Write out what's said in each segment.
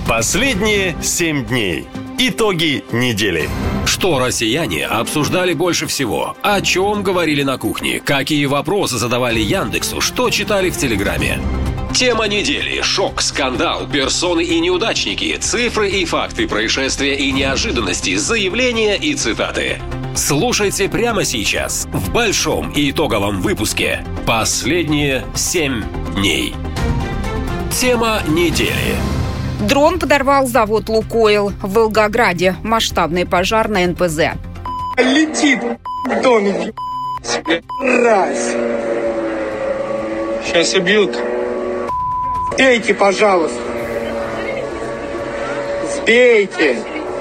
Последние 7 дней. Итоги недели. Что россияне обсуждали больше всего? О чем говорили на кухне? Какие вопросы задавали Яндексу? Что читали в Телеграме? Тема недели. Шок, скандал, персоны и неудачники, цифры и факты происшествия и неожиданности, заявления и цитаты. Слушайте прямо сейчас в большом и итоговом выпуске «Последние 7 дней». Тема недели. Дрон подорвал завод «Лукойл» в Волгограде. Масштабный пожар на НПЗ. Летит в доме, раз. Сейчас убьют. Сбейте, пожалуйста. Сбейте.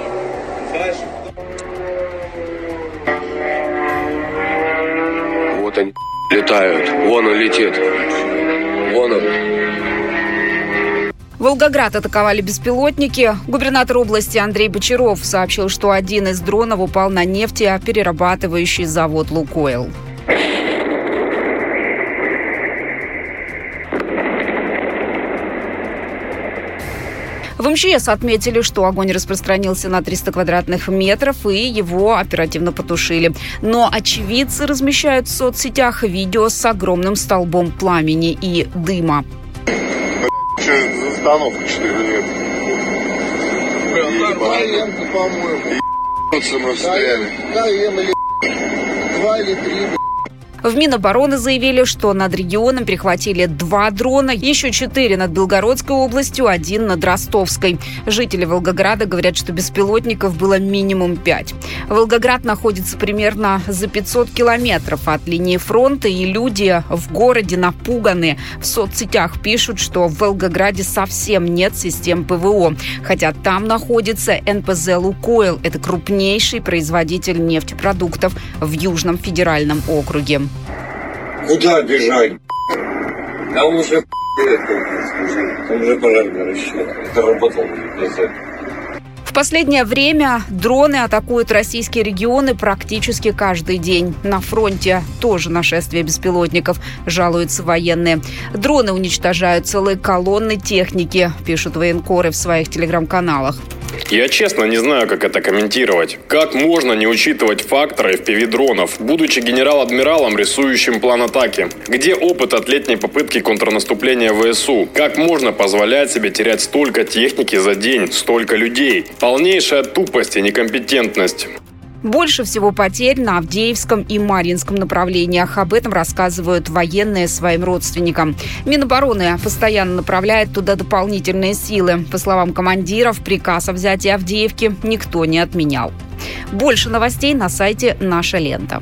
Вот они летают. Вон он летит. Вон он. Волгоград атаковали беспилотники. Губернатор области Андрей Бочаров сообщил, что один из дронов упал на нефтеперерабатывающий завод «Лукойл». В МЧС отметили, что огонь распространился на 300 квадратных метров, и его оперативно потушили. Но очевидцы размещают в соцсетях видео с огромным столбом пламени и дыма. За остановку 4 лет. Нормально, по-моему. Мы стояли. Или 2 или 3. В Минобороны заявили, что над регионом перехватили 2 дрона, еще 4 над Белгородской областью, 1 над Ростовской. Жители Волгограда говорят, что беспилотников было минимум 5. Волгоград находится примерно за 500 километров от линии фронта, и люди в городе напуганы. В соцсетях пишут, что в Волгограде совсем нет систем ПВО, хотя там находится НПЗ «Лукойл». Это крупнейший производитель нефтепродуктов в Южном федеральном округе. Куда бежать? Там уже пожар горящий. Это работал. В последнее время дроны атакуют российские регионы практически каждый день. На фронте тоже нашествие беспилотников, жалуются военные. Дроны уничтожают целые колонны техники, пишут военкоры в своих телеграм-каналах. Я честно не знаю, как это комментировать. Как можно не учитывать факторы FPV-дронов, будучи генерал-адмиралом, рисующим план атаки? Где опыт от летней попытки контрнаступления ВСУ? Как можно позволять себе терять столько техники за день, столько людей? Полнейшая тупость и некомпетентность. Больше всего потерь на Авдеевском и Марьинском направлениях. Об этом рассказывают военные своим родственникам. Минобороны постоянно направляет туда дополнительные силы. По словам командиров, приказ о взятии Авдеевки никто не отменял. Больше новостей на сайте «Наша лента».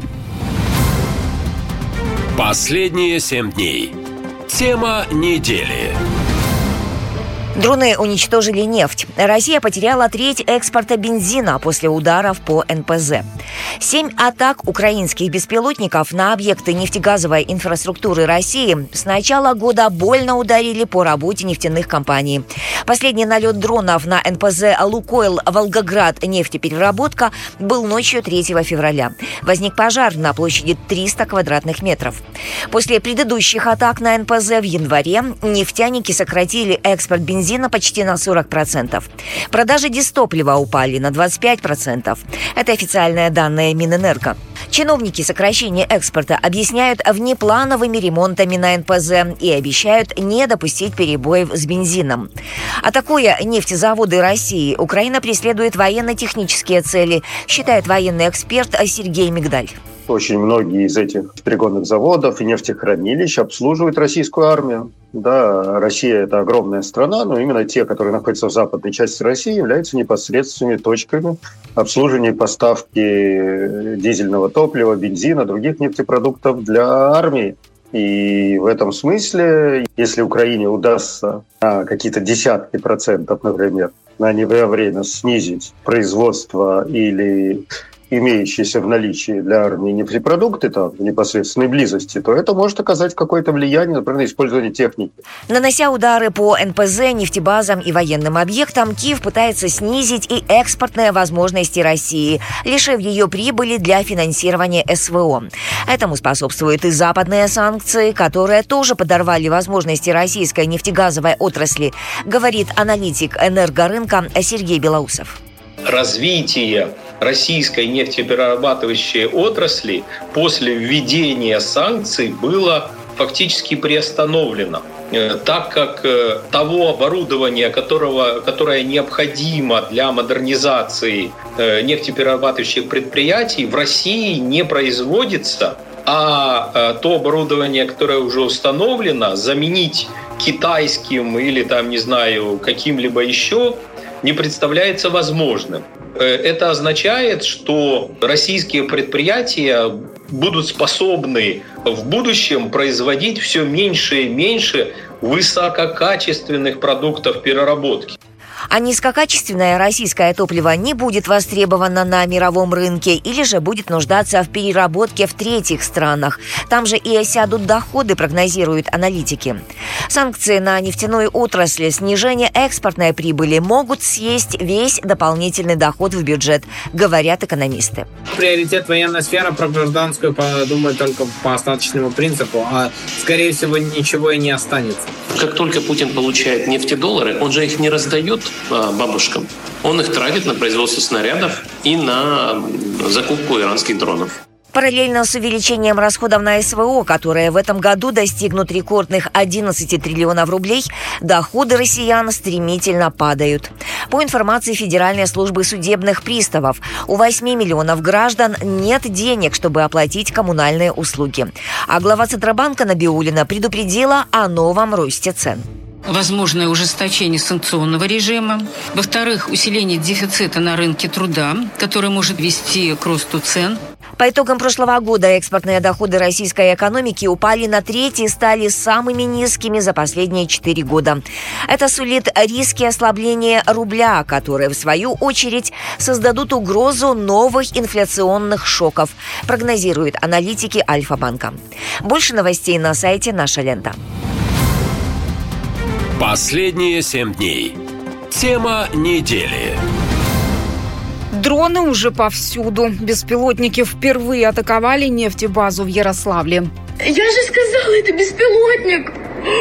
Последние 7 дней. Тема недели. Дроны уничтожили нефть. Россия потеряла треть экспорта бензина после ударов по НПЗ. 7 атак украинских беспилотников на объекты нефтегазовой инфраструктуры России с начала года больно ударили по работе нефтяных компаний. Последний налет дронов на НПЗ «Лукойл» Волгоград нефтепереработка был ночью 3 февраля. Возник пожар на площади 300 квадратных метров. После предыдущих атак на НПЗ в январе нефтяники сократили экспорт бензина почти на 40%. Продажи дистоплива упали на 25%. Это официальные данные Минэнерго. Чиновники сокращение экспорта объясняют внеплановыми ремонтами на НПЗ и обещают не допустить перебоев с бензином. Атакуя нефтезаводы России, Украина преследует военно-технические цели, считает военный эксперт Сергей Мигдаль. Очень многие из этих перегонных заводов и нефтехранилищ обслуживают российскую армию. Да, Россия – это огромная страна, но именно те, которые находятся в западной части России, являются непосредственными точками обслуживания поставки дизельного топлива, бензина, других нефтепродуктов для армии. И в этом смысле, если Украине удастся на какие-то десятки процентов, например, на некоторое время снизить производство или имеющиеся в наличии для армии нефтепродукты там, в непосредственной близости, то это может оказать какое-то влияние, например, на использование техники. Нанося удары по НПЗ, нефтебазам и военным объектам, Киев пытается снизить и экспортные возможности России, лишив ее прибыли для финансирования СВО. Этому способствуют и западные санкции, которые тоже подорвали возможности российской нефтегазовой отрасли, говорит аналитик энергорынка Сергей Белоусов. Развитие российской нефтеперерабатывающей отрасли после введения санкций было фактически приостановлено, так как того оборудования, которое необходимо для модернизации нефтеперерабатывающих предприятий, в России не производится, а то оборудование, которое уже установлено, заменить китайским или каким-либо еще не представляется возможным. Это означает, что российские предприятия будут способны в будущем производить все меньше и меньше высококачественных продуктов переработки. А низкокачественное российское топливо не будет востребовано на мировом рынке или же будет нуждаться в переработке в третьих странах. Там же и осядут доходы, прогнозируют аналитики. Санкции на нефтяную отрасль, снижение экспортной прибыли могут съесть весь дополнительный доход в бюджет, говорят экономисты. Приоритет военная сфера, про гражданскую подумать только по остаточному принципу, а скорее всего ничего и не останется. Как только Путин получает нефтедоллары, он же их не раздает бабушкам. Он их тратит на производство снарядов и на закупку иранских дронов. Параллельно с увеличением расходов на СВО, которые в этом году достигнут рекордных 11 триллионов рублей, доходы россиян стремительно падают. По информации Федеральной службы судебных приставов, у 8 миллионов граждан нет денег, чтобы оплатить коммунальные услуги. А глава Центробанка Набиуллина предупредила о новом росте цен. Возможное ужесточение санкционного режима. Во-вторых, усиление дефицита на рынке труда, который может вести к росту цен. По итогам прошлого года экспортные доходы российской экономики упали на треть и стали самыми низкими за последние 4 года. Это сулит риски ослабления рубля, которые, в свою очередь, создадут угрозу новых инфляционных шоков, прогнозируют аналитики Альфа-банка. Больше новостей на сайте «Наша лента». Последние 7 дней. Тема недели. Дроны уже повсюду. Беспилотники впервые атаковали нефтебазу в Ярославле. Я же сказала, это беспилотник!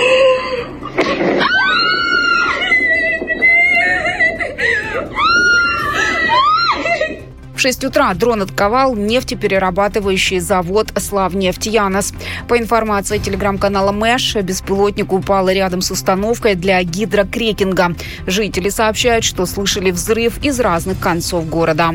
В 6 утра дрон атаковал нефтеперерабатывающий завод «Славнефть-Янос». По информации телеграм-канала Мэш, беспилотник упал рядом с установкой для гидрокрекинга. Жители сообщают, что слышали взрыв из разных концов города.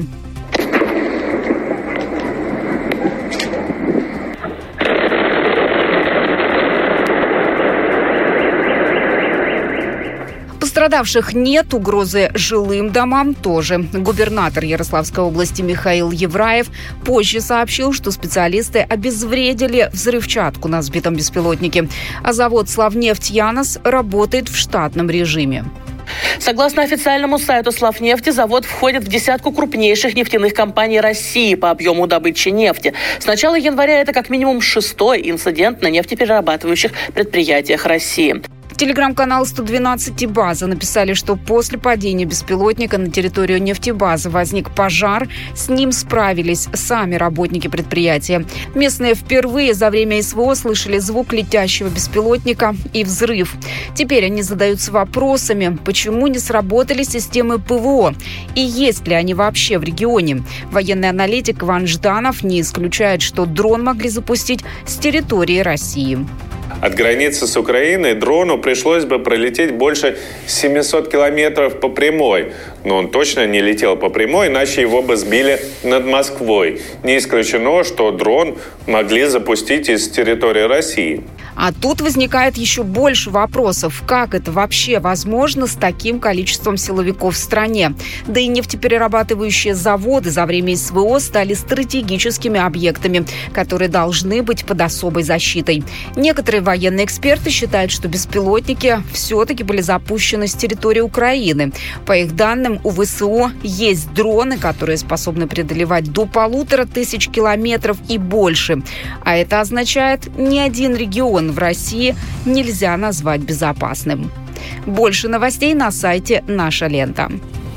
Пострадавших нет, угрозы жилым домам тоже. Губернатор Ярославской области Михаил Евраев позже сообщил, что специалисты обезвредили взрывчатку на сбитом беспилотнике, а завод «Славнефть-Янос» работает в штатном режиме. Согласно официальному сайту «Славнефти», завод входит в десятку крупнейших нефтяных компаний России по объему добычи нефти. С начала января это как минимум 6-й инцидент на нефтеперерабатывающих предприятиях России. Телеграм-канал 112 «База» написали, что после падения беспилотника на территорию нефтебазы возник пожар. С ним справились сами работники предприятия. Местные впервые за время СВО слышали звук летящего беспилотника и взрыв. Теперь они задаются вопросами, почему не сработали системы ПВО и есть ли они вообще в регионе. Военный аналитик Иван Жданов не исключает, что дрон могли запустить с территории России. От границы с Украиной дрону пришлось бы пролететь больше 700 километров по прямой. Но он точно не летел по прямой, иначе его бы сбили над Москвой. Не исключено, что дрон могли запустить из территории России. А тут возникает еще больше вопросов. Как это вообще возможно с таким количеством силовиков в стране? Да и нефтеперерабатывающие заводы за время СВО стали стратегическими объектами, которые должны быть под особой защитой. Некоторые военные эксперты считают, что беспилотники все-таки были запущены с территории Украины. По их данным, Напомним, у ВСУ есть дроны, которые способны преодолевать до 1500 километров и больше. А это означает, ни один регион в России нельзя назвать безопасным. Больше новостей на сайте «Наша лента».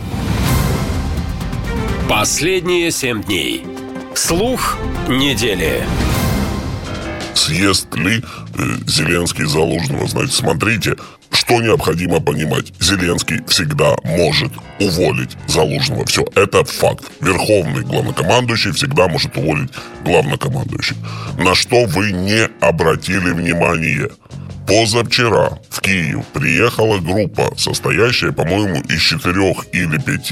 Последние 7 дней. Слух недели. Съест ли Зеленский Залужного? Значит, смотрите, что необходимо понимать. Зеленский всегда может уволить Залужного. Все, это факт. Верховный главнокомандующий всегда может уволить главнокомандующего. На что вы не обратили внимания? Позавчера в Киев приехала группа, состоящая, по-моему, из 4 или 5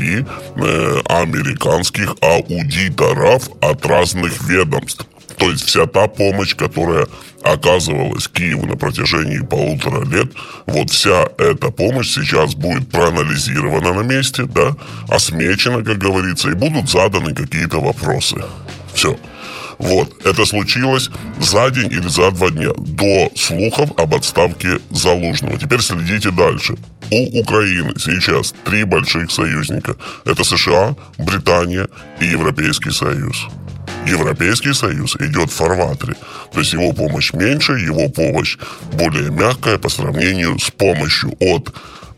американских аудиторов от разных ведомств. То есть вся та помощь, которая оказывалась Киеву на протяжении 1,5 лет, вот вся эта помощь сейчас будет проанализирована на месте, да, осмечена, как говорится, и будут заданы какие-то вопросы. Все. Вот, это случилось за день или за 2 дня до слухов об отставке Залужного. Теперь следите дальше. У Украины сейчас 3 больших союзника. Это США, Британия и Европейский Союз. Европейский Союз идет в фарватере. То есть его помощь меньше, его помощь более мягкая по сравнению с помощью от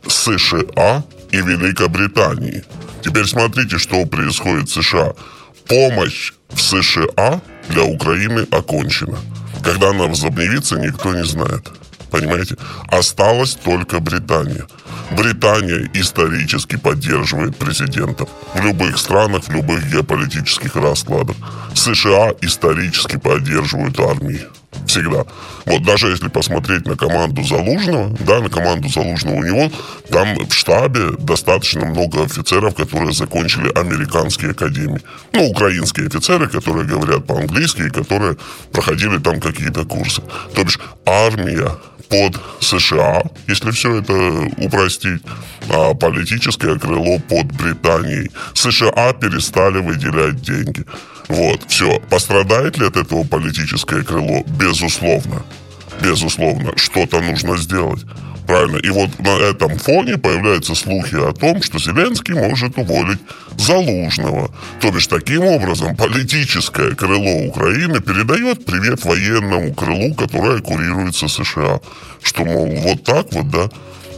США и Великобритании. Теперь смотрите, что происходит в США. Помощь в США для Украины окончена. Когда она возобновится, никто не знает. Понимаете? Осталась только Британия. Британия исторически поддерживает президентов в любых странах, в любых геополитических раскладах. США исторически поддерживают армии. Всегда. Вот даже если посмотреть на команду Залужного, да, на команду Залужного, у него там в штабе достаточно много офицеров, которые закончили американские академии. Ну, украинские офицеры, которые говорят по-английски и которые проходили там какие-то курсы. То бишь армия под США, если все это упростить, а политическое крыло под Британией. США перестали выделять деньги. Вот, все. Пострадает ли от этого политическое крыло? Безусловно. Безусловно. Что-то нужно сделать. Правильно. И вот на этом фоне появляются слухи о том, что Зеленский может уволить Залужного. То бишь, таким образом, политическое крыло Украины передает привет военному крылу, которое курируется США. Что, мол, вот так вот, да,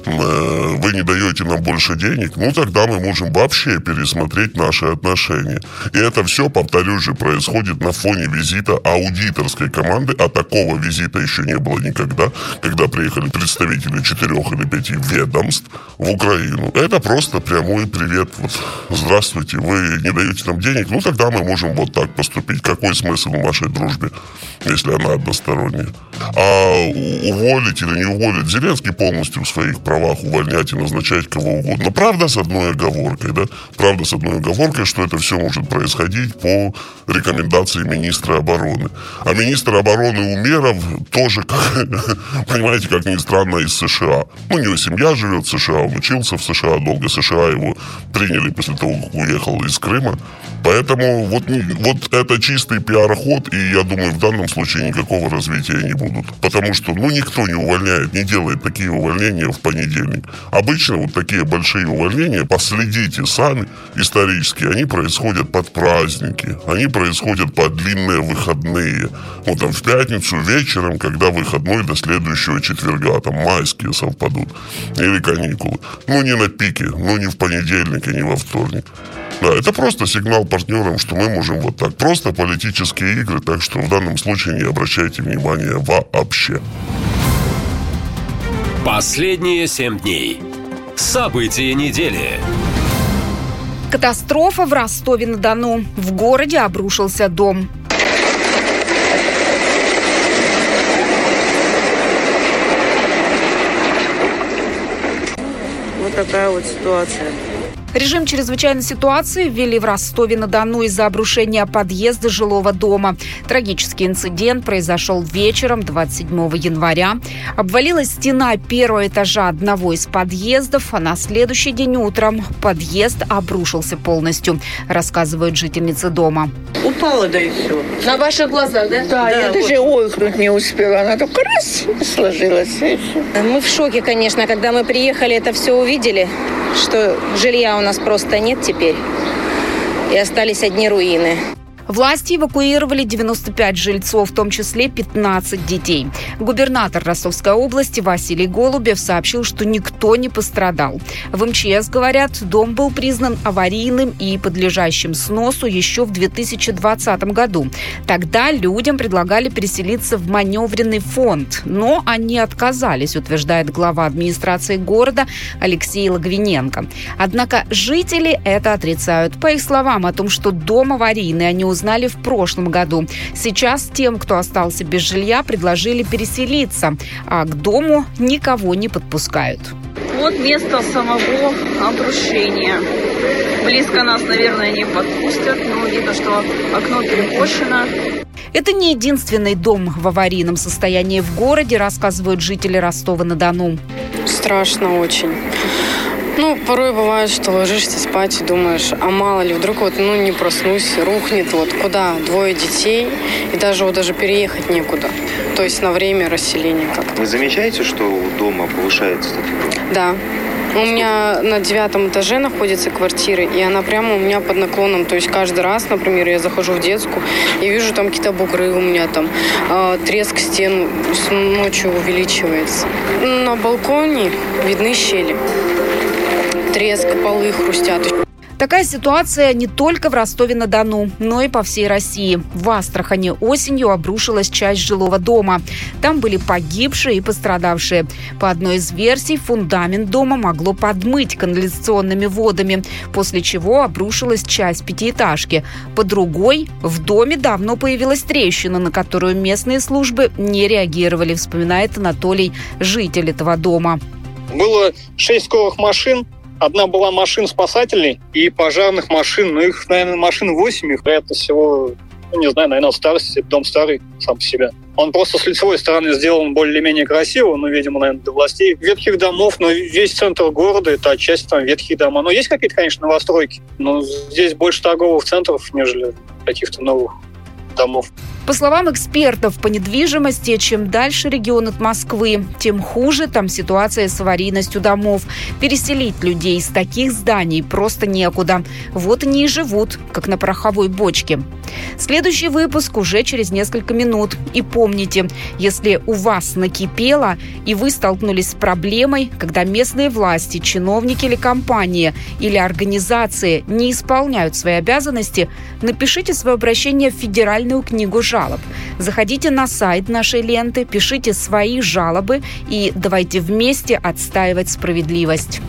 вы не даете нам больше денег, ну тогда мы можем вообще пересмотреть наши отношения. И это все, повторюсь же, происходит на фоне визита аудиторской команды, а такого визита еще не было никогда, когда приехали представители 4 или 5 ведомств в Украину. Это просто прямой привет. Вот, здравствуйте, вы не даете нам денег, ну тогда мы можем вот так поступить. Какой смысл в нашей дружбе, если она односторонняя? А уволить или не уволить? Зеленский полностью в своих правах увольнять и назначать кого угодно. Правда, с одной оговоркой, да? Правда, с одной оговоркой, что это все может происходить по рекомендации министра обороны. А министр обороны Умеров тоже, понимаете, как ни странно, из США. Ну, у него семья живет в США, он учился в США долго. США его приняли после того, как уехал из Крыма. Поэтому вот это чистый пиар-ход, и я думаю, в данном случае никакого развития не будут. Потому что, никто не увольняет, не делает такие увольнения в понедельник. Обычно вот такие большие увольнения, последите сами, исторически, они происходят под праздники, они происходят под длинные выходные. Вот там в пятницу вечером, когда выходной до следующего четверга, там майские совпадут, или каникулы. Не на пике, не в понедельник и не во вторник. Да, это просто сигнал партнерам, что мы можем вот так. Просто политические игры, так что в данном случае не обращайте внимания вообще. Последние 7 дней. События недели. Катастрофа в Ростове-на-Дону. В городе обрушился дом. Вот такая вот ситуация. Режим чрезвычайной ситуации ввели в Ростове-на-Дону из-за обрушения подъезда жилого дома. Трагический инцидент произошел вечером 27 января. Обвалилась стена 1-го этажа одного из подъездов, а на следующий день утром подъезд обрушился полностью, рассказывают жительницы дома. Упала, да и все. На ваших глазах, да? Да, я даже ойкнуть не успела. Она только раз сложилась. Мы в шоке, конечно, когда мы приехали, это все увидели. что жилья у нас просто нет теперь, и остались одни руины. Власти эвакуировали 95 жильцов, в том числе 15 детей. Губернатор Ростовской области Василий Голубев сообщил, что никто не пострадал. В МЧС говорят, дом был признан аварийным и подлежащим сносу еще в 2020 году. Тогда людям предлагали переселиться в маневренный фонд, но они отказались, утверждает глава администрации города Алексей Логвиненко. Однако жители это отрицают. По их словам, о том, что дом аварийный, они узнали в прошлом году. Сейчас тем, кто остался без жилья, предложили переселиться, а к дому никого не подпускают. Вот место самого обрушения. Близко нас, наверное, не подпустят, но видно, что окно перекошено. Это не единственный дом в аварийном состоянии в городе, рассказывают жители Ростова-на-Дону. Страшно очень. Порой бывает, что ложишься спать и думаешь, а мало ли, вдруг не проснусь, рухнет, куда? 2 детей, и даже переехать некуда. То есть на время расселения как-то. Вы замечаете, что у дома повышается температура? Да. У меня на 9 этаже находится квартира, и она прямо у меня под наклоном. То есть каждый раз, например, я захожу в детскую и вижу там какие-то бугры у меня, там треск стен ночью увеличивается. На балконе видны щели. Треск, полы хрустят. Такая ситуация не только в Ростове-на-Дону, но и по всей России. В Астрахани осенью обрушилась часть жилого дома. Там были погибшие и пострадавшие. По одной из версий, фундамент дома могло подмыть канализационными водами, после чего обрушилась часть пятиэтажки. По другой, в доме давно появилась трещина, на которую местные службы не реагировали, вспоминает Анатолий, житель этого дома. Было 6 скорых машин. Одна была машин спасательной и пожарных машин. Их, наверное, машин 8. Их, вероятно, всего, наверное, старости. Дом старый сам по себе. Он просто с лицевой стороны сделан более-менее красиво, видимо, наверное, для властей. Ветхих домов, но весь центр города – это отчасти там ветхие дома. Но есть какие-то, конечно, новостройки. Но здесь больше торговых центров, нежели каких-то новых домов. По словам экспертов по недвижимости, чем дальше регион от Москвы, тем хуже там ситуация с аварийностью домов. Переселить людей из таких зданий просто некуда. Вот они и живут, как на пороховой бочке. Следующий выпуск уже через несколько минут. И помните, если у вас накипело, и вы столкнулись с проблемой, когда местные власти, чиновники или компании, или организации не исполняют свои обязанности, напишите свое обращение в Федеральную книгу жалоб. Заходите на сайт нашей ленты, пишите свои жалобы и давайте вместе отстаивать справедливость.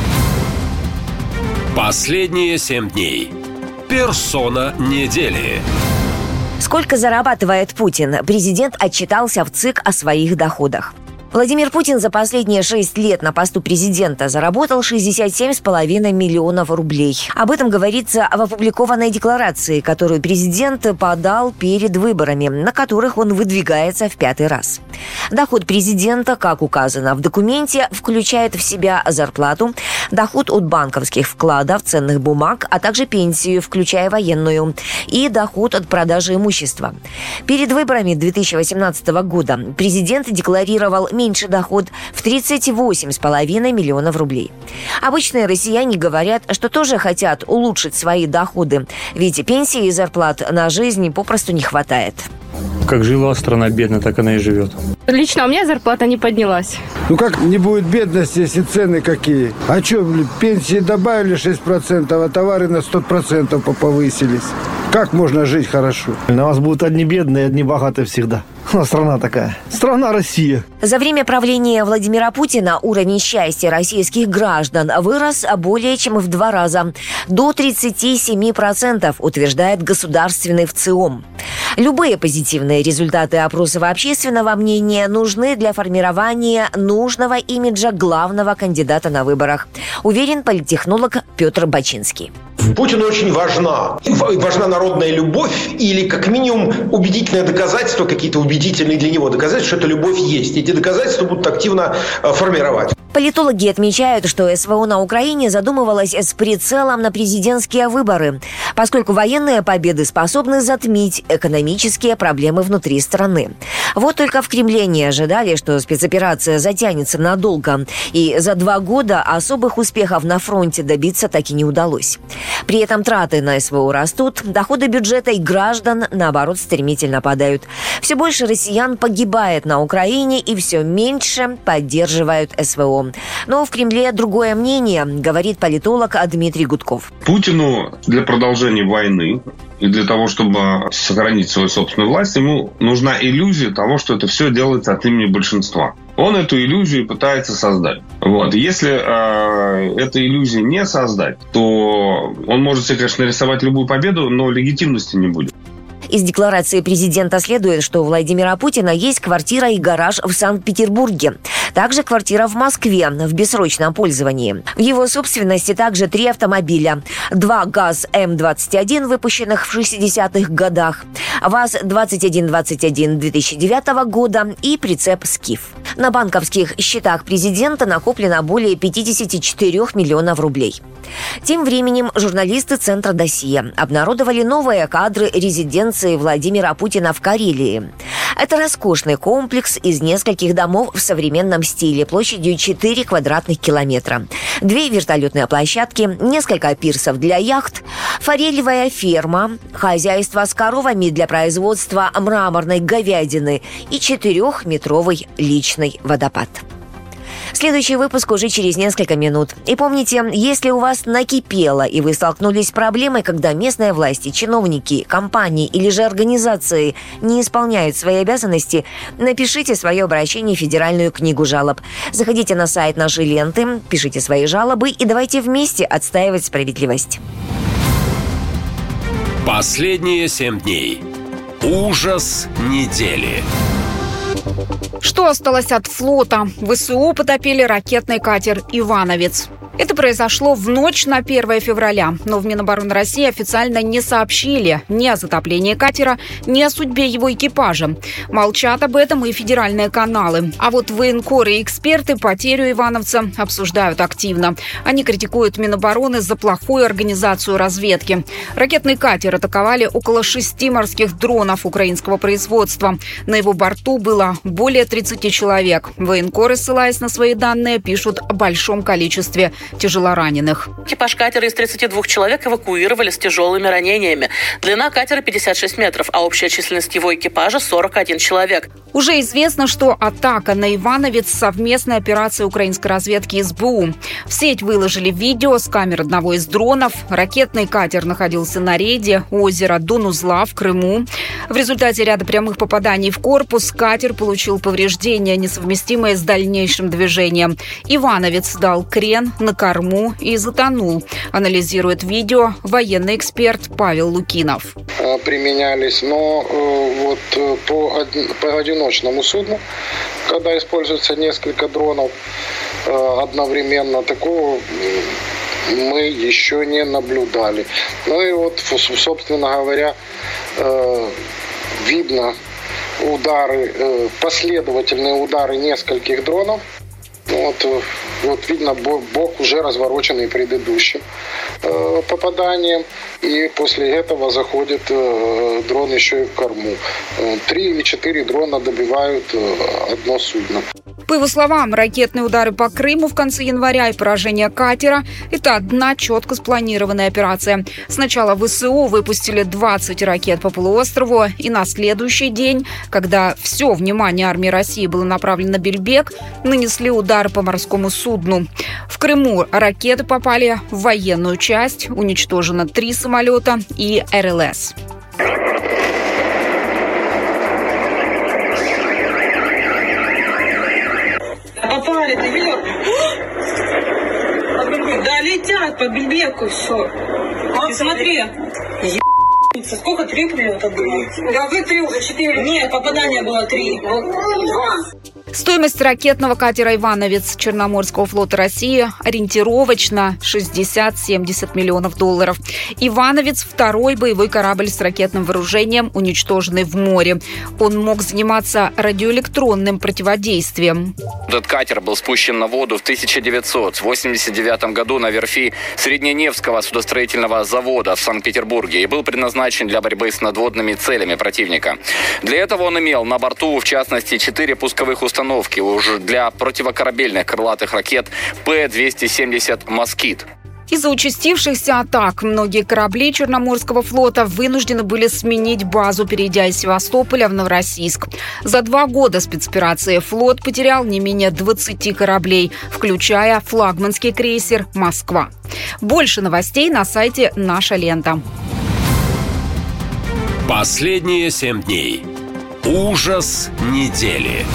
Последние 7 дней. Персона недели. Сколько зарабатывает Путин? Президент отчитался в ЦИК о своих доходах. Владимир Путин за последние 6 лет на посту президента заработал 67,5 миллионов рублей. Об этом говорится в опубликованной декларации, которую президент подал перед выборами, на которых он выдвигается в 5-й раз. Доход президента, как указано в документе, включает в себя зарплату, доход от банковских вкладов, ценных бумаг, а также пенсию, включая военную, и доход от продажи имущества. Перед выборами 2018 года президент декларировал меньший доход в 38,5 миллионов рублей. Обычные россияне говорят, что тоже хотят улучшить свои доходы, ведь пенсии и зарплат на жизнь попросту не хватает. Как жила страна бедная, так она и живет. Лично у меня зарплата не поднялась. Как не будет бедности, если цены какие? А что, пенсии добавили 6%, а товары на 100% повысились? Как можно жить хорошо? На вас будут одни бедные, одни богатые всегда. Страна такая. Страна Россия. За время правления Владимира Путина уровень счастья российских граждан вырос более чем в 2 раза. До 37%, утверждает государственный ВЦИОМ. Любые позитивные результаты опросов общественного мнения нужны для формирования нужного имиджа главного кандидата на выборах, уверен политтехнолог Петр Бачинский. Путину очень важна народная любовь или, как минимум, убедительное доказательство, какие-то убедительные для него доказательства, что эта любовь есть. Эти доказательства будут активно формировать. Политологи отмечают, что СВО на Украине задумывалось с прицелом на президентские выборы, поскольку военные победы способны затмить экономические проблемы внутри страны. Вот только в Кремле не ожидали, что спецоперация затянется надолго, и за 2 года особых успехов на фронте добиться так и не удалось. При этом траты на СВО растут, доходы бюджета и граждан, наоборот, стремительно падают. Все больше россиян погибает на Украине и все меньше поддерживают СВО. Но в Кремле другое мнение, говорит политолог Дмитрий Гудков. Путину для продолжения войны и для того, чтобы сохранить свою собственную власть, ему нужна иллюзия того, что это все делается от имени большинства. Он эту иллюзию пытается создать. Вот. Если эту иллюзию не создать, то он может себе, конечно, нарисовать любую победу, но легитимности не будет. Из декларации президента следует, что у Владимира Путина есть квартира и гараж в Санкт-Петербурге. Также квартира в Москве в бессрочном пользовании. В его собственности также 3 автомобиля. 2 ГАЗ М-21, выпущенных в 60-х годах, ВАЗ-2121 2009 года и прицеп «Скиф». На банковских счетах президента накоплено более 54 миллионов рублей. Тем временем журналисты Центра «Досье» обнародовали новые кадры резиденции Владимира Путина в Карелии. Это роскошный комплекс из нескольких домов в современном стиле площадью 4 квадратных километра. 2 вертолетные площадки, несколько пирсов для яхт, форелевая ферма, хозяйство с коровами для производства мраморной говядины и 4-метровый личный водопад. Следующий выпуск уже через несколько минут. И помните, если у вас накипело и вы столкнулись с проблемой, когда местные власти, чиновники, компании или же организации не исполняют свои обязанности, напишите свое обращение в Федеральную книгу жалоб. Заходите на сайт нашей ленты, пишите свои жалобы и давайте вместе отстаивать справедливость. Последние 7 дней.Ужас недели. Что осталось от флота? ВСУ потопили ракетный катер «Ивановец». Это произошло в ночь на 1 февраля, но в Минобороны России официально не сообщили ни о затоплении катера, ни о судьбе его экипажа. Молчат об этом и федеральные каналы. А вот военкоры и эксперты потерю «Ивановца» обсуждают активно. Они критикуют Минобороны за плохую организацию разведки. Ракетный катер атаковали около 6 морских дронов украинского производства. На его борту было более 30 человек. Военкоры, ссылаясь на свои данные, пишут о большом количестве тяжелораненых. Экипаж катера из 32 человек эвакуировали с тяжелыми ранениями. Длина катера 56 метров, а общая численность его экипажа 41 человек. Уже известно, что атака на «Ивановец» – совместная операция украинской разведки СБУ. В сеть выложили видео с камер одного из дронов. Ракетный катер находился на рейде озера Дон-Узла в Крыму. В результате ряда прямых попаданий в корпус катер получил повреждения, несовместимые с дальнейшим движением. «Ивановец» дал крен на корму и затонул. Анализирует видео военный эксперт Павел Лукинов. Применялись, но вот по одиночному судну, когда используется несколько дронов одновременно, такого мы еще не наблюдали. Ну и вот, собственно говоря, видно удары, последовательные удары нескольких дронов. Вот видно, бок уже развороченный предыдущим попаданием. И после этого заходит дрон еще и в корму. 3 или 4 дрона добивают одно судно. По его словам, ракетные удары по Крыму в конце января и поражение катера – это одна четко спланированная операция. Сначала ВСУ выпустили 20 ракет по полуострову, и на следующий день, когда все внимание армии России было направлено на Бельбек, нанесли удар по морскому судну. В Крыму ракеты попали в военную часть, уничтожено 3 самолета и РЛС. Попали, ты видел? Да, летят по Бельбеку, все. Ты смотри. Сколько? 3 прилета было? Да, вы 3, уже 4. Нет, попадания было 3. 2. Стоимость ракетного катера «Ивановец» Черноморского флота России ориентировочно 60-70 миллионов долларов. «Ивановец» – второй боевой корабль с ракетным вооружением, уничтоженный в море. Он мог заниматься радиоэлектронным противодействием. Этот катер был спущен на воду в 1989 году на верфи Средненевского судостроительного завода в Санкт-Петербурге и был предназначен для борьбы с надводными целями противника. Для этого он имел на борту, в частности, 4 пусковых установки уже для противокорабельных крылатых ракет П-270 «Москит». Из-за участившихся атак многие корабли Черноморского флота вынуждены были сменить базу, перейдя из Севастополя в Новороссийск. За 2 года спецоперации флот потерял не менее 20 кораблей, включая флагманский крейсер «Москва». Больше новостей на сайте «Наша лента». Последние 7 дней. Ужас недели.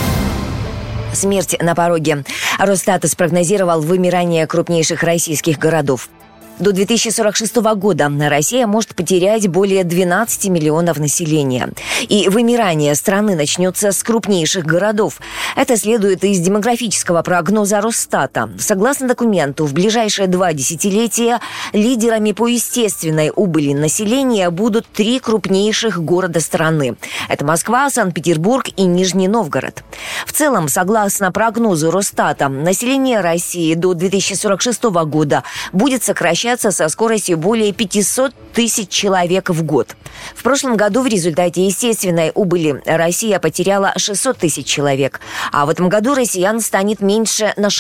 Смерть на пороге. Росстат спрогнозировал вымирание крупнейших российских городов. До 2046 года Россия может потерять более 12 миллионов населения. И вымирание страны начнется с крупнейших городов. Это следует из демографического прогноза Росстата. Согласно документу, в ближайшие 2 десятилетия лидерами по естественной убыли населения будут 3 крупнейших города страны. Это Москва, Санкт-Петербург и Нижний Новгород. В целом, согласно прогнозу Росстата, население России до 2046 года будет сокращаться со скоростью более 500 тысяч человек в год. В прошлом году в результате естественной убыли Россия потеряла 600 тысяч человек, а в этом году россиян станет меньше на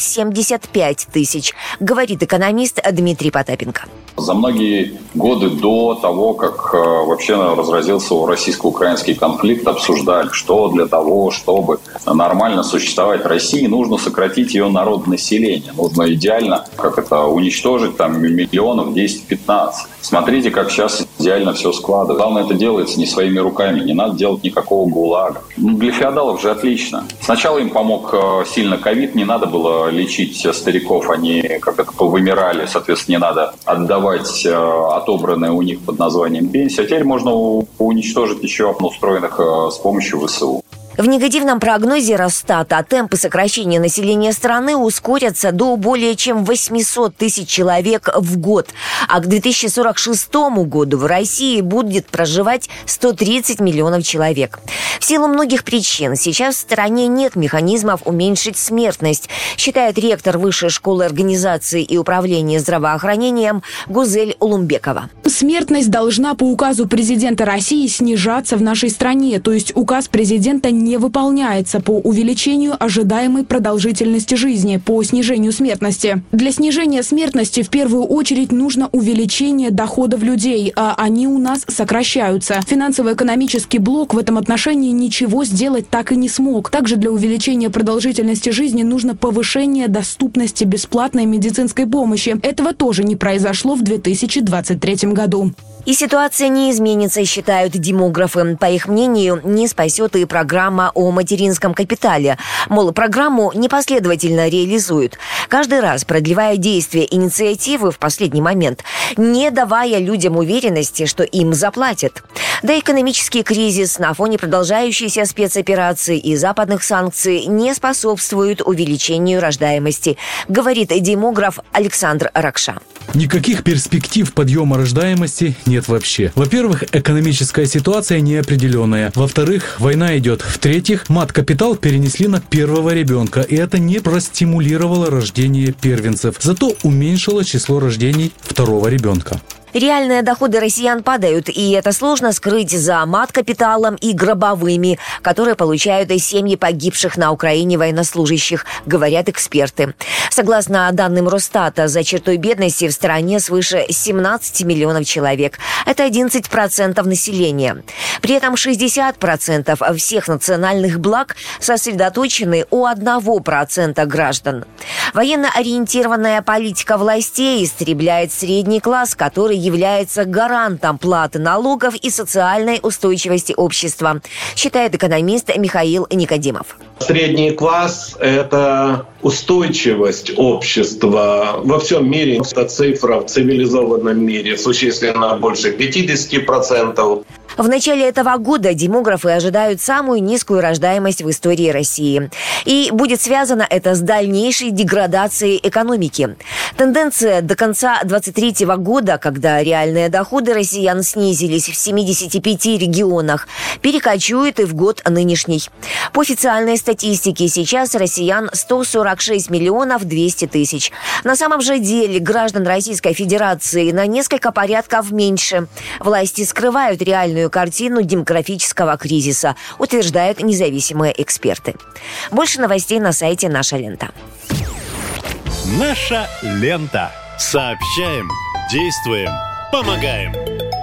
675 тысяч, говорит экономист Дмитрий Потапенко. За многие годы до того, как вообще разразился российско-украинский конфликт, обсуждали, что для того, чтобы нормально существовать России, нужно сократить ее народонаселение. Нужно идеально, уничтожить миллионов 10-15. Смотрите, как сейчас идеально все складывается. Главное, это делается не своими руками, не надо делать никакого ГУЛАГа. Для феодалов же отлично. Сначала им помог сильно ковид, не надо было лечить стариков, они повымирали, соответственно, не надо отдавать отобранное у них под названием пенсия. А теперь можно уничтожить еще устроенных с помощью ВСУ. В негативном прогнозе Росстата темпы сокращения населения страны ускорятся до более чем 800 тысяч человек в год. А к 2046 году в России будет проживать 130 миллионов человек. В силу многих причин сейчас в стране нет механизмов уменьшить смертность, считает ректор Высшей школы организации и управления здравоохранением Гузель Улумбекова. Смертность должна по указу президента России снижаться в нашей стране, то есть указ президента не выполняется по увеличению ожидаемой продолжительности жизни, по снижению смертности. Для снижения смертности в первую очередь нужно увеличение доходов людей, а они у нас сокращаются. Финансово-экономический блок в этом отношении ничего сделать так и не смог. Также для увеличения продолжительности жизни нужно повышение доступности бесплатной медицинской помощи. Этого тоже не произошло в 2023 году. И ситуация не изменится, считают демографы. По их мнению, не спасет и программа о материнском капитале. Мол, программу непоследовательно реализуют, каждый раз продлевая действие инициативы в последний момент, не давая людям уверенности, что им заплатят. Да и экономический кризис на фоне продолжающейся спецоперации и западных санкций не способствует увеличению рождаемости, говорит демограф Александр Ракша. Никаких перспектив подъема рождаемости нет вообще. Во-первых, экономическая ситуация неопределенная. Во-вторых, война идет. В-третьих, мат-капитал перенесли на первого ребенка, и это не простимулировало рождение первенцев, зато уменьшило число рождений второго ребенка. Реальные доходы россиян падают, и это сложно скрыть за мат-капиталом и гробовыми, которые получают семьи погибших на Украине военнослужащих, говорят эксперты. Согласно данным Росстата, за чертой бедности в стране свыше 17 миллионов человек. Это 11% населения. При этом 60% всех национальных благ сосредоточены у 1% граждан. Военно-ориентированная политика властей истребляет средний класс, который является гарантом платы налогов и социальной устойчивости общества, считает экономист Михаил Никодимов. Средний класс – это устойчивость общества. Во всем мире эта цифра в цивилизованном мире существенно больше 50%. В начале этого года демографы ожидают самую низкую рождаемость в истории России. И будет связано это с дальнейшей деградацией экономики. Тенденция до конца 2023 года, когда реальные доходы россиян снизились в 75 регионах, перекочует и в год нынешний. По официальной статистике сейчас россиян 146 миллионов 200 тысяч. На самом же деле граждан Российской Федерации на несколько порядков меньше. Власти скрывают реальную картину демографического кризиса, утверждают независимые эксперты. Больше новостей на сайте «Наша лента». «Наша лента». Сообщаем, действуем, помогаем.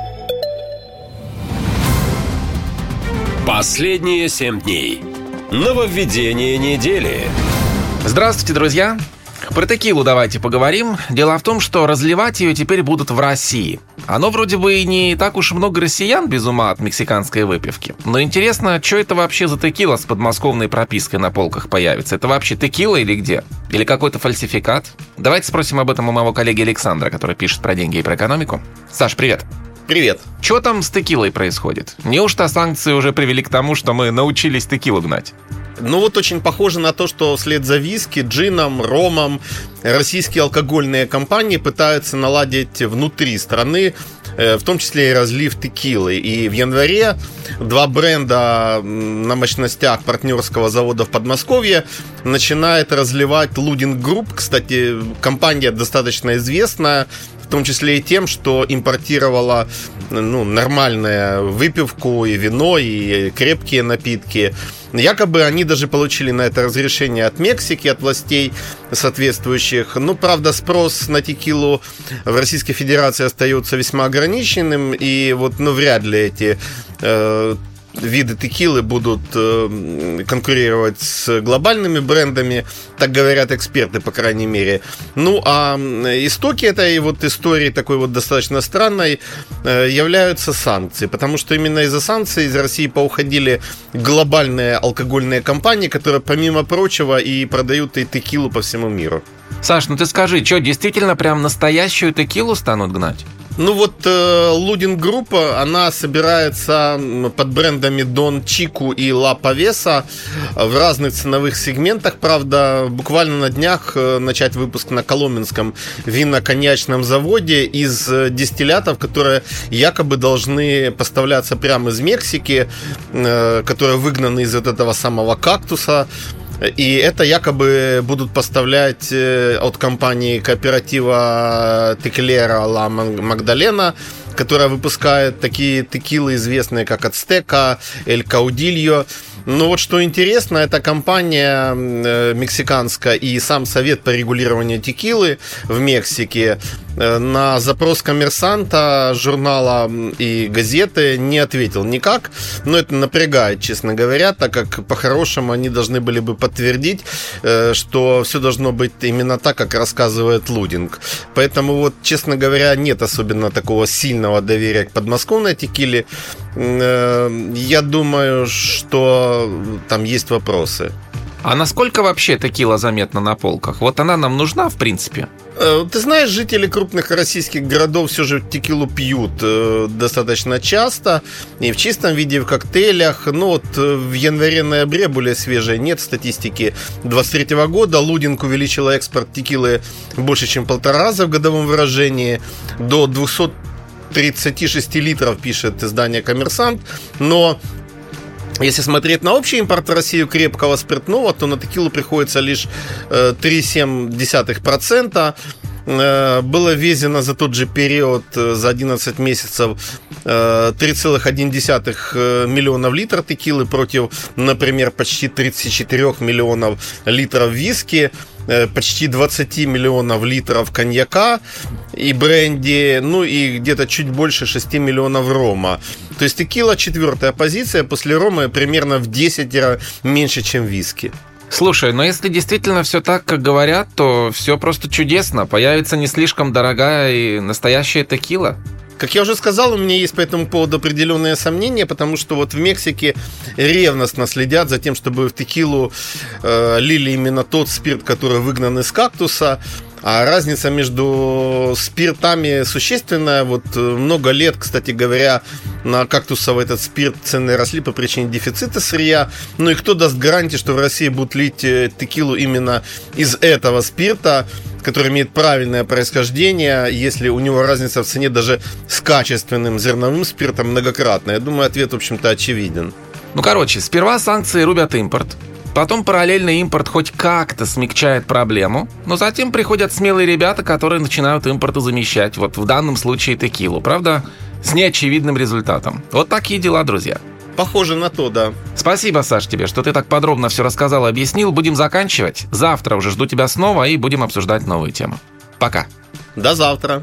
Последние 7 дней. Нововведение недели. Здравствуйте, друзья. Про текилу давайте поговорим. Дело в том, что разливать ее теперь будут в России. Оно вроде бы и не так уж много россиян без ума от мексиканской выпивки. Но интересно, что это вообще за текила с подмосковной пропиской на полках появится? Это вообще текила или где? Или какой-то фальсификат? Давайте спросим об этом у моего коллеги Александра, который пишет про деньги и про экономику. Саш, привет. Привет. Что там с текилой происходит? Неужто санкции уже привели к тому, что мы научились текилу гнать? Ну вот очень похоже на то, что вслед за виски, джином, ромом российские алкогольные компании пытаются наладить внутри страны, в том числе и разлив текилы. И в январе 2 бренда на мощностях партнерского завода в Подмосковье начинает разливать Лудинг Групп. Кстати, компания достаточно известная, в том числе и тем, что импортировала нормальную выпивку, и вино, и крепкие напитки. Якобы они даже получили на это разрешение от Мексики, от властей соответствующих. Ну, правда, спрос на текилу в Российской Федерации остается весьма ограниченным, и вот, вряд ли эти виды текилы будут конкурировать с глобальными брендами, так говорят эксперты, по крайней мере. Ну, а истоки этой вот истории, такой вот достаточно странной, являются санкции, потому что именно из-за санкций из России поуходили глобальные алкогольные компании, которые, помимо прочего, и продают и текилу по всему миру. Саш, ты скажи, что, действительно прям настоящую текилу станут гнать? Ну вот Лудинг Группа, она собирается под брендами Дон Чику и Ла Павеса в разных ценовых сегментах. Правда, буквально на днях начать выпуск на Коломенском винно-коньячном заводе из дистиллятов, которые якобы должны поставляться прямо из Мексики, которые выгнаны из вот этого самого кактуса. И это якобы будут поставлять от компании кооператива Текилера Ла Магдалена, которая выпускает такие текилы, известные как Ацтека, Эль Каудильо. Но вот что интересно, эта компания мексиканская и сам Совет по регулированию текилы в Мексике на запрос «Коммерсанта», журнала и газеты не ответил никак. Но это напрягает, честно говоря, так как по-хорошему они должны были бы подтвердить, что все должно быть именно так, как рассказывает Лудинг. Поэтому вот, честно говоря, нет особенно такого сильного доверия к подмосковной текиле. Я думаю, что там есть вопросы. А насколько вообще текила заметна на полках? Вот она нам нужна, в принципе? Ты знаешь, жители крупных российских городов все же текилу пьют достаточно часто. И в чистом виде, в коктейлях. Но вот в январе-ноябре, более свежей, нет статистики 2023 года. Лудинг увеличила экспорт текилы больше, чем 1,5 раза в годовом выражении. До 236 литров, пишет издание «Коммерсант». Но если смотреть на общий импорт в Россию крепкого спиртного, то на текилу приходится лишь 3,7%. Было ввезено за тот же период, за 11 месяцев, 3,1 миллионов литров текилы против, например, почти 34 миллионов литров виски, почти 20 миллионов литров коньяка и бренди, ну и где-то чуть больше 6 миллионов рома. То есть текила 4-я позиция, после рома примерно в 10 меньше, чем виски. Слушай, но если действительно все так, как говорят, то все просто чудесно. Появится не слишком дорогая и настоящая текила. Как я уже сказал, у меня есть по этому поводу определенные сомнения, потому что вот в Мексике ревностно следят за тем, чтобы в текилу лили именно тот спирт, который выгнан из кактуса. А разница между спиртами существенная. Вот много лет, кстати говоря, на кактусовый этот спирт цены росли по причине дефицита сырья. Ну и кто даст гарантии, что в России будут лить текилу именно из этого спирта, который имеет правильное происхождение, если у него разница в цене даже с качественным зерновым спиртом многократная? Я думаю, ответ, в общем-то, очевиден. Ну, короче, сперва санкции рубят импорт. Потом параллельный импорт хоть как-то смягчает проблему, но затем приходят смелые ребята, которые начинают импорт замещать. Вот в данном случае текилу, правда? С неочевидным результатом. Вот такие дела, друзья. Похоже на то, да. Спасибо, Саш, тебе, что ты так подробно все рассказал и объяснил. Будем заканчивать. Завтра уже жду тебя снова и будем обсуждать новые темы. Пока. До завтра.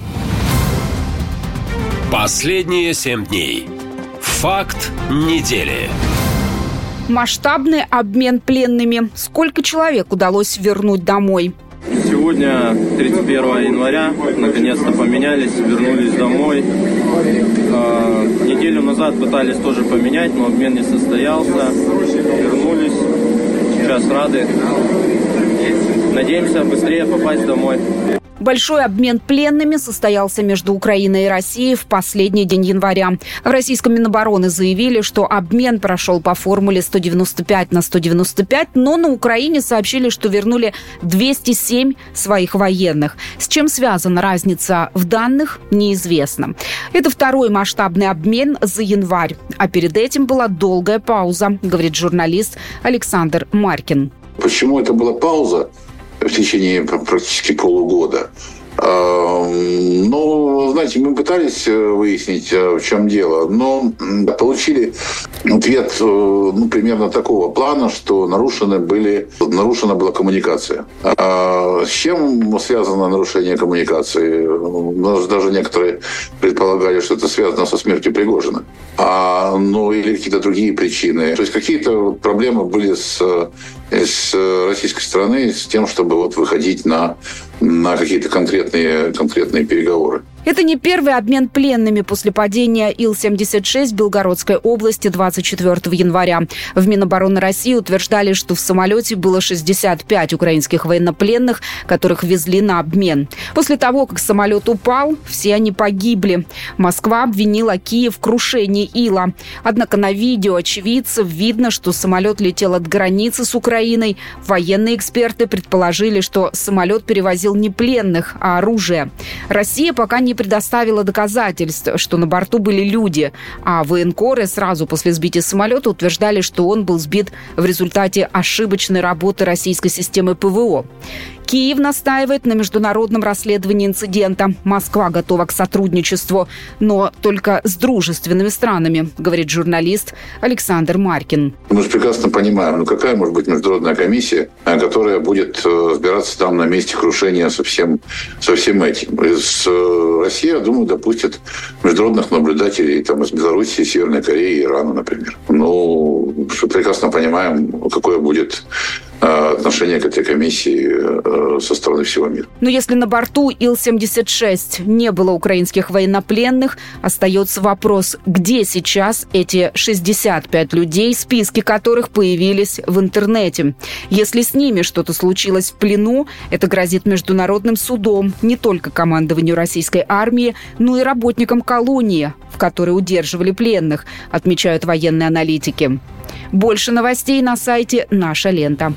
Последние 7 дней. Факт недели. Масштабный обмен пленными. Сколько человек удалось вернуть домой? Сегодня, 31 января, наконец-то поменялись, вернулись домой. Неделю назад пытались тоже поменять, но обмен не состоялся. Вернулись, сейчас рады. Надеемся быстрее попасть домой. Большой обмен пленными состоялся между Украиной и Россией в последний день января. В российском Минобороны заявили, что обмен прошел по формуле 195/195, но на Украине сообщили, что вернули 207 своих военных. С чем связана разница в данных, неизвестно. Это второй масштабный обмен за январь. А перед этим была долгая пауза, говорит журналист Александр Маркин. Почему это была пауза в течение практически полугода? Ну, знаете, мы пытались выяснить, в чем дело, но получили ответ примерно такого плана, что нарушена была коммуникация. С чем связано нарушение коммуникации? Даже некоторые предполагали, что это связано со смертью Пригожина. Или какие-то другие причины. То есть какие-то проблемы были с российской стороны с тем, чтобы выходить на какие-то конкретные переговоры. Это не первый обмен пленными после падения Ил-76 в Белгородской области 24 января. В Минобороны России утверждали, что в самолете было 65 украинских военнопленных, которых везли на обмен. После того, как самолет упал, все они погибли. Москва обвинила Киев в крушении Ила. Однако на видео очевидцев видно, что самолет летел от границы с Украиной. Военные эксперты предположили, что самолет перевозил не пленных, а оружие. Россия пока не предоставила доказательств, что на борту были люди, а военкоры сразу после сбития самолета утверждали, что он был сбит в результате ошибочной работы российской системы ПВО. Киев настаивает на международном расследовании инцидента. Москва готова к сотрудничеству, но только с дружественными странами, говорит журналист Александр Маркин. Мы же прекрасно понимаем, какая может быть международная комиссия, которая будет разбираться там на месте крушения со всем этим. Россия, я думаю, допустит международных наблюдателей из Белоруссии, Северной Кореи, Ирана, например. Прекрасно понимаем, какое будет отношение к этой комиссии со стороны всего мира. Но если на борту Ил-76 не было украинских военнопленных, остается вопрос, где сейчас эти 65 людей, списки которых появились в интернете. Если с ними что-то случилось в плену, это грозит международным судом не только командованию российской армии, но и работникам колонии, в которой удерживали пленных, отмечают военные аналитики. Больше новостей на сайте «Наша лента».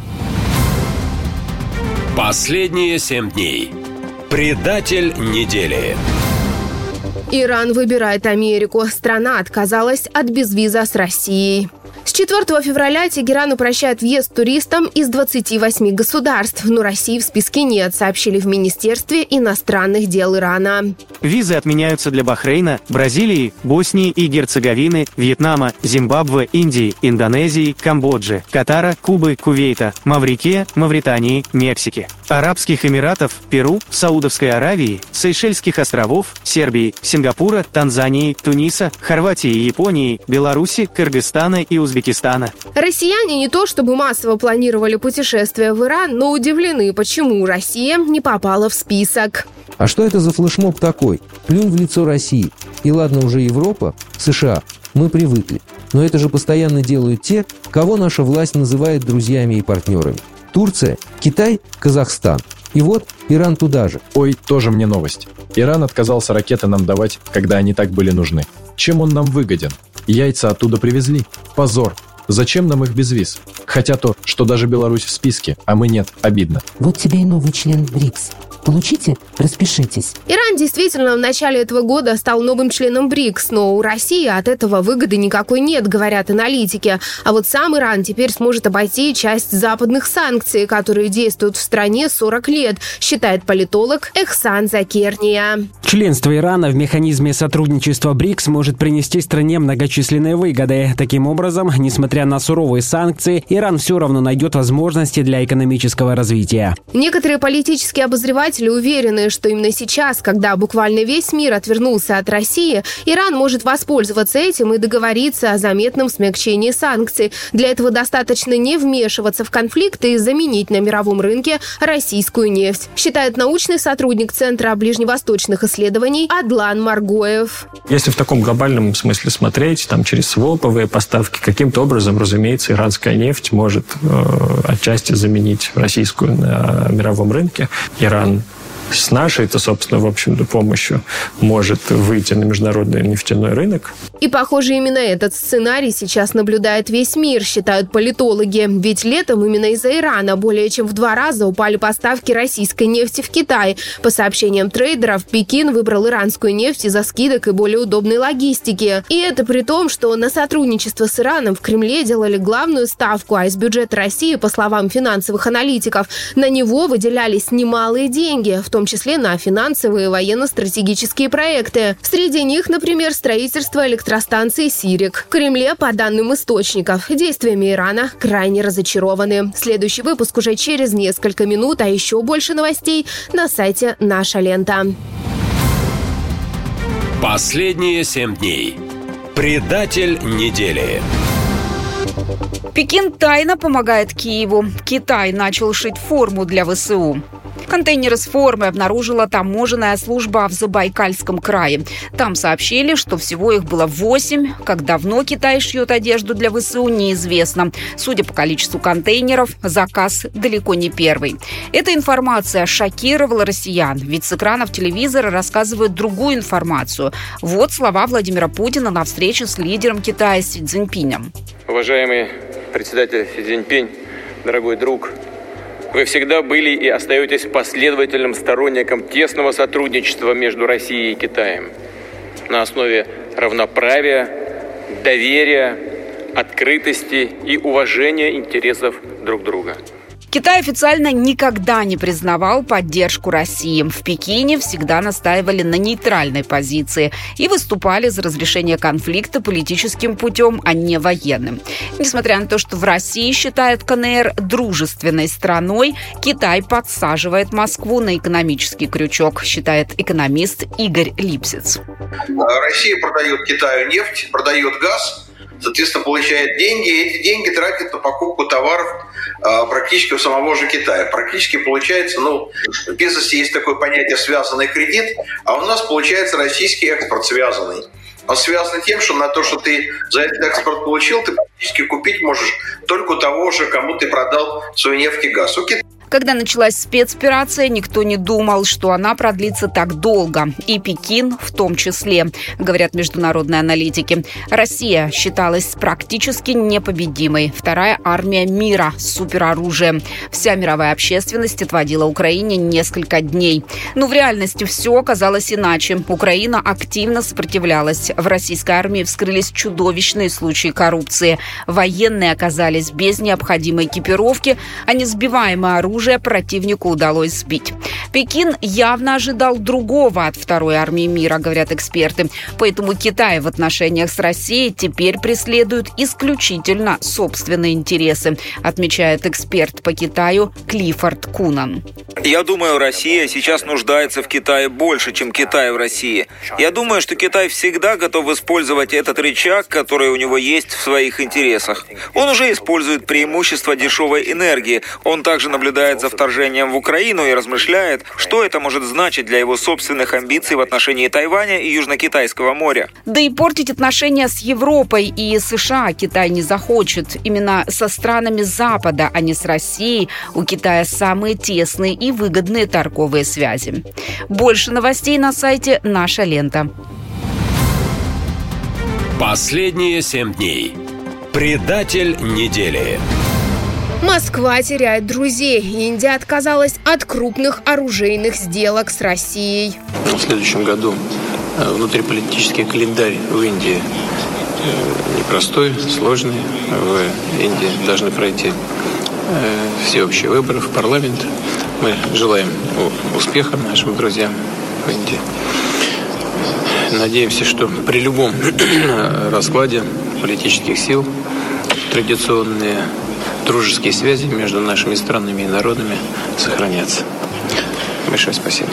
Последние 7 дней. Предатель недели. Иран выбирает Америку. Страна отказалась от безвиза с Россией. С 4 февраля Тегеран упрощает въезд туристам из 28 государств, но России в списке нет, сообщили в Министерстве иностранных дел Ирана. Визы отменяются для Бахрейна, Бразилии, Боснии и Герцеговины, Вьетнама, Зимбабве, Индии, Индонезии, Камбоджи, Катара, Кубы, Кувейта, Маврикия, Мавритании, Мексики, Арабских Эмиратов, Перу, Саудовской Аравии, Сейшельских островов, Сербии, Сингапура, Танзании, Туниса, Хорватии, Японии, Беларуси, Кыргызстана и Узбекистана. Россияне не то чтобы массово планировали путешествия в Иран, но удивлены, почему Россия не попала в список. А что это за флешмоб такой? Плюнь в лицо России. И ладно уже Европа, США, мы привыкли. Но это же постоянно делают те, кого наша власть называет друзьями и партнерами. Турция, Китай, Казахстан. И вот Иран туда же. Ой, тоже мне новость. Иран отказался ракеты нам давать, когда они так были нужны. Чем он нам выгоден? Яйца оттуда привезли. Позор. Зачем нам их без виз? Хотя то, что даже Беларусь в списке, а мы нет, обидно. Вот тебе и новый член БРИКС. Получите, распишитесь. Иран действительно в начале этого года стал новым членом БРИКС, но у России от этого выгоды никакой нет, говорят аналитики. А вот сам Иран теперь сможет обойти часть западных санкций, которые действуют в стране 40 лет, считает политолог Эхсан Закерния. Членство Ирана в механизме сотрудничества БРИКС может принести стране многочисленные выгоды. Таким образом, несмотря на суровые санкции, Иран все равно найдет возможности для экономического развития. Некоторые политические обозреватели уверены, что именно сейчас, когда буквально весь мир отвернулся от России, Иран может воспользоваться этим и договориться о заметном смягчении санкций. Для этого достаточно не вмешиваться в конфликт и заменить на мировом рынке российскую нефть, считает научный сотрудник Центра ближневосточных исследований Адлан Маргоев. Если в таком глобальном смысле смотреть, там через своповые поставки, каким-то образом, разумеется, иранская нефть может отчасти заменить российскую на мировом рынке. Иран с нашей-то, собственно, в общем-то, помощью может выйти на международный нефтяной рынок. И, похоже, именно этот сценарий сейчас наблюдает весь мир, считают политологи. Ведь летом именно из-за Ирана более чем в 2 раза упали поставки российской нефти в Китай. По сообщениям трейдеров, Пекин выбрал иранскую нефть из-за скидок и более удобной логистики. И это при том, что на сотрудничество с Ираном в Кремле делали главную ставку, а из бюджета России, по словам финансовых аналитиков, на него выделялись немалые деньги, в том числе на финансовые и военно-стратегические проекты. Среди них, например, строительство электростанции «Сирик». В Кремле, по данным источников, действиями Ирана крайне разочарованы. Следующий выпуск уже через несколько минут, а еще больше новостей на сайте «Наша лента». Последние 7 дней. Предатель недели. Пекин тайно помогает Киеву. Китай начал шить форму для ВСУ. Контейнеры с формой обнаружила таможенная служба в Забайкальском крае. Там сообщили, что всего их было 8. Как давно Китай шьет одежду для ВСУ, неизвестно. Судя по количеству контейнеров, заказ далеко не первый. Эта информация шокировала россиян, ведь с экранов телевизора рассказывают другую информацию. Вот слова Владимира Путина на встрече с лидером Китая Си Цзиньпинем. Уважаемый председатель Си Цзиньпинь, дорогой друг, вы всегда были и остаетесь последовательным сторонником тесного сотрудничества между Россией и Китаем на основе равноправия, доверия, открытости и уважения интересов друг друга. Китай официально никогда не признавал поддержку России. В Пекине всегда настаивали на нейтральной позиции и выступали за разрешение конфликта политическим путем, а не военным. Несмотря на то, что в России считают КНР дружественной страной, Китай подсаживает Москву на экономический крючок, считает экономист Игорь Липсиц. Россия продает Китаю нефть, продает газ, соответственно, получает деньги, и эти деньги тратит на покупку товаров практически у самого же Китая. Практически получается, в бизнесе есть такое понятие «связанный кредит», а у нас получается российский экспорт связанный. Он связан тем, что на то, что ты за этот экспорт получил, ты практически купить можешь только у того же, кому ты продал свою нефть и газ. Когда началась спецоперация, никто не думал, что она продлится так долго. И Пекин в том числе, говорят международные аналитики. Россия считалась практически непобедимой. Вторая армия мира с супероружием. Вся мировая общественность отводила Украине несколько дней. Но в реальности все оказалось иначе. Украина активно сопротивлялась. В российской армии вскрылись чудовищные случаи коррупции. Военные оказались без необходимой экипировки, а несбиваемое оружие противнику удалось сбить. Пекин явно ожидал другого от второй армии мира, говорят эксперты. Поэтому Китай в отношениях с Россией теперь преследует исключительно собственные интересы, отмечает эксперт по Китаю Клиффорд Кунан. Я думаю, Россия сейчас нуждается в Китае больше, чем Китай в России. Я думаю, что Китай всегда готов использовать этот рычаг, который у него есть в своих интересах. Он уже использует преимущество дешевой энергии. Он также наблюдает наблюдает за вторжением в Украину и размышляет, что это может значить для его собственных амбиций в отношении Тайваня и Южно-Китайского моря. Да и портить отношения с Европой и США Китай не захочет. Именно со странами Запада, а не с Россией, у Китая самые тесные и выгодные торговые связи. Больше новостей на сайте «Наша лента». Последние 7 дней. Предатель недели. Москва теряет друзей. Индия отказалась от крупных оружейных сделок с Россией. В следующем году внутриполитический календарь в Индии непростой, сложный. В Индии должны пройти всеобщие выборы в парламент. Мы желаем успеха нашим друзьям в Индии. Надеемся, что при любом раскладе политических сил традиционные дружеские связи между нашими странами и народами сохранятся. Большое спасибо.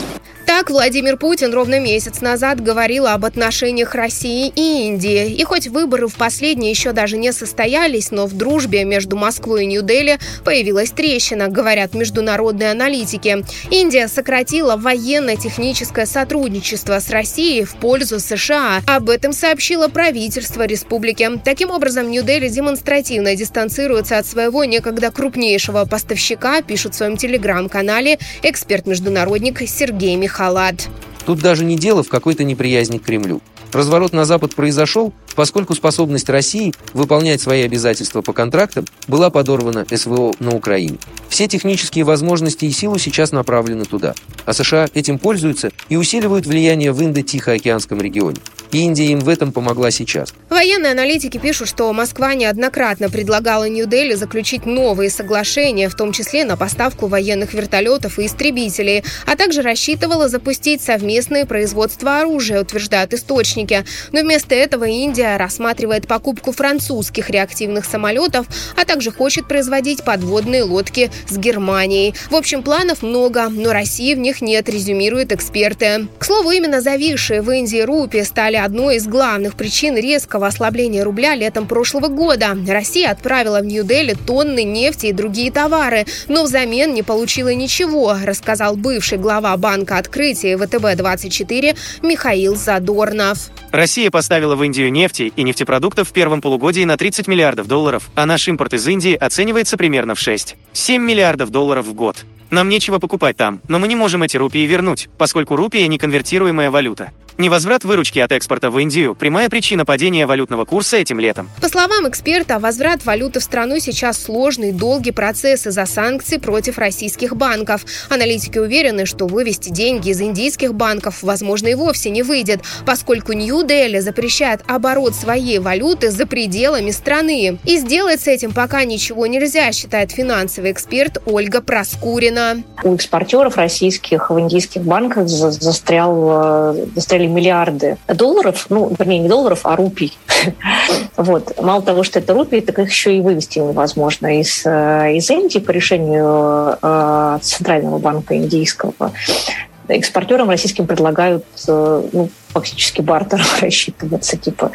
Так Владимир Путин ровно месяц назад говорил об отношениях России и Индии. И хоть выборы в последние еще даже не состоялись, но в дружбе между Москвой и Нью-Дели появилась трещина, говорят международные аналитики. Индия сократила военно-техническое сотрудничество с Россией в пользу США. Об этом сообщило правительство республики. Таким образом, Нью-Дели демонстративно дистанцируется от своего некогда крупнейшего поставщика, пишет в своем телеграм-канале эксперт-международник Сергей Михалат. Тут даже не дело в какой-то неприязни к Кремлю. Разворот на Запад произошел, поскольку способность России выполнять свои обязательства по контрактам была подорвана СВО на Украине. Все технические возможности и силы сейчас направлены туда. А США этим пользуются и усиливают влияние в Индо-Тихоокеанском регионе. И Индия им в этом помогла сейчас. Военные аналитики пишут, что Москва неоднократно предлагала Нью-Дели заключить новые соглашения, в том числе на поставку военных вертолетов и истребителей, а также рассчитывала запустить совместное производство оружия, утверждают источники. Но вместо этого Индия рассматривает покупку французских реактивных самолетов, а также хочет производить подводные лодки с Германией. В общем, планов много, но России в них нет, резюмируют эксперты. К слову, именно зависшие в Индии рупии стали одной из главных причин резкого ослабления рубля летом прошлого года. Россия отправила в Нью-Дели тонны нефти и другие товары, но взамен не получила ничего, рассказал бывший глава Банка Открытия ВТБ-24 Михаил Задорнов. Россия поставила в Индию нефти и нефтепродуктов в первом полугодии на 30 миллиардов долларов, а наш импорт из Индии оценивается примерно в 6-7 миллиардов долларов в год. Нам нечего покупать там, но мы не можем эти рупии вернуть, поскольку рупия – неконвертируемая валюта. Невозврат выручки от экспорта в Индию – прямая причина падения валютного курса этим летом. По словам эксперта, возврат валюты в страну сейчас сложный и долгий процесс из-за санкций против российских банков. Аналитики уверены, что вывести деньги из индийских банков, возможно, и вовсе не выйдет, поскольку Нью-Дели запрещает оборот своей валюты за пределами страны. И сделать с этим пока ничего нельзя, считает финансовый эксперт Ольга Проскурина. У экспортеров российских в индийских банках застряли миллиарды долларов, вернее, не долларов, а рупий. Вот. Мало того, что это рупии, так их еще и вывести невозможно из Индии по решению Центрального банка индийского. Экспортерам российским предлагают фактически бартером рассчитываться, типа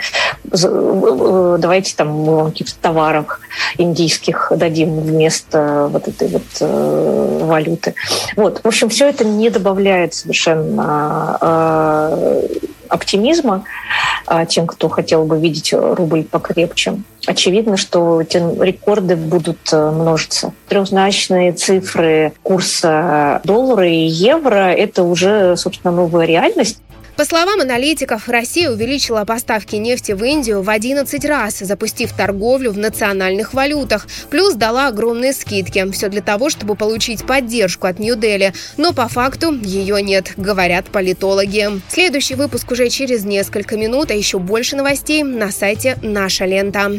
давайте там мы вам каких-то товаров индийских дадим вместо вот этой вот валюты. Вот. В общем, все это не добавляет совершенно оптимизма тем, кто хотел бы видеть рубль покрепче. Очевидно, что эти рекорды будут множиться. Трехзначные цифры курса доллара и евро – это уже, собственно, новая реальность. По словам аналитиков, Россия увеличила поставки нефти в Индию в 11 раз, запустив торговлю в национальных валютах, плюс дала огромные скидки. Все для того, чтобы получить поддержку от Нью-Дели. Но по факту ее нет, говорят политологи. Следующий выпуск уже через несколько минут, а еще больше новостей на сайте «Наша лента».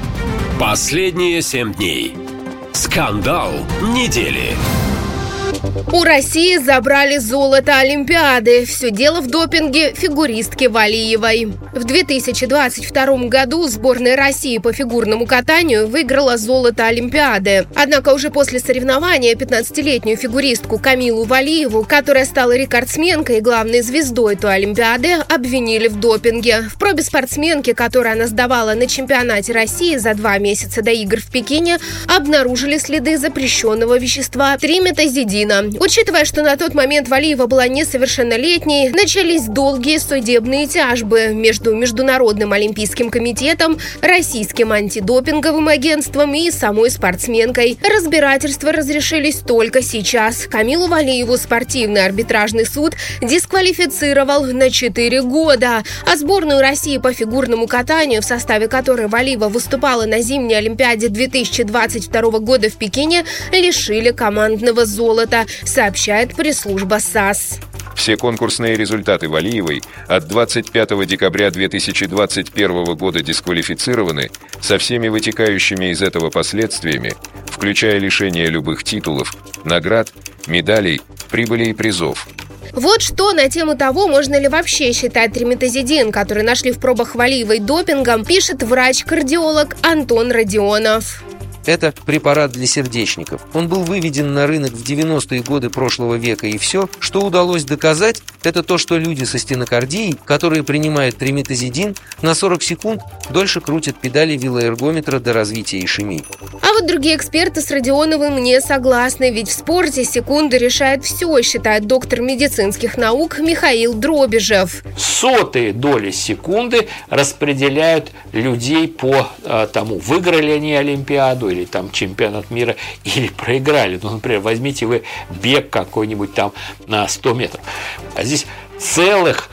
Последние 7 дней. Скандал недели. У России забрали золото Олимпиады. Все дело в допинге фигуристки Валиевой. В 2022 году сборная России по фигурному катанию выиграла золото Олимпиады. Однако уже после соревнования 15-летнюю фигуристку Камилу Валиеву, которая стала рекордсменкой и главной звездой той Олимпиады, обвинили в допинге. В пробе спортсменки, которую она сдавала на чемпионате России за 2 месяца до игр в Пекине, обнаружили следы запрещенного вещества триметазидина. Учитывая, что на тот момент Валиева была несовершеннолетней, начались долгие судебные тяжбы между Международным олимпийским комитетом, Российским антидопинговым агентством и самой спортсменкой. Разбирательства разрешились только сейчас. Камилу Валиеву спортивный арбитражный суд дисквалифицировал на 4 года, а сборную России по фигурному катанию, в составе которой Валиева выступала на зимней Олимпиаде 2022 года в Пекине, лишили командного золота, сообщает пресс-служба САС. Все конкурсные результаты Валиевой от 25 декабря 2021 года дисквалифицированы со всеми вытекающими из этого последствиями, включая лишение любых титулов, наград, медалей, прибыли и призов. Вот что на тему того, можно ли вообще считать триметазидин, который нашли в пробах Валиевой, допингом, пишет врач-кардиолог Антон Родионов. Это препарат для сердечников. Он был выведен на рынок в 90-е годы прошлого века, и все, что удалось доказать, это то, что люди со стенокардией, которые принимают триметазидин, на 40 секунд дольше крутят педали велоэргометра до развития ишемии. А вот другие эксперты с Родионовым не согласны, ведь в спорте секунды решают все, считает доктор медицинских наук Михаил Дробежев. Сотые доли секунды распределяют людей по тому, выиграли они Олимпиаду, или там чемпионат мира, или проиграли. Ну, например, возьмите вы бег какой-нибудь там на 100 метров. А здесь целых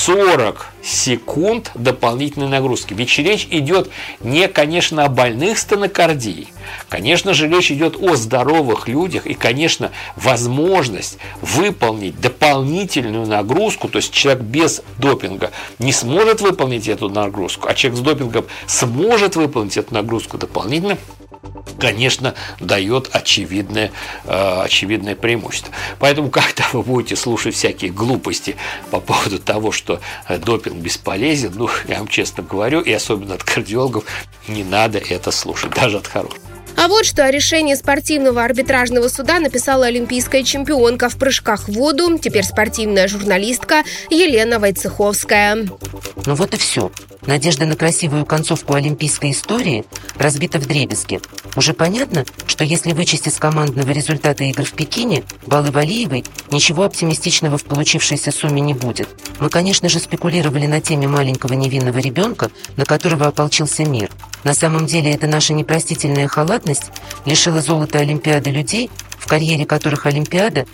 40 секунд дополнительной нагрузки. Ведь речь идет не, конечно, о больных стенокардией. Конечно же, речь идет о здоровых людях. И, конечно, возможность выполнить дополнительную нагрузку, то есть человек без допинга не сможет выполнить эту нагрузку, а человек с допингом сможет выполнить эту нагрузку дополнительно, конечно, дает очевидное преимущество. Поэтому, когда вы будете слушать всякие глупости по поводу того, что допинг бесполезен, ну, я вам честно говорю, и особенно от кардиологов, не надо это слушать, даже от хороших. А вот что о решении спортивного арбитражного суда написала олимпийская чемпионка в прыжках в воду, теперь спортивная журналистка Елена Войцеховская. Ну вот и все. Надежда на красивую концовку олимпийской истории разбита вдребезги. Уже понятно, что если вычесть из командного результата игр в Пекине, баллы Валиевой, ничего оптимистичного в получившейся сумме не будет. Мы, конечно же, спекулировали на теме маленького невинного ребенка, на которого ополчился мир. На самом деле это наша непростительная халатность лишила золота Олимпиады людей, в карьере которых Олимпиада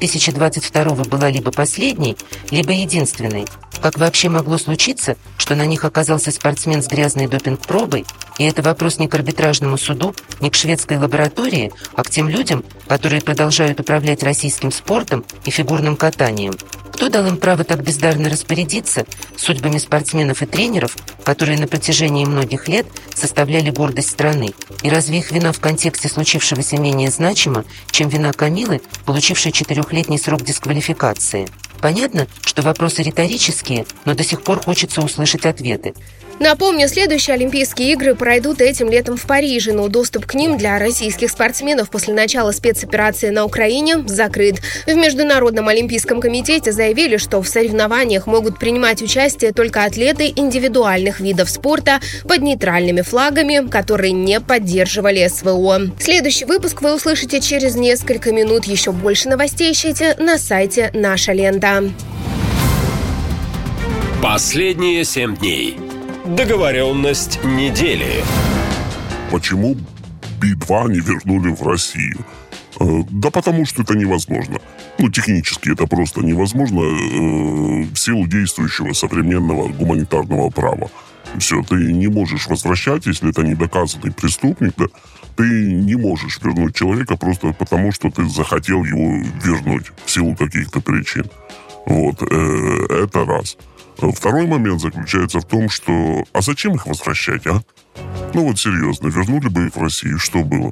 2022 была либо последней, либо единственной. Как вообще могло случиться, что на них оказался спортсмен с грязной допинг-пробой, и это вопрос не к арбитражному суду, не к шведской лаборатории, а к тем людям, которые продолжают управлять российским спортом и фигурным катанием. Кто дал им право так бездарно распорядиться судьбами спортсменов и тренеров, которые на протяжении многих лет составляли гордость страны? И разве их вина в контексте случившегося менее значима, чем вина Камилы, получившей 4-летний срок дисквалификации? Понятно, что вопросы риторические, но до сих пор хочется услышать ответы. Напомню, следующие Олимпийские игры пройдут этим летом в Париже, но доступ к ним для российских спортсменов после начала спецоперации на Украине закрыт. В Международном олимпийском комитете заявили, что в соревнованиях могут принимать участие только атлеты индивидуальных видов спорта под нейтральными флагами, которые не поддерживали СВО. Следующий выпуск вы услышите через несколько минут. Еще больше новостей ищите на сайте «Наша лента». Последние 7 дней. Договоренность недели. Почему Би-2 не вернули в Россию? Да потому что это невозможно. Технически это просто невозможно в силу действующего современного гуманитарного права. Все, ты не можешь возвращать, если это недоказанный преступник, да, ты не можешь вернуть человека просто потому, что ты захотел его вернуть в силу каких-то причин. Вот, это раз. Второй момент заключается в том, что... А зачем их возвращать, а? Серьезно, вернули бы их в Россию, что было?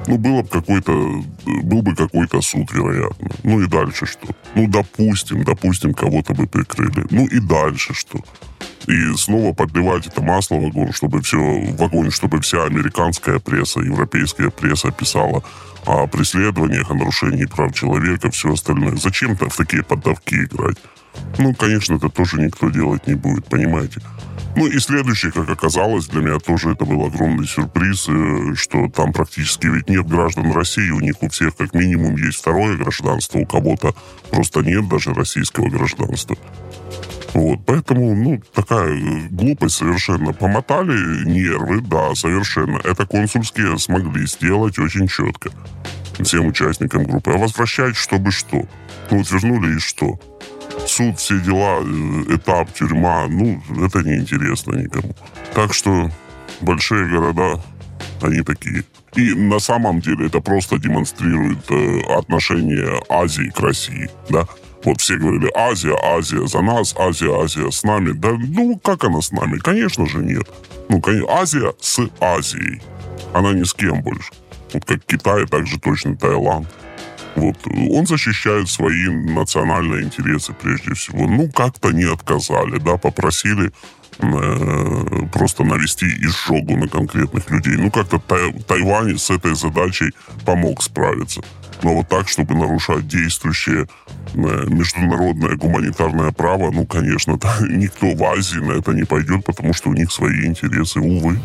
был бы какой-то суд, вероятно. Ну и дальше что? Допустим, кого-то бы прикрыли. Ну и дальше что? И снова подливать это масло в огонь, чтобы вся американская пресса, европейская пресса писала о преследованиях, о нарушении прав человека, все остальное. Зачем-то в такие поддавки играть? Ну, конечно, это тоже никто делать не будет, понимаете? Ну и следующее, как оказалось, для меня тоже это был огромный сюрприз, что там практически ведь нет граждан России, у них у всех как минимум есть второе гражданство, у кого-то просто нет даже российского гражданства. Вот, поэтому, такая глупость совершенно. Помотали нервы, да, совершенно. Это консульские смогли сделать очень четко всем участникам группы. А возвращать, чтобы что? Вернули и что? Суд, все дела, этап, тюрьма, это неинтересно никому. Так что большие города, они такие. И на самом деле это просто демонстрирует отношение Азии к России, да? Вот все говорили, Азия за нас, Азия с нами. Да, как она с нами? Конечно же нет. Азия с Азией. Она ни с кем больше. Вот как Китай, так же точно Таиланд. Вот. Он защищает свои национальные интересы прежде всего. Как-то не отказали, да, попросили просто навести изжогу на конкретных людей. Как-то Тайвань с этой задачей помог справиться. Но вот так, чтобы нарушать действующее международное гуманитарное право, конечно, никто в Азии на это не пойдет, потому что у них свои интересы, увы.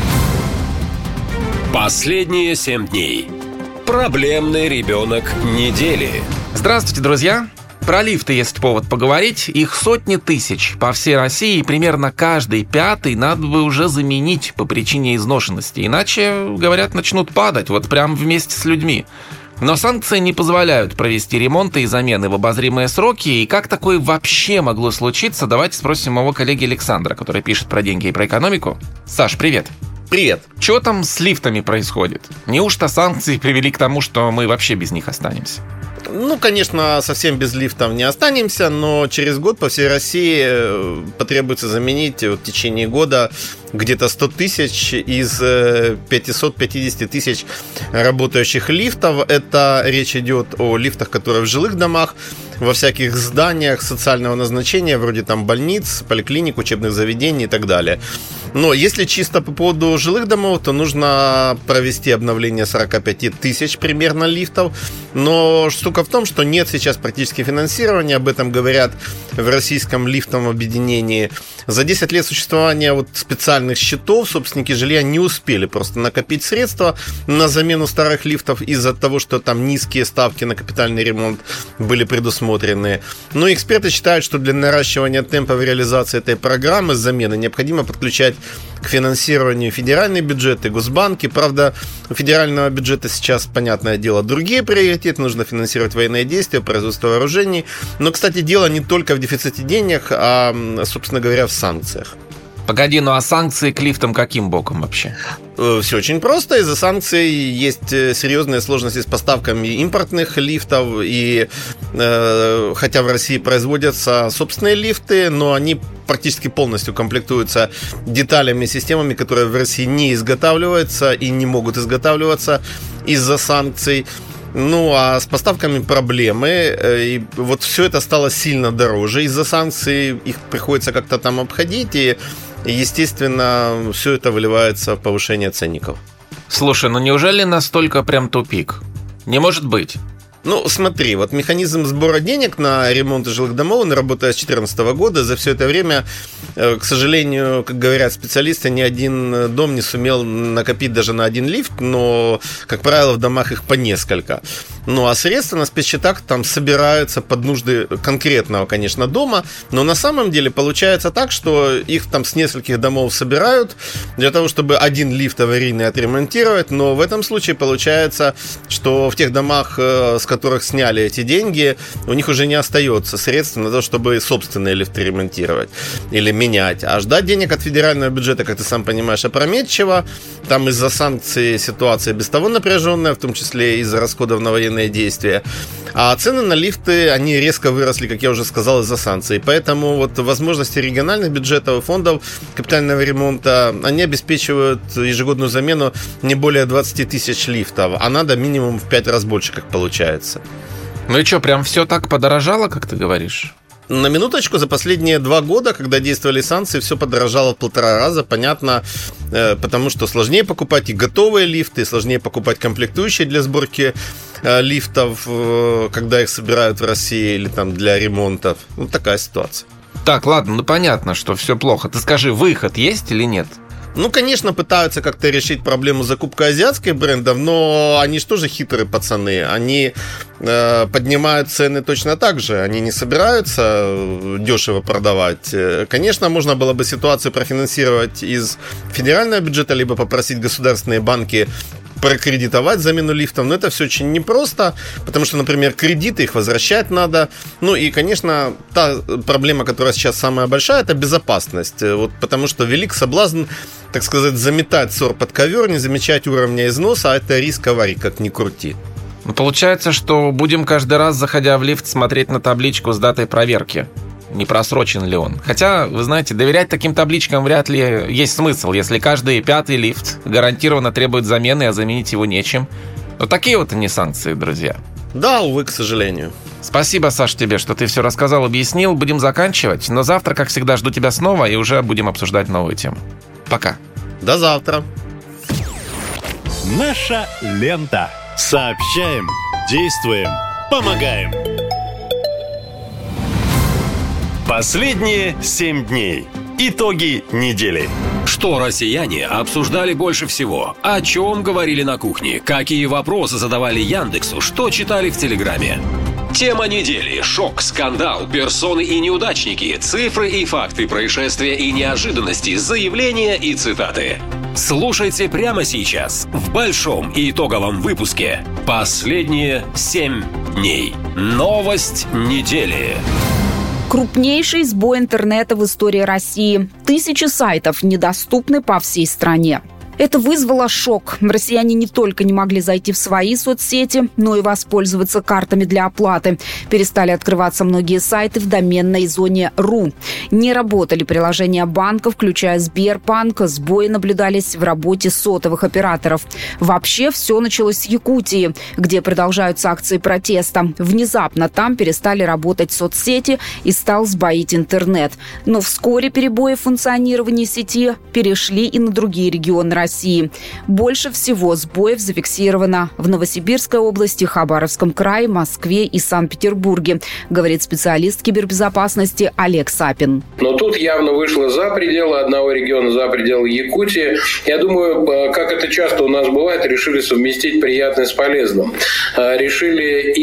Последние 7 дней. Проблемный ребенок недели. Здравствуйте, друзья! Про лифты есть повод поговорить. Их сотни тысяч по всей России, и примерно каждый 5-й надо бы уже заменить по причине изношенности. Иначе, говорят, начнут падать, вот прям вместе с людьми. Но санкции не позволяют провести ремонты и замены в обозримые сроки. И как такое вообще могло случиться, давайте спросим моего коллеги Александра, который пишет про деньги и про экономику. Саш, привет. Привет. Что там с лифтами происходит? Неужто санкции привели к тому, что мы вообще без них останемся? Конечно, совсем без лифтов не останемся, но через год по всей России потребуется заменить в течение года где-то 100 тысяч из 550 тысяч работающих лифтов. Это речь идет о лифтах, которые в жилых домах, во всяких зданиях социального назначения, вроде там больниц, поликлиник, учебных заведений и так далее. Но если чисто по поводу жилых домов, то нужно провести обновление 45 тысяч примерно лифтов. Но штука в том, что нет сейчас практически финансирования, об этом говорят в Российском лифтовом объединении. За 10 лет существования специальных счетов собственники жилья не успели просто накопить средства на замену старых лифтов из-за того, что там низкие ставки на капитальный ремонт были предусмотрены. Но эксперты считают, что для наращивания темпов реализации этой программы замены необходимо подключать к финансированию федеральный бюджет и госбанки. Правда, у федерального бюджета сейчас, понятное дело, другие приоритеты. Нужно финансировать военные действия, производство вооружений. Но, кстати, дело не только в дефиците денег, а, собственно говоря, в санкциях. Погоди, а санкции к лифтам каким боком вообще? Все очень просто. Из-за санкций есть серьезные сложности с поставками импортных лифтов. И хотя в России производятся собственные лифты, но они практически полностью комплектуются деталями и системами, которые в России не изготавливаются и не могут изготавливаться из-за санкций. А с поставками проблемы. И вот все это стало сильно дороже. Из-за санкций их приходится как-то там обходить. И, естественно, все это выливается в повышение ценников. Слушай, неужели настолько прям тупик? Не может быть. Смотри, механизм сбора денег на ремонт жилых домов, он работает с 2014 года. За все это время, к сожалению, как говорят специалисты, ни один дом не сумел накопить даже на один лифт, но, как правило, в домах их по несколько. А средства на спецсчетах там собираются под нужды конкретного, конечно, дома, но на самом деле получается так, что их там с нескольких домов собирают для того, чтобы один лифт аварийный отремонтировать, но в этом случае получается, что в тех домах, с которых сняли эти деньги, у них уже не остается средств на то, чтобы собственные лифты ремонтировать или менять. А ждать денег от федерального бюджета, как ты сам понимаешь, опрометчиво. Там из-за санкций ситуация без того напряженная, в том числе из-за расходов на военные действия. А цены на лифты, они резко выросли, как я уже сказал, из-за санкций. Поэтому вот возможности региональных бюджетов и фондов капитального ремонта, они обеспечивают ежегодную замену не более 20 тысяч лифтов, а надо минимум в 5 раз больше, как получается. Ну и что, прям все так подорожало, как ты говоришь? На минуточку, за последние 2 года, когда действовали санкции, все подорожало в 1,5 раза. Понятно, потому что сложнее покупать и готовые лифты, сложнее покупать комплектующие для сборки лифтов, когда их собирают в России или там для ремонтов. Вот такая ситуация. Так, ладно, ну понятно, что все плохо. Ты скажи, выход есть или нет? Ну, конечно, пытаются как-то решить проблему закупки азиатских брендов, но они же тоже хитрые пацаны. Они поднимают цены точно так же. Они не собираются дешево продавать. Конечно, можно было бы ситуацию профинансировать из федерального бюджета, либо попросить государственные банки прокредитовать замену лифтов, но это все очень непросто, потому что, например, кредиты, их возвращать надо. Ну и, конечно, та проблема, которая сейчас самая большая, это безопасность. Вот потому что велик соблазн, так сказать, заметать ссор под ковер, не замечать уровня износа, а это риск аварий, как ни крути. Ну, получается, что будем каждый раз, заходя в лифт, смотреть на табличку с датой проверки. Не просрочен ли он. Хотя, вы знаете, доверять таким табличкам вряд ли есть смысл, если каждый 5-й лифт гарантированно требует замены, а заменить его нечем. Вот такие вот они санкции, друзья. Да, увы, к сожалению. Спасибо, Саш, тебе, что ты все рассказал, объяснил. Будем заканчивать, но завтра, как всегда, жду тебя снова и уже будем обсуждать новую тему. Пока. До завтра. Наша лента. Сообщаем, действуем, помогаем. Последние 7 дней. Итоги недели. Что россияне обсуждали больше всего? О чем говорили на кухне? Какие вопросы задавали Яндексу? Что читали в Телеграме? Тема недели. Шок, скандал, персоны и неудачники, цифры и факты, происшествия и неожиданности, заявления и цитаты. Слушайте прямо сейчас в большом и итоговом выпуске «Последние 7 дней». Новость недели. Крупнейший сбой интернета в истории России. 1000 сайтов недоступны по всей стране. Это вызвало шок. Россияне не только не могли зайти в свои соцсети, но и воспользоваться картами для оплаты. Перестали открываться многие сайты в доменной зоне .ру. Не работали приложения банка, включая Сбербанк. Сбои наблюдались в работе сотовых операторов. Вообще все началось с Якутии, где продолжаются акции протеста. Внезапно там перестали работать соцсети и стал сбоить интернет. Но вскоре перебои в функционировании сети перешли и на другие регионы России. Больше всего сбоев зафиксировано в Новосибирской области, Хабаровском крае, Москве и Санкт-Петербурге, говорит специалист кибербезопасности Олег Сапин. Но тут явно вышло за пределы одного региона, за пределы Якутии. Я думаю, как это часто у нас бывает, решили совместить приятное с полезным. Решили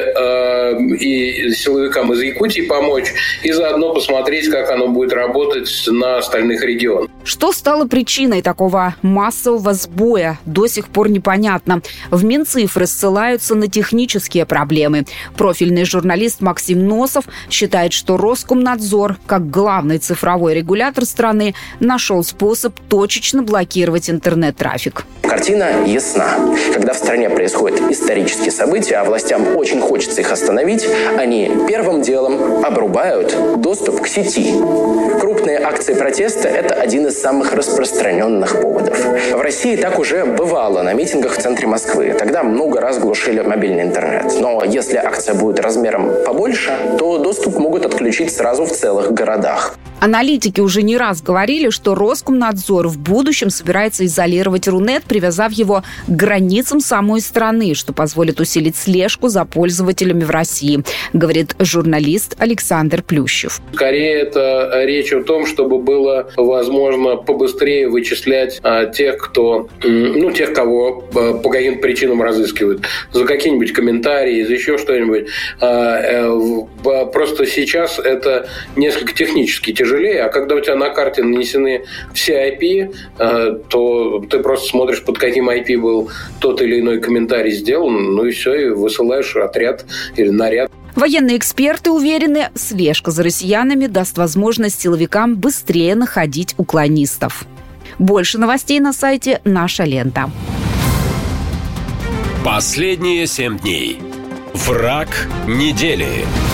и силовикам из Якутии помочь, и заодно посмотреть, как оно будет работать на остальных регионах. Что стало причиной такого массового сбоя, до сих пор непонятно. В Минцифры ссылаются на технические проблемы. Профильный журналист Максим Носов считает, что Роскомнадзор, как главный цифровой регулятор страны, нашел способ точечно блокировать интернет-трафик. Картина ясна. Когда в стране происходят исторические события, а властям очень хочется их остановить, они первым делом обрубают доступ к сети. Крупные акции протеста – это один из самых распространенных поводов. В России так уже бывало на митингах в центре Москвы. Тогда много раз глушили мобильный интернет. Но если акция будет размером побольше, то доступ могут отключить сразу в целых городах. Аналитики уже не раз говорили, что Роскомнадзор в будущем собирается изолировать Рунет, привязав его к границам самой страны, что позволит усилить слежку за пользователями в России, говорит журналист Александр Плющев. Скорее, это речь о том, чтобы было возможно побыстрее вычислять тех, кого по каким-то причинам разыскивают. За какие-нибудь комментарии, за еще что-нибудь. Просто сейчас это несколько технически тяжелее, а когда у тебя на карте нанесены все IP, то ты просто смотришь, под каким IP был тот или иной комментарий сделан, ну и все, и высылаешь отряд или наряд. Военные эксперты уверены, слежка за россиянами даст возможность силовикам быстрее находить уклонистов. Больше новостей на сайте «Наша лента». Последние 7 дней. Враг недели.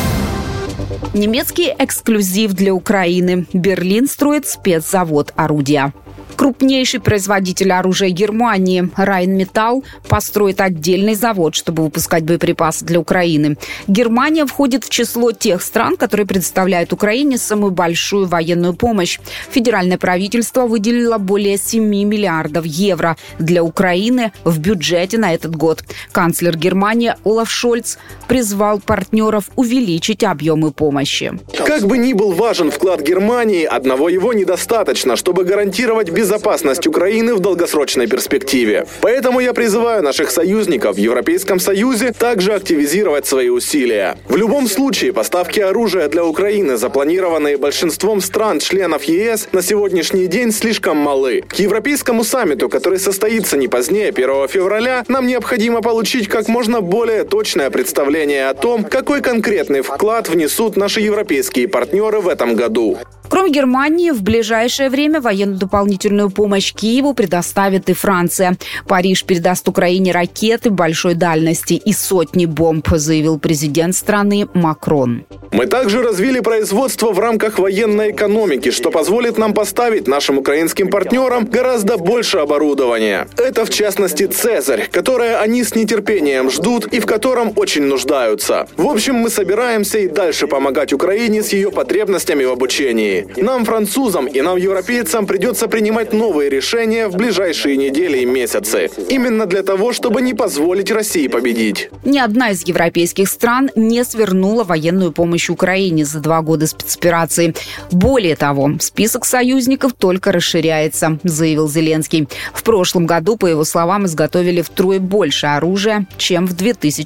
Немецкий эксклюзив для Украины. Берлин строит спецзавод орудия. Крупнейший производитель оружия Германии Rheinmetall построит отдельный завод, чтобы выпускать боеприпасы для Украины. Германия входит в число тех стран, которые предоставляют Украине самую большую военную помощь. Федеральное правительство выделило более 7 миллиардов евро для Украины в бюджете на этот год. Канцлер Германии Олаф Шольц призвал партнеров увеличить объемы помощи. Как бы ни был важен вклад Германии, одного его недостаточно, чтобы гарантировать безопасность Украины в долгосрочной перспективе. Поэтому я призываю наших союзников в Европейском Союзе также активизировать свои усилия. В любом случае, поставки оружия для Украины, запланированные большинством стран-членов ЕС, на сегодняшний день слишком малы. К Европейскому саммиту, который состоится не позднее 1 февраля, нам необходимо получить как можно более точное представление о том, какой конкретный вклад внесут наши европейские партнеры в этом году. Кроме Германии, в ближайшее время военную дополнительную помощь Киеву предоставит и Франция. Париж передаст Украине ракеты большой дальности и сотни бомб, заявил президент страны Макрон. Мы также развили производство в рамках военной экономики, что позволит нам поставить нашим украинским партнерам гораздо больше оборудования. Это, в частности, «Цезарь», которое они с нетерпением ждут и в котором очень нуждаются. В общем, мы собираемся и дальше помогать Украине с ее потребностями в обучении. Нам, французам, и нам, европейцам, придется принимать новые решения в ближайшие недели и месяцы. Именно для того, чтобы не позволить России победить. Ни одна из европейских стран не свернула военную помощь Украине за 2 года спецоперации. Более того, список союзников только расширяется, заявил Зеленский. В прошлом году, по его словам, изготовили втрое больше оружия, чем в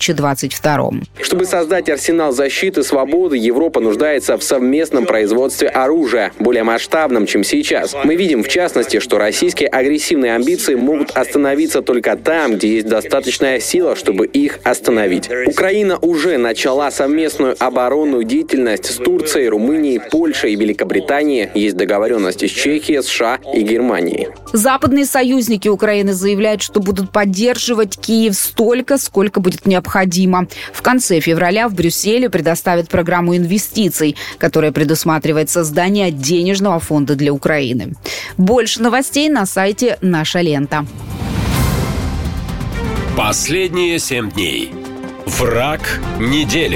2022. Чтобы создать арсенал защиты свободы, Европа нуждается в совместном производстве оружия, более масштабном, чем сейчас. Мы видим, в частности, что российские агрессивные амбиции могут остановиться только там, где есть достаточная сила, чтобы их остановить. Украина уже начала совместную оборонную деятельность с Турцией, Румынией, Польшей и Великобританией. Есть договоренности с Чехией, США и Германией. Западные союзники Украины заявляют, что будут поддерживать Киев столько, сколько будет необходимо. В конце февраля в Брюсселе предоставят программу инвестиций, которая предусматривает создание денежного фонда для Украины. Больше новостей на сайте «Наша лента». Последние 7 дней. Враг недели.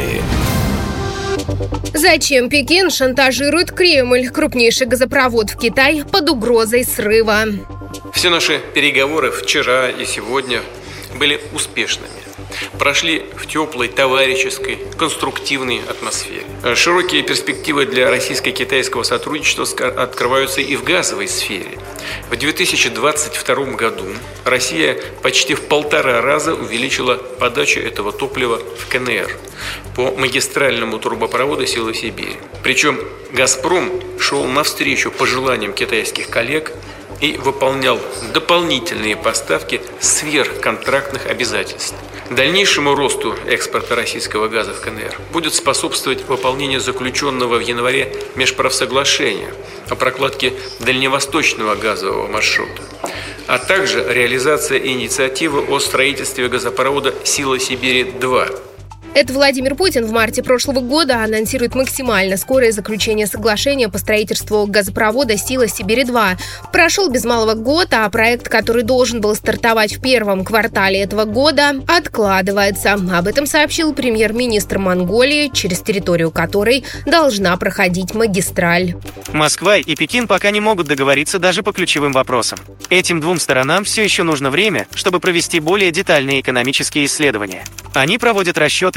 Зачем Пекин шантажирует Кремль? Крупнейший газопровод в Китай под угрозой срыва. Все наши переговоры вчера и сегодня были успешными. Прошли в теплой, товарищеской, конструктивной атмосфере. Широкие перспективы для российско-китайского сотрудничества открываются и в газовой сфере. В 2022 году Россия почти в 1,5 раза увеличила подачу этого топлива в КНР по магистральному трубопроводу «Сила Сибири». Причем «Газпром» шел навстречу пожеланиям китайских коллег и выполнял дополнительные поставки сверхконтрактных обязательств. Дальнейшему росту экспорта российского газа в КНР будет способствовать выполнение заключенного в январе межправсоглашения о прокладке дальневосточного газового маршрута, а также реализация инициативы о строительстве газопровода «Сила Сибири-2». Это Владимир Путин в марте прошлого года анонсирует максимально скорое заключение соглашения по строительству газопровода «Сила Сибири-2». Прошел без малого год, а проект, который должен был стартовать в первом квартале этого года, откладывается. Об этом сообщил премьер-министр Монголии, через территорию которой должна проходить магистраль. Москва и Пекин пока не могут договориться даже по ключевым вопросам. Этим двум сторонам все еще нужно время, чтобы провести более детальные экономические исследования. Они проводят расчеты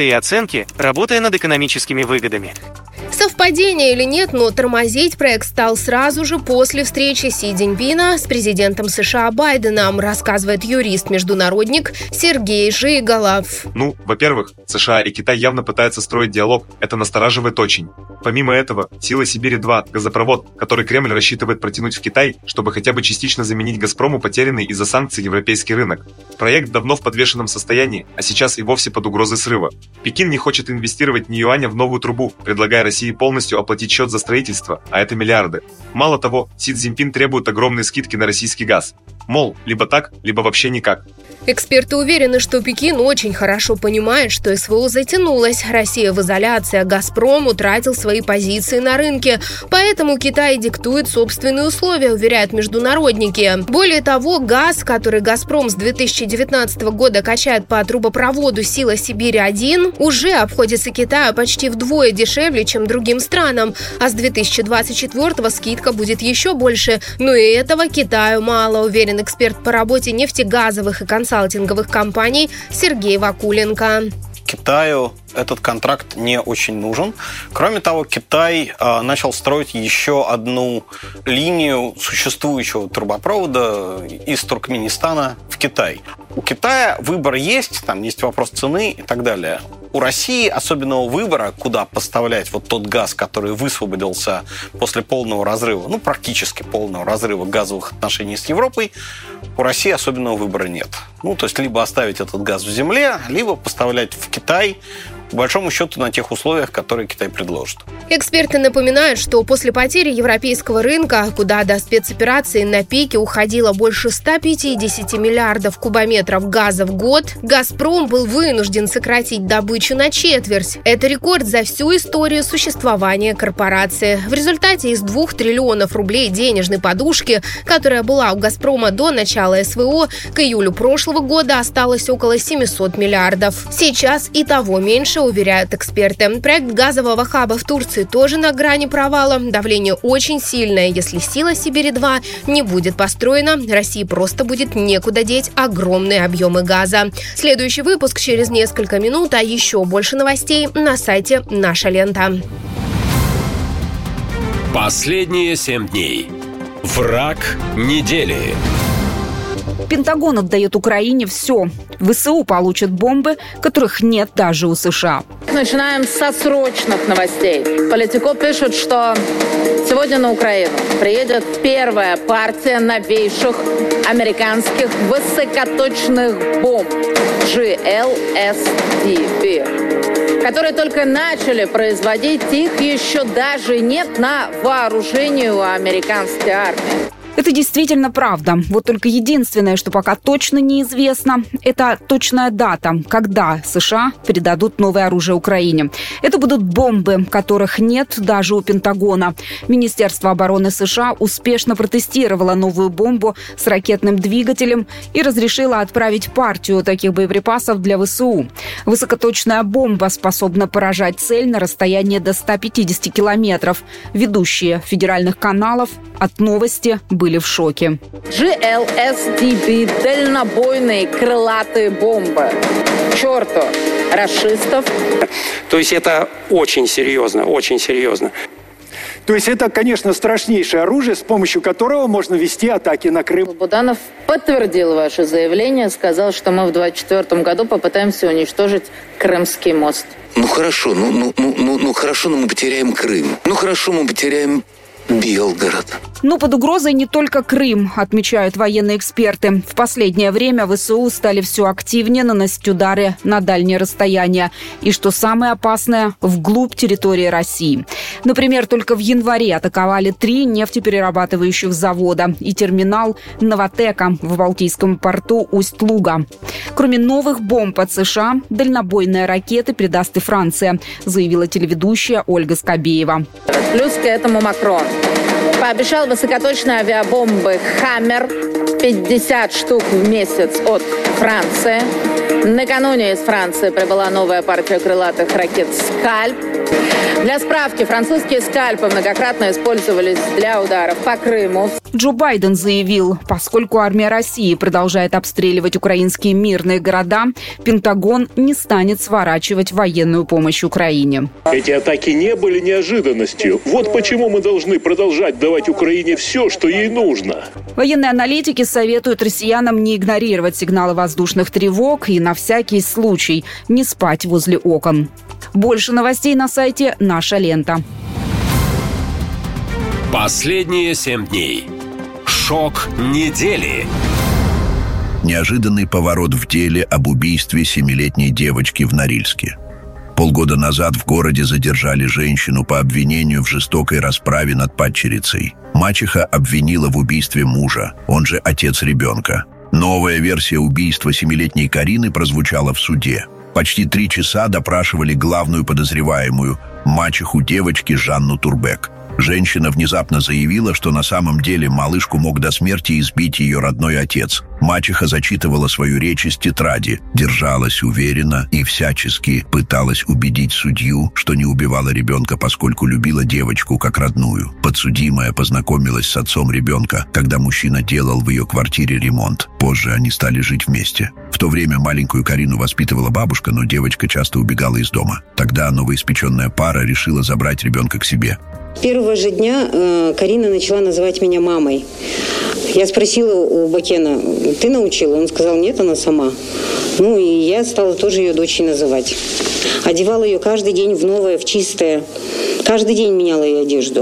свои оценки, работая над экономическими выгодами. Совпадение или нет, но тормозить проект стал сразу же после встречи Си Цзиньпина с президентом США Байденом, рассказывает юрист-международник Сергей Жигалов. Во-первых, США и Китай явно пытаются строить диалог. Это настораживает очень. Помимо этого, «Сила Сибири-2» – газопровод, который Кремль рассчитывает протянуть в Китай, чтобы хотя бы частично заменить «Газпрому» потерянный из-за санкций европейский рынок. Проект давно в подвешенном состоянии, а сейчас и вовсе под угрозой срыва. Пекин не хочет инвестировать ни юаня в новую трубу, предлагая России полностью оплатить счет за строительство, а это миллиарды. Мало того, Си Цзиньпин требует огромные скидки на российский газ. Мол, либо так, либо вообще никак. Эксперты уверены, что Пекин очень хорошо понимает, что СВО затянулось. Россия в изоляции, а «Газпром» утратил свои позиции на рынке. Поэтому Китай диктует собственные условия, уверяют международники. Более того, газ, который «Газпром» с 2019 года качает по трубопроводу «Сила Сибири-1», уже обходится Китаю почти вдвое дешевле, чем другим странам. А с 2024 скидка будет еще больше. Но и этого Китаю мало, уверен эксперт по работе нефтегазовых и консалтинговых компаний Сергей Вакуленко. Китаю этот контракт не очень нужен. Кроме того, Китай начал строить еще одну линию существующего трубопровода из Туркменистана в Китай. У Китая выбор есть, там есть вопрос цены и так далее. У России особенного выбора, куда поставлять вот тот газ, который высвободился после полного разрыва, практически полного разрыва газовых отношений с Европой, у России особенного выбора нет. То есть либо оставить этот газ в земле, либо поставлять в Китай, по большому счету, на тех условиях, которые Китай предложит. Эксперты напоминают, что после потери европейского рынка, куда до спецоперации на пике уходило больше 150 миллиардов кубометров газа в год, «Газпром» был вынужден сократить добычу на четверть. Это рекорд за всю историю существования корпорации. В результате из 2 триллионов рублей денежной подушки, которая была у «Газпрома» до начала СВО, к июлю прошлого года осталось около 700 миллиардов. Сейчас и того меньше, уверяют эксперты. Проект газового хаба в Турции тоже на грани провала. Давление очень сильное. Если «Сила Сибири-2» не будет построена, России просто будет некуда деть огромные объемы газа. Следующий выпуск через несколько минут, а еще больше новостей на сайте «Наша лента». Последние 7 дней. Враг недели. Пентагон отдает Украине все. ВСУ получат бомбы, которых нет даже у США. Начинаем со срочных новостей. Политико пишет, что сегодня на Украину приедет первая партия новейших американских высокоточных бомб GLSDB, которые только начали производить, их еще даже нет на вооружении у американской армии. Это действительно правда. Вот только единственное, что пока точно неизвестно, это точная дата, когда США передадут новое оружие Украине. Это будут бомбы, которых нет даже у Пентагона. Министерство обороны США успешно протестировало новую бомбу с ракетным двигателем и разрешило отправить партию таких боеприпасов для ВСУ. Высокоточная бомба способна поражать цель на расстоянии до 150 километров. Ведущие федеральных каналов от новости были в шоке. GLSDB – дальнобойные крылатые бомбы. Черту рашистов. То есть это очень серьезно, очень серьезно. То есть это, конечно, страшнейшее оружие, с помощью которого можно вести атаки на Крым. Буданов подтвердил ваше заявление, сказал, что мы в 2024 году попытаемся уничтожить Крымский мост. Хорошо, хорошо, но мы потеряем Крым. Хорошо, мы потеряем Белгород. Но под угрозой не только Крым, отмечают военные эксперты. В последнее время ВСУ стали все активнее наносить удары на дальние расстояния. И, что самое опасное, вглубь территории России. Например, только в январе атаковали 3 нефтеперерабатывающих завода и терминал «Новотека» в Балтийском порту Усть-Луга. Кроме новых бомб от США, дальнобойные ракеты передаст и Франция, заявила телеведущая Ольга Скобеева. Плюс к этому Макрон пообещал высокоточные авиабомбы «Хаммер» 50 штук в месяц от Франции. Накануне из Франции прибыла новая партия крылатых ракет «Скальп». Для справки, французские скальпы многократно использовались для ударов по Крыму. Джо Байден заявил, поскольку армия России продолжает обстреливать украинские мирные города, Пентагон не станет сворачивать военную помощь Украине. Эти атаки не были неожиданностью. Вот почему мы должны продолжать давать Украине все, что ей нужно. Военные аналитики советуют россиянам не игнорировать сигналы воздушных тревог и на всякий случай не спать возле окон. Больше новостей на сайте «Наша лента». Последние 7 дней. Шок недели. Неожиданный поворот в деле об убийстве 7-летней девочки в Норильске. Полгода назад в городе задержали женщину по обвинению в жестокой расправе над падчерицей. Мачеха обвинила в убийстве мужа, он же отец ребенка. Новая версия убийства 7-летней Карины прозвучала в суде. Почти 3 часа допрашивали главную подозреваемую, мачеху девочки Жанну Турбек. Женщина внезапно заявила, что на самом деле малышку мог до смерти избить ее родной отец. Мачеха зачитывала свою речь из тетради, держалась уверенно и всячески пыталась убедить судью, что не убивала ребенка, поскольку любила девочку как родную. Подсудимая познакомилась с отцом ребенка, когда мужчина делал в ее квартире ремонт. Позже они стали жить вместе. В то время маленькую Карину воспитывала бабушка, но девочка часто убегала из дома. Тогда новоиспеченная пара решила забрать ребенка к себе. С первого же дня Карина начала называть меня мамой. Я спросила у Бакена: ты научила? Он сказал: нет, она сама. Ну и я стала тоже ее дочей называть. Одевала ее каждый день в новое, в чистое. Каждый день меняла ей одежду.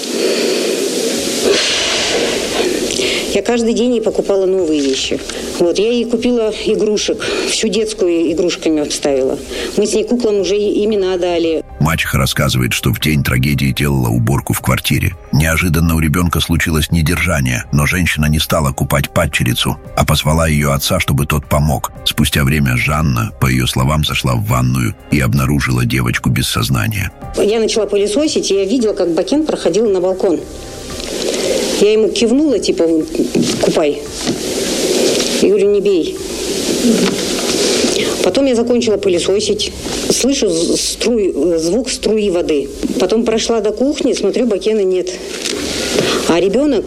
Я каждый день ей покупала новые вещи. Вот, я ей купила игрушек, всю детскую игрушками обставила. Мы с ней куклам уже имена дали. Мачеха рассказывает, что в день трагедии делала уборку в квартире. Неожиданно у ребенка случилось недержание, но женщина не стала купать падчерицу, а позвала ее отца, чтобы тот помог. Спустя время Жанна, по ее словам, зашла в ванную и обнаружила девочку без сознания. Я начала пылесосить, и я видела, как Бакен проходил на балкон. Я ему кивнула, типа: купай. Я говорю: не бей. Потом я закончила пылесосить. Слышу звук струи воды. Потом прошла до кухни, смотрю, Бакена нет. А ребенок...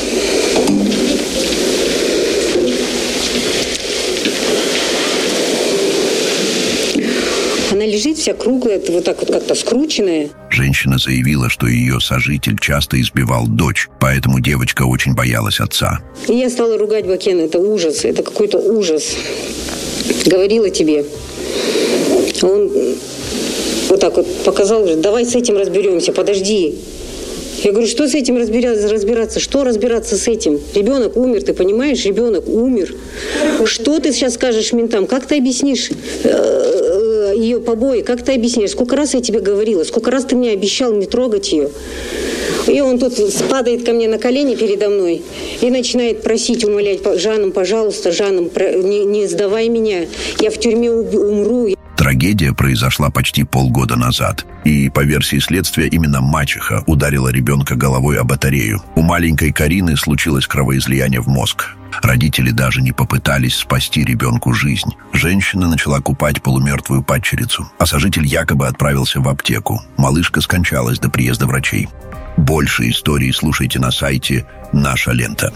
Она лежит вся круглая, вот так вот как-то скрученная. Женщина заявила, что ее сожитель часто избивал дочь, поэтому девочка очень боялась отца. И я стала ругать Бакена. Это ужас, это какой-то ужас. Говорила тебе. Он вот так вот показал, говорит: давай с этим разберемся, подожди. Я говорю: что с этим разбираться? Что разбираться с этим? Ребенок умер, ты понимаешь? Ребенок умер. Что ты сейчас скажешь ментам? Как ты объяснишь ее побои? Как ты объяснишь? Сколько раз я тебе говорила? Сколько раз ты мне обещал не трогать ее? И он тут падает ко мне на колени передо мной и начинает просить, умолять: Жанна, пожалуйста, Жанна, не сдавай меня. Я в тюрьме умру. Трагедия произошла почти полгода назад. И, по версии следствия, именно мачеха ударила ребенка головой о батарею. У маленькой Карины случилось кровоизлияние в мозг. Родители даже не попытались спасти ребенку жизнь. Женщина начала купать полумертвую падчерицу, а сожитель якобы отправился в аптеку. Малышка скончалась до приезда врачей. Больше историй слушайте на сайте «Наша лента».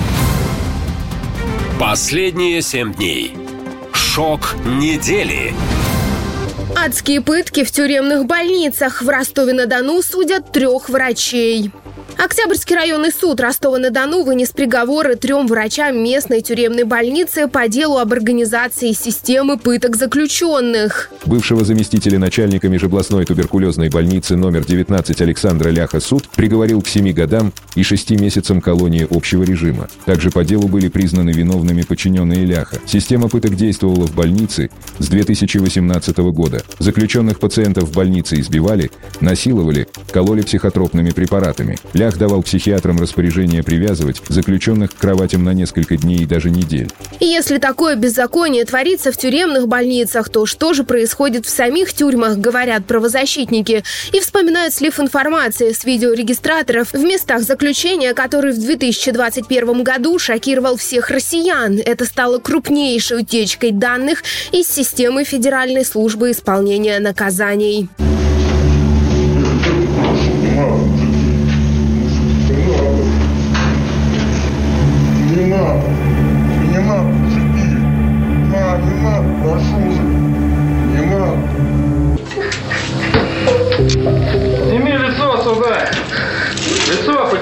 Последние 7 дней. Шок недели. Адские пытки в тюремных больницах. В Ростове-на-Дону судят 3 врачей. Октябрьский районный суд Ростова-на-Дону вынес приговоры 3 врачам местной тюремной больницы по делу об организации системы пыток заключенных. Бывшего заместителя начальника межобластной туберкулезной больницы номер 19 Александра Ляха суд приговорил к 7 годам и 6 месяцам колонии общего режима. Также по делу были признаны виновными подчиненные Ляха. Система пыток действовала в больнице с 2018 года. Заключенных пациентов в больнице избивали, насиловали, кололи психотропными препаратами. Лях давал психиатрам распоряжение привязывать заключенных к кроватям на несколько дней и даже недель. И если такое беззаконие творится в тюремных больницах, то что же происходит в самих тюрьмах, говорят правозащитники. И вспоминают слив информации с видеорегистраторов в местах заключения, который в 2021 году шокировал всех россиян. Это стало крупнейшей утечкой данных из системы Федеральной службы исполнения наказаний.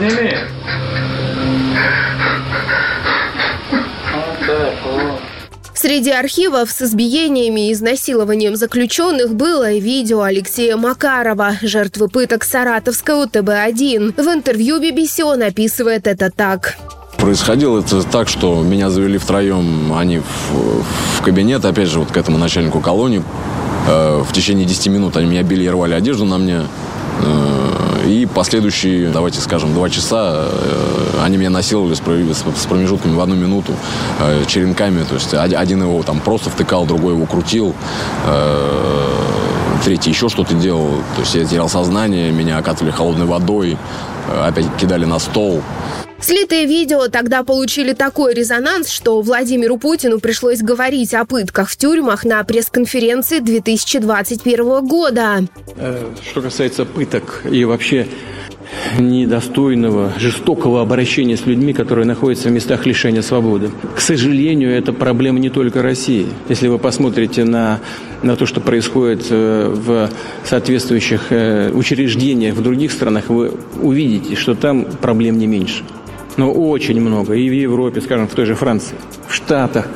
сними. Среди архивов с избиениями и изнасилованием заключенных было и видео Алексея Макарова, жертвы пыток Саратовской УТБ-1. В интервью BBC он описывает это так. Происходило это так, что меня завели втроем, они в кабинет, опять же, вот к этому начальнику колонии. В течение 10 минут они меня били и рвали одежду на мне. И последующие, давайте скажем, 2 часа они меня насиловали с промежутками в 1 минуту черенками. То есть один его там просто втыкал, другой его крутил, третий еще что-то делал. То есть я терял сознание, меня окатывали холодной водой, опять кидали на стол. Слитые видео тогда получили такой резонанс, что Владимиру Путину пришлось говорить о пытках в тюрьмах на пресс-конференции 2021 года. Что касается пыток и вообще недостойного, жестокого обращения с людьми, которые находятся в местах лишения свободы. К сожалению, это проблема не только России. Если вы посмотрите на то, что происходит в соответствующих учреждениях в других странах, вы увидите, что там проблем не меньше. Но очень много. И в Европе, скажем, в той же Франции, в Штатах,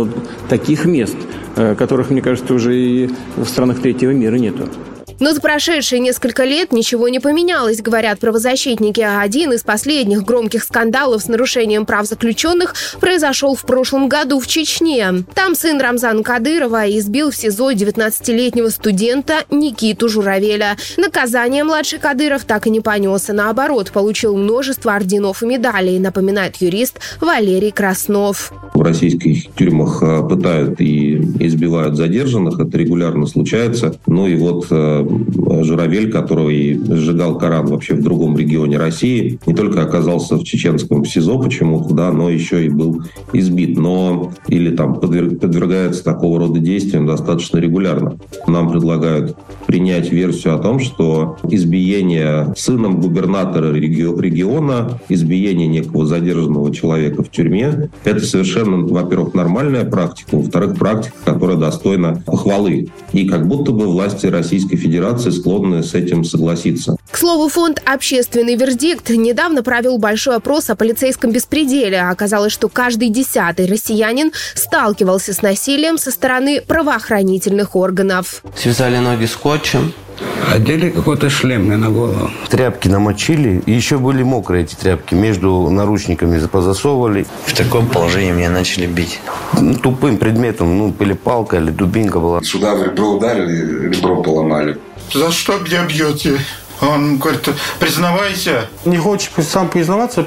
таких мест, которых, мне кажется, уже и в странах третьего мира нету. Но за прошедшие несколько лет ничего не поменялось, говорят правозащитники. Один из последних громких скандалов с нарушением прав заключенных произошел в прошлом году в Чечне. Там сын Рамзана Кадырова избил в СИЗО 19-летнего студента Никиту Журавеля. Наказание младший Кадыров так и не понес, а наоборот, получил множество орденов и медалей, напоминает юрист Валерий Краснов. В российских тюрьмах пытают и избивают задержанных, это регулярно случается. Ну и вот Журавель, который сжигал Коран вообще в другом регионе России, не только оказался в чеченском СИЗО почему-то, да, но еще и был избит, или там подвергается такого рода действиям достаточно регулярно. Нам предлагают принять версию о том, что избиение сыном губернатора региона, избиение некого задержанного человека в тюрьме, это совершенно, во-первых, нормальная практика, во-вторых, практика, которая достойна похвалы. И как будто бы власти Российской Федерации склонны с этим согласиться. К слову, фонд «Общественный вердикт» недавно провел большой опрос о полицейском беспределе. Оказалось, что каждый 10-й россиянин сталкивался с насилием со стороны правоохранительных органов. Связали ноги скотчем. Одели какой-то шлем мне на голову. Тряпки намочили, и еще были мокрые эти тряпки. Между наручниками позасовывали. В таком положении меня начали бить. Тупым предметом, или палка, или дубинка была. Сюда в ребро ударили, ребро поломали. За что меня бьете? Он говорит, признавайся. Не хочешь сам признаваться,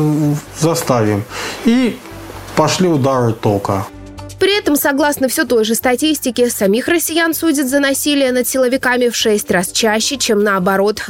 заставим. И пошли удары тока. При этом, согласно все той же статистике, самих россиян судят за насилие над силовиками в 6 раз чаще, чем наоборот.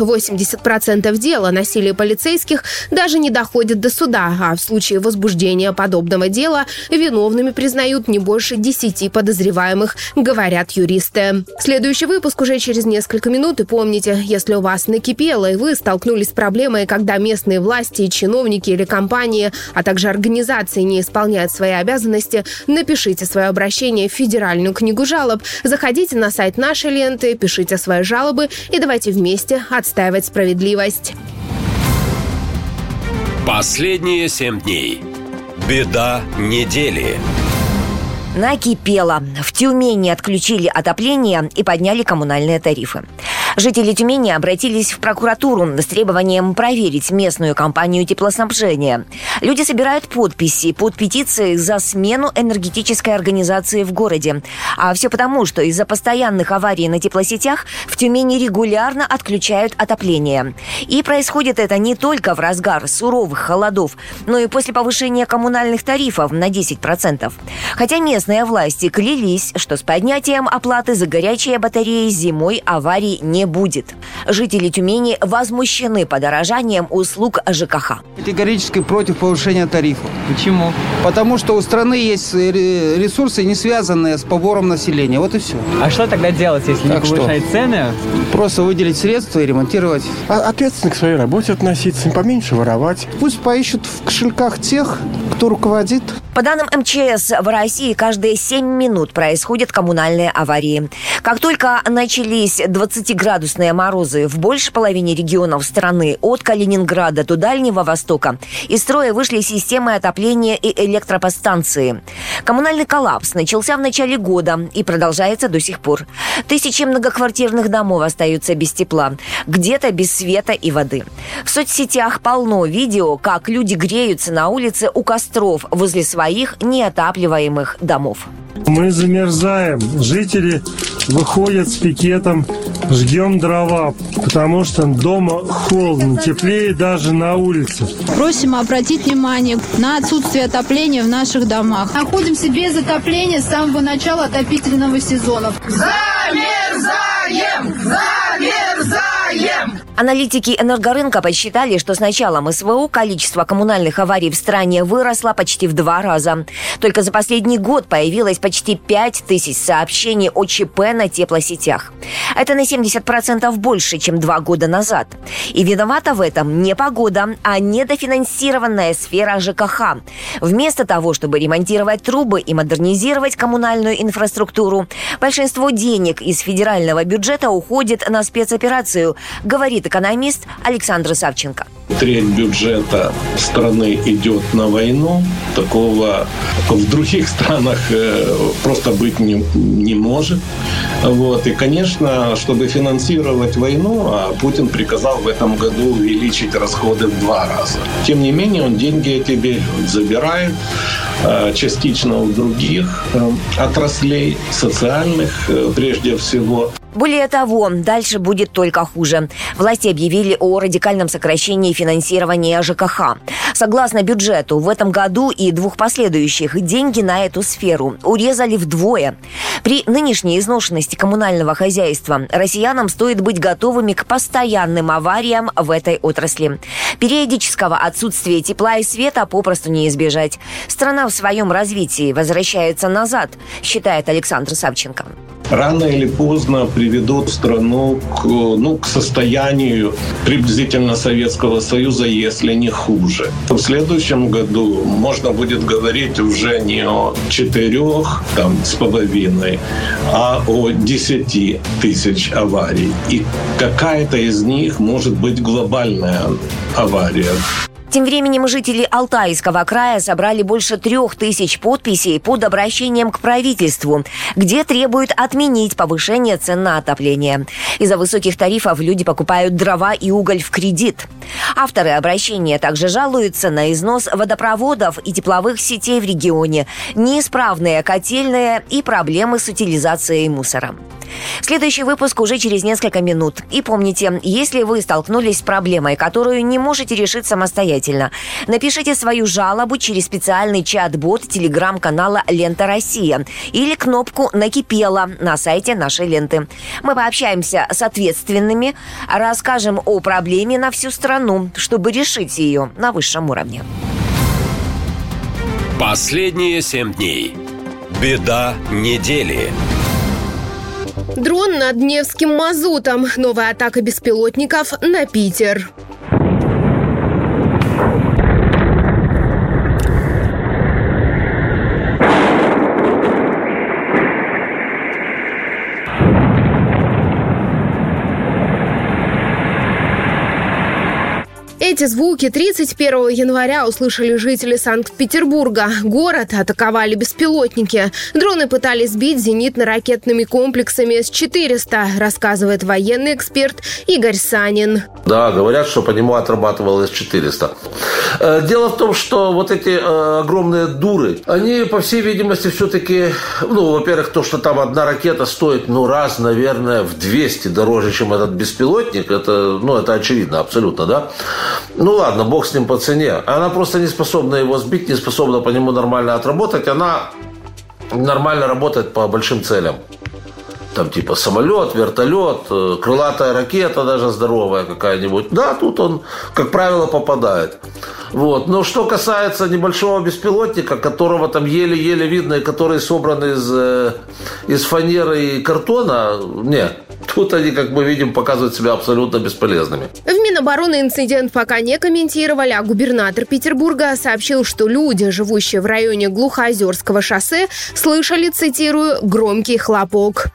80% дел о насилии полицейских даже не доходит до суда, а в случае возбуждения подобного дела виновными признают не больше 10 подозреваемых, говорят юристы. Следующий выпуск уже через несколько минут, и помните, если у вас накипело и вы столкнулись с проблемой, когда местные власти, чиновники или компании, а также организации не исполняют свои обязанности, напишите свое обращение в Федеральную книгу жалоб. Заходите на сайт нашей ленты, пишите свои жалобы и давайте вместе отстаивать справедливость. Последние 7 дней. Беда недели. Накипело. В Тюмени отключили отопление и подняли коммунальные тарифы. Жители Тюмени обратились в прокуратуру с требованием проверить местную компанию теплоснабжения. Люди собирают подписи под петицией за смену энергетической организации в городе. А все потому, что из-за постоянных аварий на теплосетях в Тюмени регулярно отключают отопление. И происходит это не только в разгар суровых холодов, но и после повышения коммунальных тарифов на 10%. Хотя местные власти клялись, что с поднятием оплаты за горячие батареи зимой аварий не будет. Жители Тюмени возмущены подорожанием услуг ЖКХ. Категорически против повышения тарифов. Почему? Потому что у страны есть ресурсы, не связанные с побором населения. Вот и все. А что тогда делать, если не повышать цены? Просто выделить средства и ремонтировать. Ответственно к своей работе относиться, поменьше воровать. Пусть поищут в кошельках тех, кто руководит. По данным МЧС, в России каждые 7 минут происходят коммунальные аварии. Как только начались 20-градусные 30-градусные морозы в большей половине регионов страны, от Калининграда до Дальнего Востока, из строя вышли системы отопления и электроподстанции. Коммунальный коллапс начался в начале года и продолжается до сих пор. Тысячи многоквартирных домов остаются без тепла, где-то без света и воды. В соцсетях полно видео, как люди греются на улице у костров возле своих неотапливаемых домов. Мы замерзаем. Жители выходят с пикетом, жгем дрова, потому что дома холодно, теплее даже на улице. Просим обратить внимание на отсутствие отопления в наших домах. Находимся без отопления с самого начала отопительного сезона. Замерзаем! Замерзаем! Аналитики энергорынка подсчитали, что с началом СВО количество коммунальных аварий в стране выросло почти в 2 раза. Только за последний год появилось почти 5000 сообщений о ЧП на теплосетях. Это на 70% больше, чем 2 года назад. И виновата в этом не погода, а недофинансированная сфера ЖКХ. Вместо того, чтобы ремонтировать трубы и модернизировать коммунальную инфраструктуру, большинство денег из федерального бюджета уходит на спецоперацию, говорит экономист Александр Савченко. Треть бюджета страны идет на войну. Такого в других странах просто быть не может. И, конечно, чтобы финансировать войну, Путин приказал в этом году увеличить расходы в 2 раза. Тем не менее, он деньги эти берет, забирает частично у других отраслей, социальных прежде всего. Более того, дальше будет только хуже. Власти объявили о радикальном сокращении финансирования ЖКХ. Согласно бюджету, в этом году и 2 последующих деньги на эту сферу урезали вдвое. При нынешней изношенности коммунального хозяйства россиянам стоит быть готовыми к постоянным авариям в этой отрасли. Периодического отсутствия тепла и света попросту не избежать. Страна в своем развитии возвращается назад, считает Александр Савченко. Рано или поздно приведут страну к состоянию приблизительно Советского Союза, если не хуже. В следующем году можно будет говорить уже не о 4,5, а о 10 тысяч аварий. И какая-то из них может быть глобальная авария. Тем временем жители Алтайского края собрали больше 3000 подписей под обращением к правительству, где требуют отменить повышение цен на отопление. Из-за высоких тарифов люди покупают дрова и уголь в кредит. Авторы обращения также жалуются на износ водопроводов и тепловых сетей в регионе, неисправные котельные и проблемы с утилизацией мусора. Следующий выпуск уже через несколько минут. И помните, если вы столкнулись с проблемой, которую не можете решить самостоятельно, напишите свою жалобу через специальный чат-бот телеграм-канала «Лента Россия» или кнопку «Накипело» на сайте нашей ленты. Мы пообщаемся с ответственными, расскажем о проблеме на всю страну, чтобы решить ее на высшем уровне. Последние 7 дней. Беда недели. Дрон над Невским мазутом. Новая атака беспилотников на Питер. Эти звуки 31 января услышали жители Санкт-Петербурга. Город атаковали беспилотники. Дроны пытались сбить зенитно-ракетными комплексами С-400, рассказывает военный эксперт Игорь Санин. Да, говорят, что по нему отрабатывал С-400. Дело в том, что вот эти огромные дуры, они, по всей видимости, все-таки, во-первых, то, что там одна ракета стоит, раз, наверное, в 200 дороже, чем этот беспилотник, это очевидно, абсолютно, да? Ладно, бог с ним по цене. Она просто не способна его сбить, не способна по нему нормально отработать. Она нормально работает по большим целям. Там типа самолет, вертолет, крылатая ракета даже здоровая какая-нибудь. Да, тут он, как правило, попадает. Но что касается небольшого беспилотника, которого там еле-еле видно, и который собран из фанеры и картона, нет. Тут они, как мы видим, показывают себя абсолютно бесполезными. В Минобороны инцидент пока не комментировали, а губернатор Петербурга сообщил, что люди, живущие в районе Глухоозерского шоссе, слышали, цитирую, «громкий хлопок».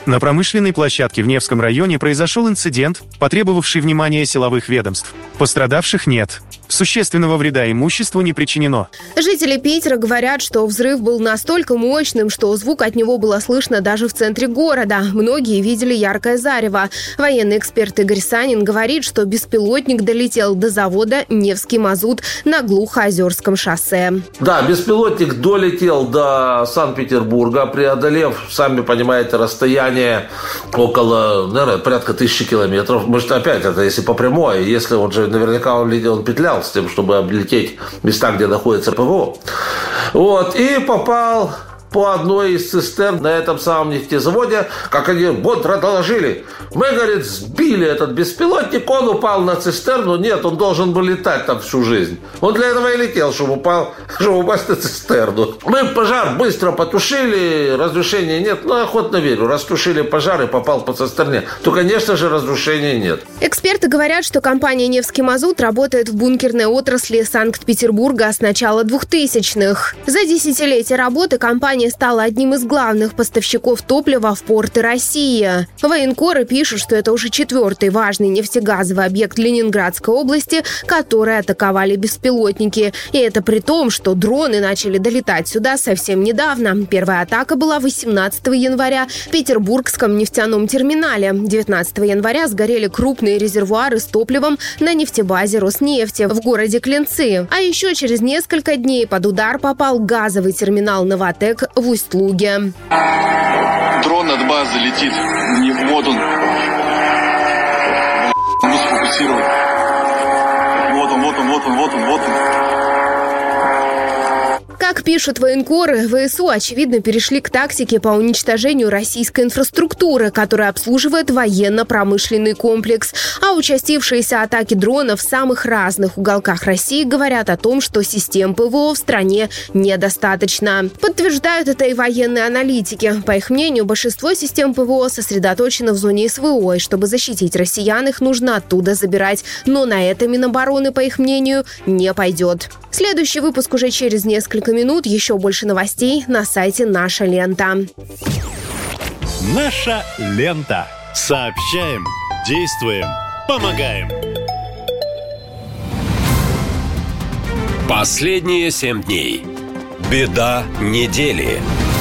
На промышленной площадке в Невском районе произошел инцидент, потребовавший внимания силовых ведомств. Пострадавших нет. Существенного вреда имуществу не причинено. Жители Питера говорят, что взрыв был настолько мощным, что звук от него было слышно даже в центре города. Многие видели яркое зарево. Военный эксперт Игорь Санин говорит, что беспилотник долетел до завода «Невский мазут» на Глухоозерском шоссе. Да, беспилотник долетел до Санкт-Петербурга, преодолев, сами понимаете, расстояние около, наверное, порядка 1000 километров. Может, опять это если по прямой, если он же наверняка он петлял с тем, чтобы облететь места, где находится ПВО. Вот, и попал по одной из цистерн на этом самом нефтезаводе, как они бодро доложили. Мы, говорит, сбили этот беспилотник, он упал на цистерну. Нет, он должен был летать там всю жизнь. Он для этого и летел, чтобы упасть на цистерну. Мы пожар быстро потушили, разрушения нет. Ну, охотно верю, растушили пожар и попал по цистерне, то, конечно же, разрушения нет. Эксперты говорят, что компания «Невский мазут» работает в бункерной отрасли Санкт-Петербурга с начала 2000-х. За десятилетие работы компания стала одним из главных поставщиков топлива в порты России. Военкоры пишут, что это уже 4-й важный нефтегазовый объект Ленинградской области, который атаковали беспилотники. И это при том, что дроны начали долетать сюда совсем недавно. Первая атака была 18 января в Петербургском нефтяном терминале. 19 января сгорели крупные резервуары с топливом на нефтебазе Роснефти в городе Клинцы. А еще через несколько дней под удар попал газовый терминал «Новатэк» в Усть-Луге. Дрон от базы летит. Вот он. Могу сфокусировать. Вот он. Как пишут военкоры, ВСУ, очевидно, перешли к тактике по уничтожению российской инфраструктуры, которая обслуживает военно-промышленный комплекс. А участившиеся атаки дронов в самых разных уголках России говорят о том, что систем ПВО в стране недостаточно. Подтверждают это и военные аналитики. По их мнению, большинство систем ПВО сосредоточено в зоне СВО, и чтобы защитить россиян, их нужно оттуда забирать. Но на это Минобороны, по их мнению, не пойдет. Следующий выпуск уже через несколько минут. Еще больше новостей на сайте «Наша лента». «Наша лента». Сообщаем, действуем, помогаем. Последние 7 дней. Беда недели.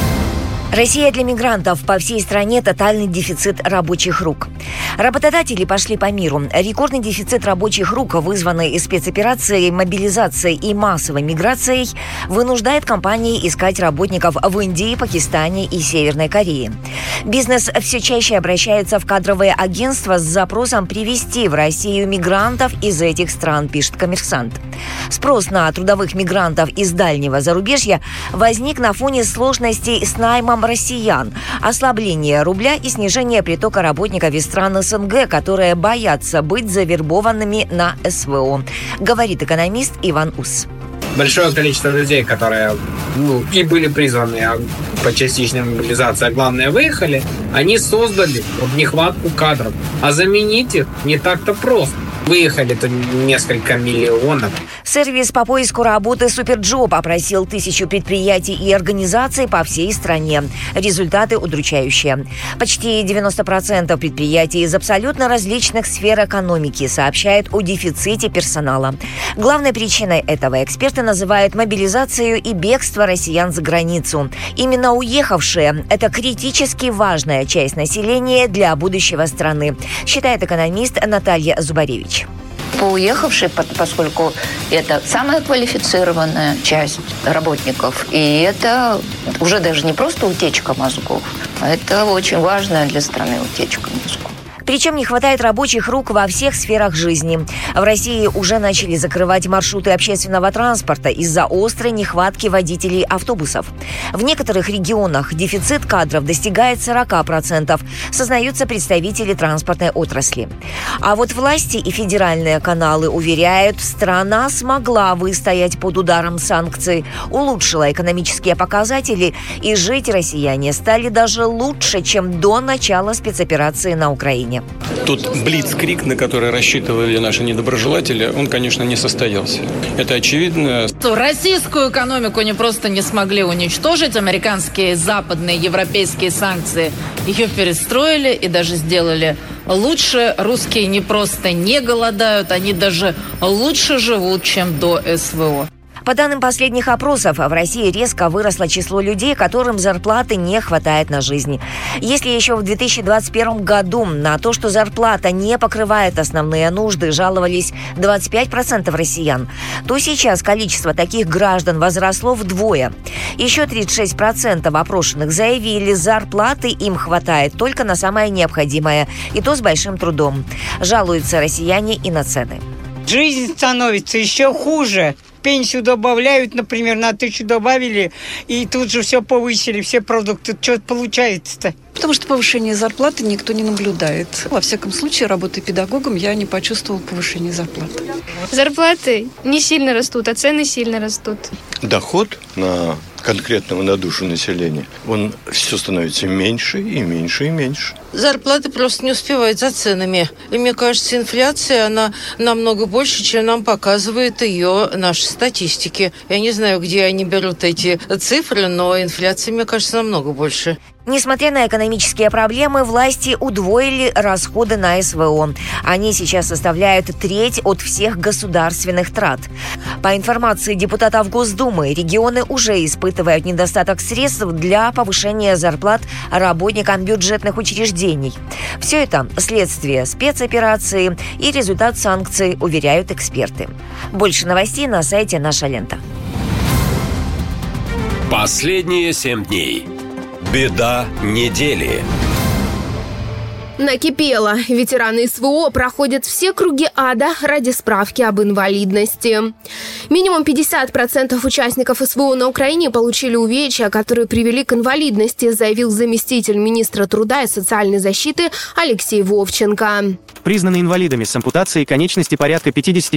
Россия для мигрантов. По всей стране тотальный дефицит рабочих рук. Работодатели пошли по миру. Рекордный дефицит рабочих рук, вызванный спецоперацией, мобилизацией и массовой миграцией, вынуждает компании искать работников в Индии, Пакистане и Северной Корее. Бизнес все чаще обращается в кадровые агентства с запросом привезти в Россию мигрантов из этих стран, пишет «Коммерсант». Спрос на трудовых мигрантов из дальнего зарубежья возник на фоне сложностей с наймом россиян, ослабления рубля и снижения притока работников из стран СНГ, которые боятся быть завербованными на СВО, говорит экономист Иван Ус. Большое количество людей, которые и были призваны по частичной мобилизации, а главное выехали, они создали нехватку кадров. А заменить их не так-то просто. Выехали-то несколько миллионов. Сервис по поиску работы «Суперджоп» опросил 1000 предприятий и организаций по всей стране. Результаты удручающие. Почти 90% предприятий из абсолютно различных сфер экономики сообщают о дефиците персонала. Главной причиной этого эксперты называют мобилизацию и бегство россиян за границу. Именно уехавшие – это критически важная часть населения для будущего страны, считает экономист Наталья Зубаревич. Уехавшие, поскольку это самая квалифицированная часть работников. И это уже даже не просто утечка мозгов, а это очень важная для страны утечка мозгов. Причем не хватает рабочих рук во всех сферах жизни. В России уже начали закрывать маршруты общественного транспорта из-за острой нехватки водителей автобусов. В некоторых регионах дефицит кадров достигает 40%, сознаются представители транспортной отрасли. А вот власти и федеральные каналы уверяют, страна смогла выстоять под ударом санкций, улучшила экономические показатели, и жить россияне стали даже лучше, чем до начала спецоперации на Украине. стране. Тот блицкриг, на который рассчитывали наши недоброжелатели, он, конечно, не состоялся. Это очевидно. Российскую экономику не просто не смогли уничтожить. Американские, западные, европейские санкции ее перестроили и даже сделали лучше. Русские не просто не голодают, они даже лучше живут, чем до СВО. По данным последних опросов, в России резко выросло число людей, которым зарплаты не хватает на жизнь. Если еще в 2021 году на то, что зарплата не покрывает основные нужды, жаловались 25% россиян, то сейчас количество таких граждан возросло вдвое. Еще 36% опрошенных заявили, зарплаты им хватает только на самое необходимое, и то с большим трудом. Жалуются россияне и на цены. Жизнь становится еще хуже. Пенсию добавляют, например, на 1000 добавили, и тут же все повысили, все продукты. Что получается-то? Потому что повышение зарплаты никто не наблюдает. Во всяком случае, работая педагогом, я не почувствовала повышения зарплаты. Зарплаты не сильно растут, а цены сильно растут. Доход на конкретного на душу населения, он все становится меньше и меньше и меньше. Зарплаты просто не успевают за ценами. И мне кажется, инфляция, она намного больше, чем нам показывает ее наши статистики. Я не знаю, где они берут эти цифры, но инфляция, мне кажется, намного больше. Несмотря на экономические проблемы, власти удвоили расходы на СВО. Они сейчас составляют треть от всех государственных трат. По информации депутатов Госдумы, регионы уже испытывают недостаток средств для повышения зарплат работникам бюджетных учреждений. Все это следствие спецоперации и результат санкций, уверяют эксперты. Больше новостей на сайте «Наша лента». Последние 7 дней. Беда недели. Накипело. Ветераны СВО проходят все круги ада ради справки об инвалидности. Минимум 50% участников СВО на Украине получили увечья, которые привели к инвалидности, заявил заместитель министра труда и социальной защиты Алексей Вовченко. Признаны инвалидами с ампутацией конечности порядка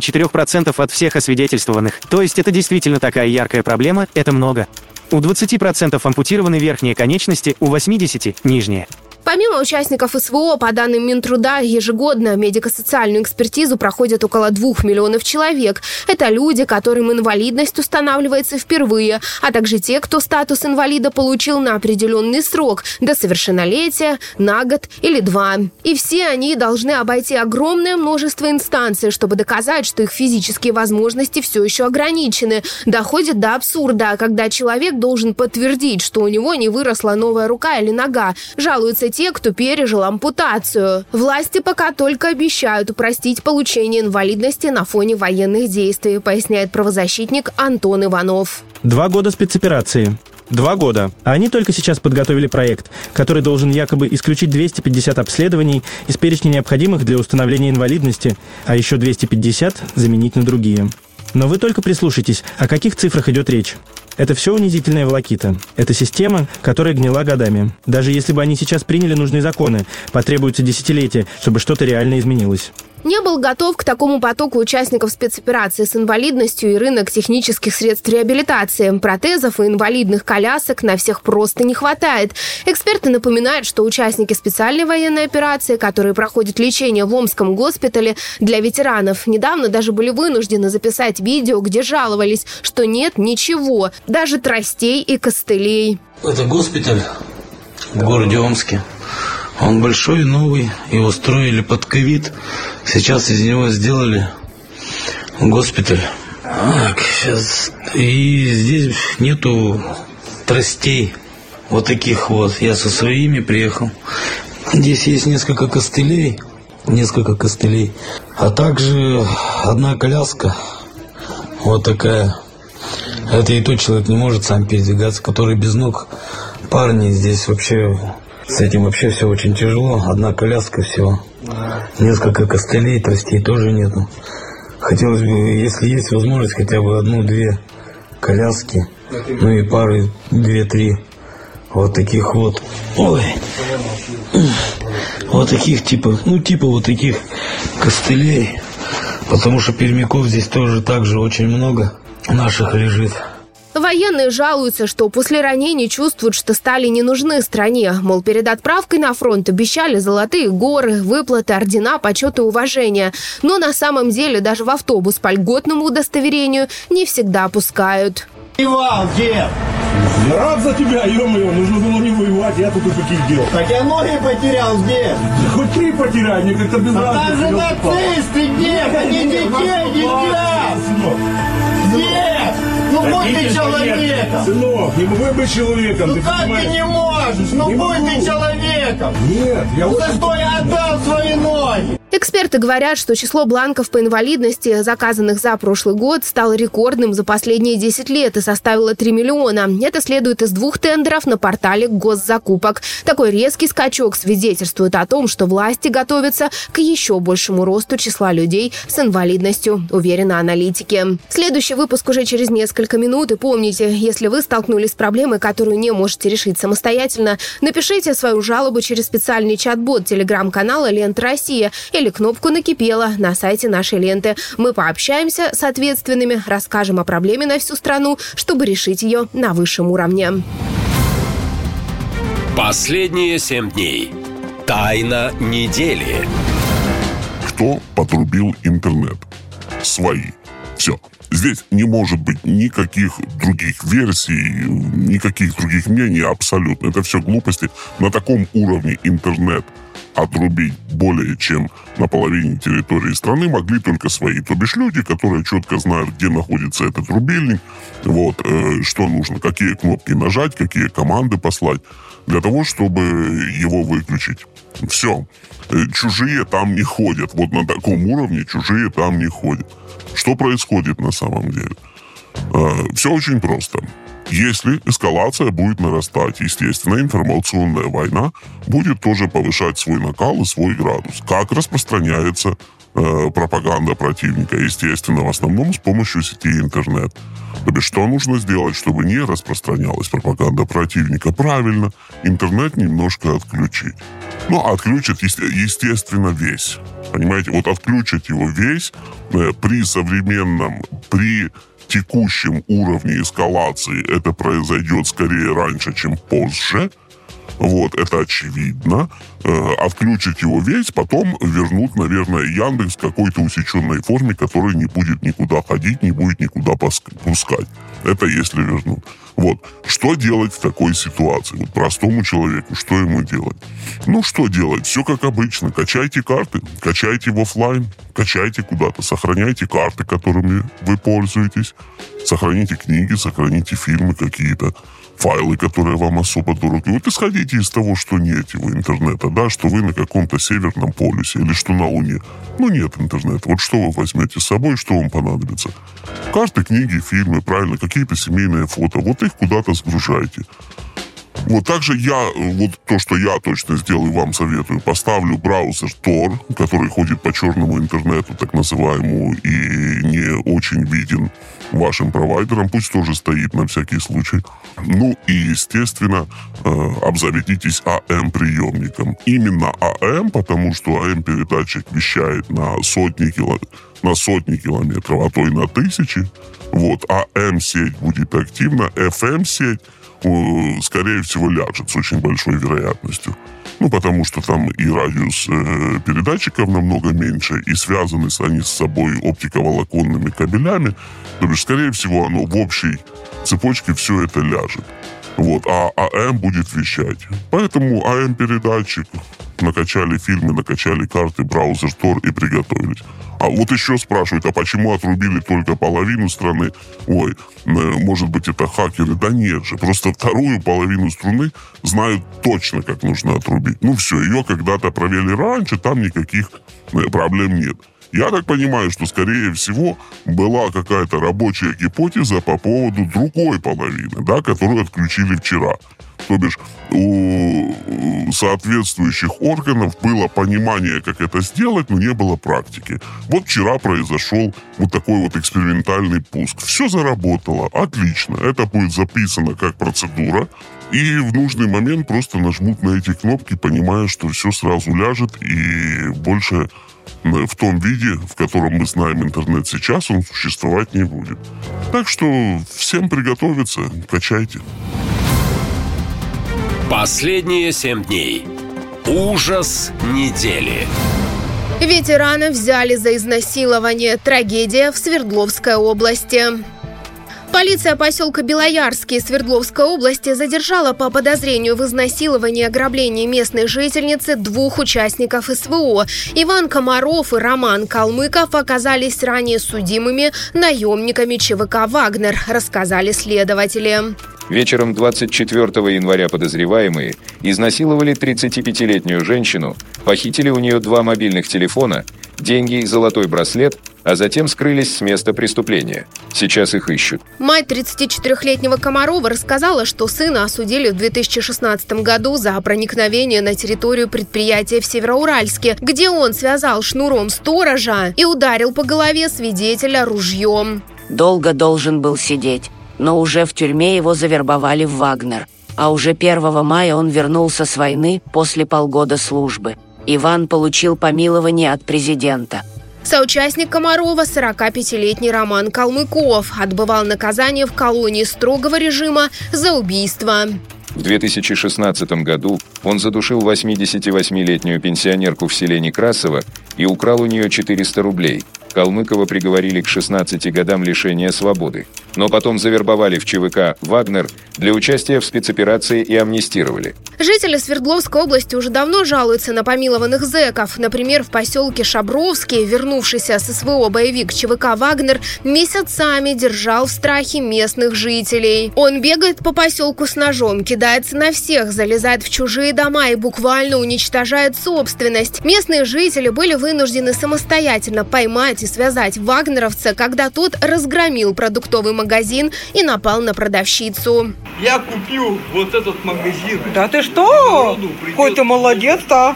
54% от всех освидетельствованных. То есть это действительно такая яркая проблема, это много. У 20% ампутированы верхние конечности, у 80% – нижние. Помимо участников СВО, по данным Минтруда, ежегодно медико-социальную экспертизу проходят около 2 миллионов человек. Это люди, которым инвалидность устанавливается впервые, а также те, кто статус инвалида получил на определенный срок, до совершеннолетия, на год или 2. И все они должны обойти огромное множество инстанций, чтобы доказать, что их физические возможности все еще ограничены. Доходит до абсурда, когда человек должен подтвердить, что у него не выросла новая рука или нога. Жалуются те, кто пережил ампутацию. Власти пока только обещают упростить получение инвалидности на фоне военных действий, поясняет правозащитник Антон Иванов. 2 года спецоперации. 2 года. А они только сейчас подготовили проект, который должен якобы исключить 250 обследований из перечня необходимых для установления инвалидности, а еще 250 заменить на другие. Но вы только прислушайтесь, о каких цифрах идет речь. Это все унизительная волокита. Это система, которая гнила годами. Даже если бы они сейчас приняли нужные законы, потребуется десятилетия, чтобы что-то реально изменилось. Не был готов к такому потоку участников спецоперации с инвалидностью и рынок технических средств реабилитации. Протезов и инвалидных колясок на всех просто не хватает. Эксперты напоминают, что участники специальной военной операции, которые проходят лечение в Омском госпитале для ветеранов, недавно даже были вынуждены записать видео, где жаловались, что нет ничего, даже тростей и костылей. Это госпиталь в городе Омске. Он большой, новый, его строили под ковид. Сейчас из него сделали госпиталь. Так, сейчас. И здесь нету тростей. Вот таких вот. Я со своими приехал. Здесь есть несколько костылей. А также одна коляска. Вот такая. Это и тот человек не может сам передвигаться, который без ног. Парни здесь вообще... С этим вообще все очень тяжело. Одна коляска всего. Несколько костылей, тростей тоже нету. Хотелось бы, если есть возможность, хотя бы 1-2 коляски. Ну и пары 2-3 вот таких вот. Ой. Вот таких типа вот таких костылей. Потому что пермяков здесь тоже так же очень много наших лежит. Военные жалуются, что после ранений чувствуют, что стали не нужны стране. Мол, перед отправкой на фронт обещали золотые горы, выплаты, ордена, почет и уважение. Но на самом деле даже в автобус по льготному удостоверению не всегда пускают. Воевал, дед! Я рад за тебя, ё-моё, нужно было не воевать, я тут и таких дел. Так я ноги потерял, дед! Хоть 3 потеряй, мне как-то без разницы. Там же нацисты, дед, а не детей, дитя! Дед! Ну будь ты человеком! Сынок, не могу быть человеком. Ну как ты не можешь? Ну будь ты человеком! Нет, я за что я отдал свои ноги? Эксперты говорят, что число бланков по инвалидности, заказанных за прошлый год, стало рекордным за последние 10 лет и составило 3 миллиона. Это следует из 2 тендеров на портале госзакупок. Такой резкий скачок свидетельствует о том, что власти готовятся к еще большему росту числа людей с инвалидностью, уверены аналитики. Следующий выпуск уже через несколько минут. И помните, если вы столкнулись с проблемой, которую не можете решить самостоятельно, напишите свою жалобу через специальный чат-бот телеграм-канала «Лента Россия» или кнопку «Накипело» на сайте нашей ленты. Мы пообщаемся с ответственными, расскажем о проблеме на всю страну, чтобы решить ее на высшем уровне. Последние 7 дней. Тайна недели. Кто подрубил интернет? Свои. Все. Здесь не может быть никаких других версий, никаких других мнений абсолютно. Это все глупости. На таком уровне интернет отрубить более чем на половине территории страны могли только свои. То бишь люди, которые четко знают, где находится этот рубильник, вот, что нужно, какие кнопки нажать, какие команды послать для того, чтобы его выключить. Все. Чужие там не ходят. Вот на таком уровне чужие там не ходят. Что происходит на самом деле? Все очень просто. Если эскалация будет нарастать, естественно, информационная война будет тоже повышать свой накал и свой градус. Как распространяется пропаганда противника? Естественно, в основном с помощью сети интернет. То бишь, что нужно сделать, чтобы не распространялась пропаганда противника? Правильно, интернет немножко отключить. Ну, отключат, естественно, весь. Понимаете, вот отключат его весь при текущем уровне эскалации это произойдет скорее раньше, чем позже. Вот, это очевидно. Отключить его весь, потом вернут, наверное, Яндекс в какой-то усеченной форме, который не будет никуда ходить, не будет никуда пускать. Это если вернут. Вот. Что делать в такой ситуации? Вот простому человеку, что ему делать? Ну, что делать? Все как обычно. Качайте карты, качайте в офлайн, качайте куда-то, сохраняйте карты, которыми вы пользуетесь, сохраните книги, сохраните фильмы какие-то, файлы, которые вам особо дороги. Вот исходите из того, что нет его интернета, да, что вы на каком-то северном полюсе или что на Луне. Ну, нет интернета. Вот что вы возьмете с собой, что вам понадобится? Карты, книги, фильмы, правильно, какие-то семейные фото. Вот их куда-то сгружайте. Вот также то, что я точно сделаю, вам советую, поставлю браузер Tor, который ходит по черному интернету, так называемому, и не очень виден вашим провайдерам, пусть тоже стоит на всякий случай. Ну и, естественно, обзаведитесь АМ-приемником. Именно АМ, потому что АМ-передатчик вещает на сотни километров, а то и на тысячи. Вот, АМ-сеть будет активна, FM-сеть скорее всего, ляжет с очень большой вероятностью. Ну, потому что там и радиус передатчиков намного меньше, и связаны они с собой оптиковолоконными кабелями. То есть, скорее всего, оно в общей цепочке все это ляжет. Вот, а АМ будет вещать. Поэтому АМ-передатчик, накачали фильмы, накачали карты, браузер Tor и приготовились. А вот еще спрашивают, а почему отрубили только половину страны? Ой, может быть, это хакеры? Да нет же, просто вторую половину страны знают точно, как нужно отрубить. Ну все, ее когда-то провели раньше, там никаких проблем нет. Я так понимаю, что, скорее всего, была какая-то рабочая гипотеза по поводу другой половины, да, которую отключили вчера. То бишь, у соответствующих органов было понимание, как это сделать, но не было практики. Вот вчера произошел вот такой вот экспериментальный пуск. Все заработало, отлично. Это будет записано как процедура. И в нужный момент просто нажмут на эти кнопки, понимая, что все сразу ляжет и больше в том виде, в котором мы знаем интернет сейчас, он существовать не будет. Так что всем приготовиться, качайте. Последние 7 дней. Ужас недели. Ветерана взяли за изнасилование. Трагедия в Свердловской области. Полиция поселка Белоярский Свердловской области задержала по подозрению в изнасиловании и ограблении местной жительницы 2 участников СВО. Иван Комаров и Роман Калмыков оказались ранее судимыми наемниками ЧВК «Вагнер», рассказали следователи. Вечером 24 января подозреваемые изнасиловали 35-летнюю женщину, похитили у нее 2 мобильных телефона, деньги и золотой браслет, а затем скрылись с места преступления. Сейчас их ищут. Мать 34-летнего Комарова рассказала, что сына осудили в 2016 году за проникновение на территорию предприятия в Североуральске, где он связал шнуром сторожа и ударил по голове свидетеля ружьем. Долго должен был сидеть, но уже в тюрьме его завербовали в «Вагнер». А уже 1 мая он вернулся с войны после полгода службы. Иван получил помилование от президента. Соучастник Комарова, 45-летний Роман Калмыков, отбывал наказание в колонии строгого режима за убийство. В 2016 году он задушил 88-летнюю пенсионерку в селе Некрасово и украл у нее 400 рублей. Калмыкова приговорили к 16 годам лишения свободы. Но потом завербовали в ЧВК «Вагнер» для участия в спецоперации и амнистировали. Жители Свердловской области уже давно жалуются на помилованных зэков. Например, в поселке Шабровский вернувшийся с СВО боевик ЧВК «Вагнер» месяцами держал в страхе местных жителей. Он бегает по поселку с ножом, кидается на всех, залезает в чужие дома и буквально уничтожает собственность. Местные жители были вынуждены самостоятельно поймать и связать вагнеровца, когда тот разгромил продуктовый магазин и напал на продавщицу. Я купил вот этот магазин. Да ты что? Какой ты молодец, а?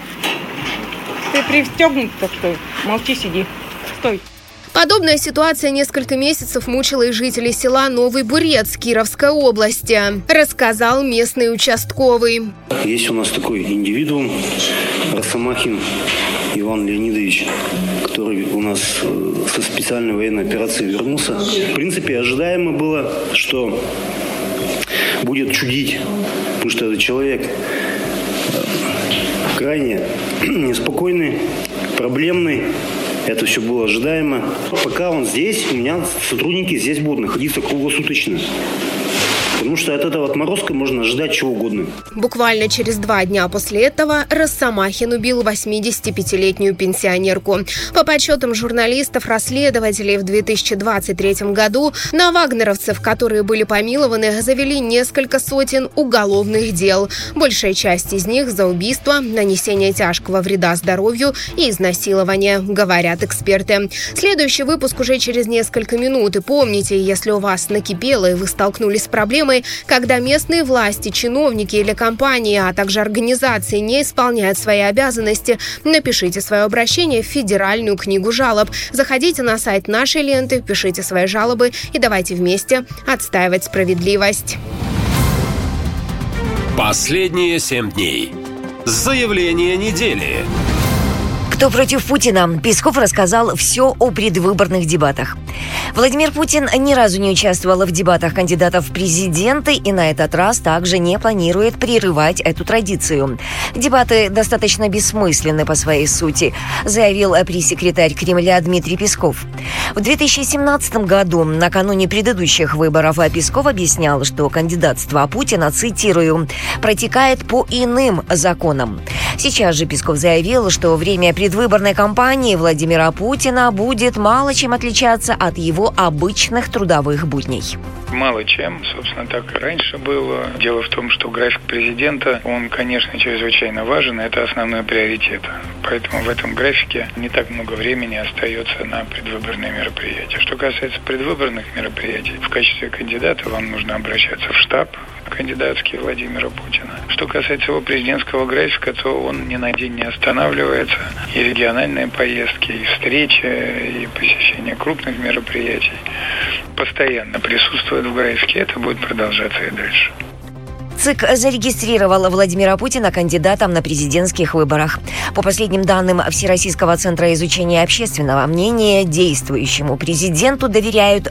Ты пристегнут, так что молчи, сиди. Стой. Подобная ситуация несколько месяцев мучила и жителей села Новый Бурец Кировской области, рассказал местный участковый. Есть у нас такой индивидуум, Росомахин Иван Леонидович, который у нас со специальной военной операции вернулся. В принципе, ожидаемо было, что будет чудить, потому что этот человек крайне неспокойный, проблемный. Это все было ожидаемо. Пока он здесь, у меня сотрудники здесь будут находиться круглосуточно. Потому что от этого отморозка можно ожидать чего угодно. Буквально через 2 дня после этого Росомахин убил 85-летнюю пенсионерку. По подсчетам журналистов-расследователей, в 2023 году на вагнеровцев, которые были помилованы, завели несколько сотен уголовных дел. Большая часть из них за убийство, нанесение тяжкого вреда здоровью и изнасилование, говорят эксперты. Следующий выпуск уже через несколько минут. И помните, если у вас накипело и вы столкнулись с проблемой, когда местные власти, чиновники или компании, а также организации не исполняют свои обязанности, напишите свое обращение в Федеральную книгу жалоб. Заходите на сайт нашей ленты, пишите свои жалобы и давайте вместе отстаивать справедливость. Последние 7 дней. Заявление недели. Кто против Путина? Песков рассказал все о предвыборных дебатах. Владимир Путин ни разу не участвовал в дебатах кандидатов в президенты и на этот раз также не планирует прерывать эту традицию. Дебаты достаточно бессмысленны по своей сути, заявил пресс-секретарь Кремля Дмитрий Песков. В 2017 году, накануне предыдущих выборов, Песков объяснял, что кандидатство Путина, цитирую, протекает по иным законам. Сейчас же Песков заявил, что время предвыборной кампании Владимира Путина будет мало чем отличаться от его обычных трудовых будней. Мало чем, собственно, так и раньше было. Дело в том, что график президента, он, конечно, чрезвычайно важен, это основной приоритет. Поэтому в этом графике не так много времени остается на предвыборные мероприятия. Что касается предвыборных мероприятий, в качестве кандидата вам нужно обращаться в штаб кандидатский Владимира Путина. Что касается его президентского графика, то он ни на день не останавливается. И региональные поездки, и встречи, и посещение крупных мероприятий постоянно присутствует в графике. Это будет продолжаться и дальше. ЦИК зарегистрировал Владимира Путина кандидатом на президентских выборах. По последним данным Всероссийского центра изучения общественного мнения, действующему президенту доверяют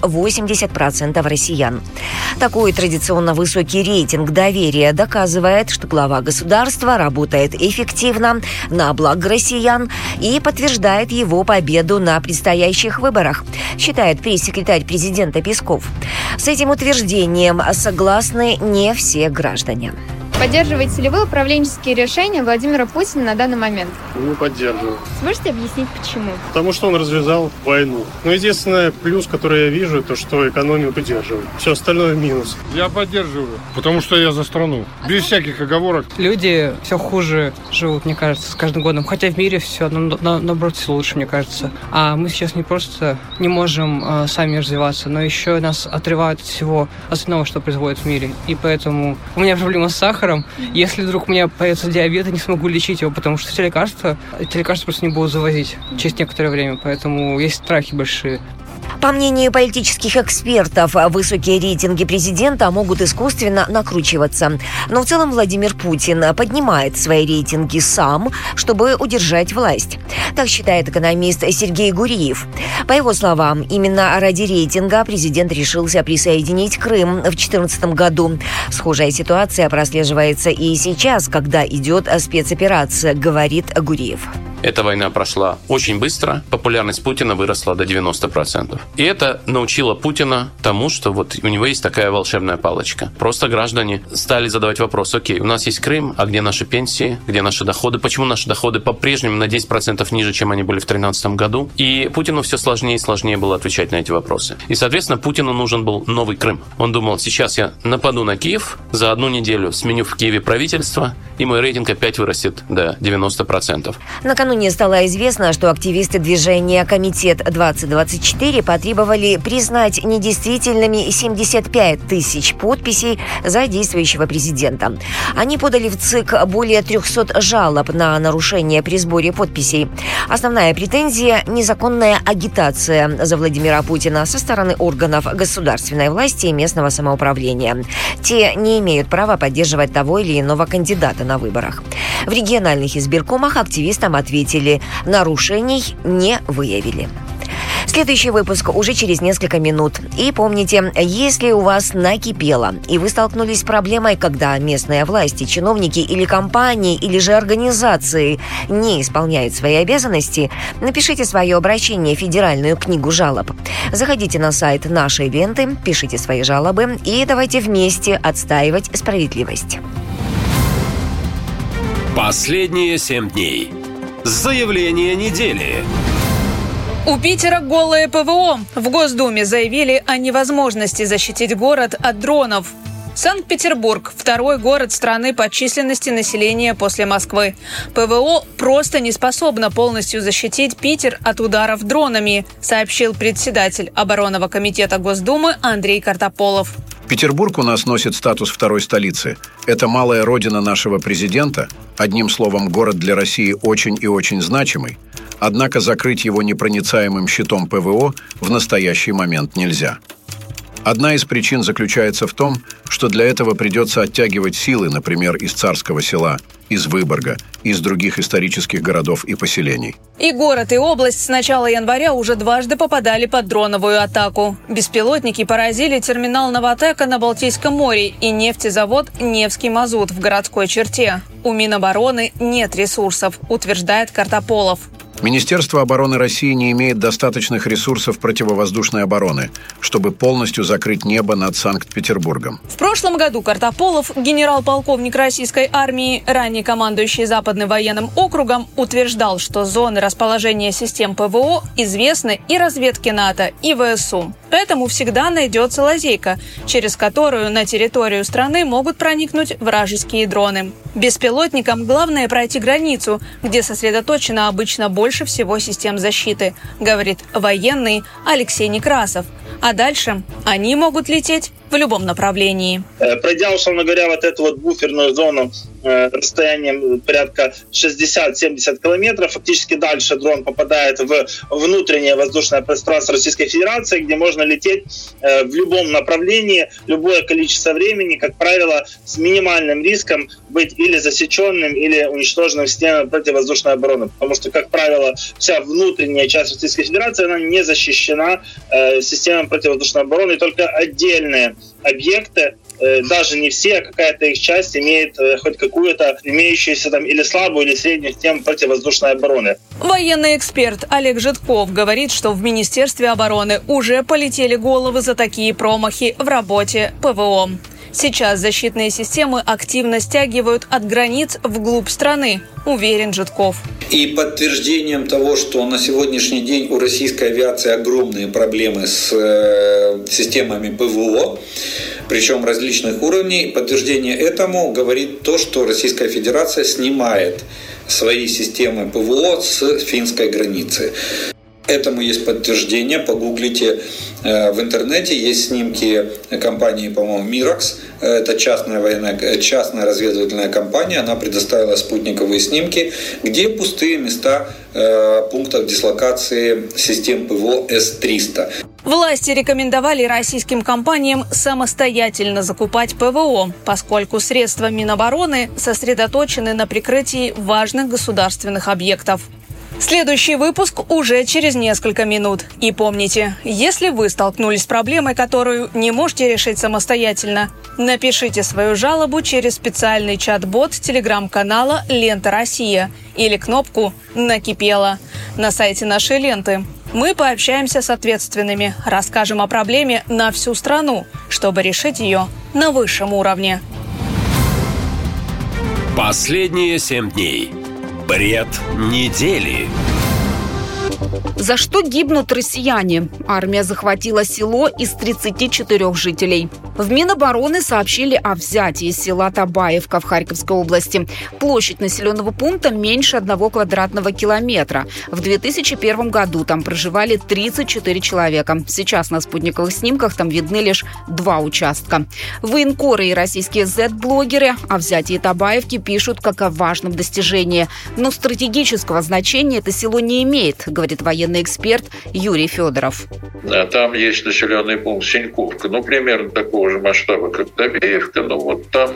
80% россиян. Такой традиционно высокий рейтинг доверия доказывает, что глава государства работает эффективно, на благо россиян и подтверждает его победу на предстоящих выборах, считает пресс-секретарь президента Песков. С этим утверждением согласны не все граждане. Поддерживаете ли вы управленческие решения Владимира Путина на данный момент? Не поддерживаю. Сможете объяснить, почему? Потому что он развязал войну. Но единственное плюс, который я вижу, то что экономию поддерживает. Все остальное минус. Я поддерживаю, потому что я за страну. Без всяких оговорок. Люди все хуже живут, мне кажется, с каждым годом. Хотя в мире все, наоборот, все лучше, мне кажется. А мы сейчас не просто не можем сами развиваться, но еще нас отрывают от всего остального, что происходит в мире. И поэтому у меня проблема с сахаром. Если вдруг у меня появится диабет, я не смогу лечить его, потому что эти лекарства просто не будут завозить через некоторое время. Поэтому есть страхи большие. По мнению политических экспертов, высокие рейтинги президента могут искусственно накручиваться. Но в целом Владимир Путин поднимает свои рейтинги сам, чтобы удержать власть. Так считает экономист Сергей Гуриев. По его словам, именно ради рейтинга президент решился присоединить Крым в 2014 году. Схожая ситуация прослеживается и сейчас, когда идет спецоперация, говорит Гуриев. Эта война прошла очень быстро, популярность Путина выросла до 90%. И это научило Путина тому, что вот у него есть такая волшебная палочка. Просто граждане стали задавать вопрос: окей, у нас есть Крым, а где наши пенсии, где наши доходы? Почему наши доходы по-прежнему на 10% ниже, чем они были в 2013 году? И Путину все сложнее и сложнее было отвечать на эти вопросы. И, соответственно, Путину нужен был новый Крым. Он думал: сейчас я нападу на Киев, за одну неделю сменю в Киеве правительство, и мой рейтинг опять вырастет до 90%. Накануне стало известно, что активисты движения «Комитет 2024» потребовали признать недействительными 75 тысяч подписей за действующего президента. Они подали в ЦИК более 300 жалоб на нарушение при сборе подписей. Основная претензия – незаконная агитация за Владимира Путина со стороны органов государственной власти и местного самоуправления. Те не имеют права поддерживать того или иного кандидата на выборах. В региональных избиркомах активистам ответили: нарушений не выявили. Следующий выпуск уже через несколько минут. И помните, если у вас накипело, и вы столкнулись с проблемой, когда местные власти, чиновники или компании, или же организации не исполняют свои обязанности, напишите свое обращение в Федеральную книгу жалоб. Заходите на сайт нашей ленты, пишите свои жалобы и давайте вместе отстаивать справедливость. Последние 7 дней. Заявление недели. У Питера голое ПВО. В Госдуме заявили о невозможности защитить город от дронов. Санкт-Петербург – второй город страны по численности населения после Москвы. ПВО просто не способно полностью защитить Питер от ударов дронами, сообщил председатель оборонного комитета Госдумы Андрей Картополов. Петербург у нас носит статус второй столицы. Это малая родина нашего президента. Одним словом, город для России очень и очень значимый. Однако закрыть его непроницаемым щитом ПВО в настоящий момент нельзя. Одна из причин заключается в том, что для этого придется оттягивать силы, например, из Царского Села, из Выборга, из других исторических городов и поселений. И город, и область с начала января уже дважды попадали под дроновую атаку. Беспилотники поразили терминал «Новатэка» на Балтийском море и нефтезавод «Невский мазут» в городской черте. У Минобороны нет ресурсов, утверждает Картополов. Министерство обороны России не имеет достаточных ресурсов противовоздушной обороны, чтобы полностью закрыть небо над Санкт-Петербургом. В прошлом году Картополов, генерал-полковник российской армии, ранее командующий Западным военным округом, утверждал, что зоны расположения систем ПВО известны и разведке НАТО, и ВСУ. Поэтому всегда найдется лазейка, через которую на территорию страны могут проникнуть вражеские дроны. Беспилотникам главное пройти границу, где сосредоточено обычно больше всего систем защиты, говорит военный Алексей Некрасов. А дальше они могут лететь в любом направлении. Пройдя, условно говоря, вот эту вот буферную зону расстоянием порядка 60-70 километров. Фактически дальше дрон попадает в внутреннее воздушное пространство Российской Федерации, где можно лететь в любом направлении, любое количество времени, как правило, с минимальным риском быть или засеченным, или уничтоженным системой противовоздушной обороны. Потому что, как правило, вся внутренняя часть Российской Федерации, она не защищена системой противовоздушной обороны, и только отдельные объекты, даже не все, а какая-то их часть имеет хоть какую-то имеющуюся там или слабую, или среднюю систему противовоздушной обороны. Военный эксперт Олег Житков говорит, что в Министерстве обороны уже полетели головы за такие промахи в работе ПВО. Сейчас защитные системы активно стягивают от границ вглубь страны, уверен Житков. И подтверждением того, что на сегодняшний день у российской авиации огромные проблемы с системами ПВО, причем различных уровней, подтверждение этому говорит то, что Российская Федерация снимает свои системы ПВО с финской границы. Этому есть подтверждение, погуглите в интернете, есть снимки компании, по-моему, Миракс, это частная разведывательная компания, она предоставила спутниковые снимки, где пустые места пунктов дислокации систем ПВО С-300. Власти рекомендовали российским компаниям самостоятельно закупать ПВО, поскольку средства Минобороны сосредоточены на прикрытии важных государственных объектов. Следующий выпуск уже через несколько минут. И помните, если вы столкнулись с проблемой, которую не можете решить самостоятельно, напишите свою жалобу через специальный чат-бот телеграм-канала «Лента Россия» или кнопку «Накипело» на сайте нашей ленты. Мы пообщаемся с ответственными, расскажем о проблеме на всю страну, чтобы решить ее на высшем уровне. Последние 7 дней. Бред недели. За что гибнут россияне? Армия захватила село из 34 жителей. В Минобороны сообщили о взятии села Табаевка в Харьковской области. Площадь населенного пункта меньше 1 квадратного километра. В 2001 году там проживали 34 человека. Сейчас на спутниковых снимках там видны лишь 2 участка. Военкоры и российские Z-блогеры о взятии Табаевки пишут как о важном достижении. Но стратегического значения это село не имеет, говорит военный эксперт Юрий Федоров. Там есть населенный пункт Синьковка, примерно такого же масштаба, как Табеевка, там,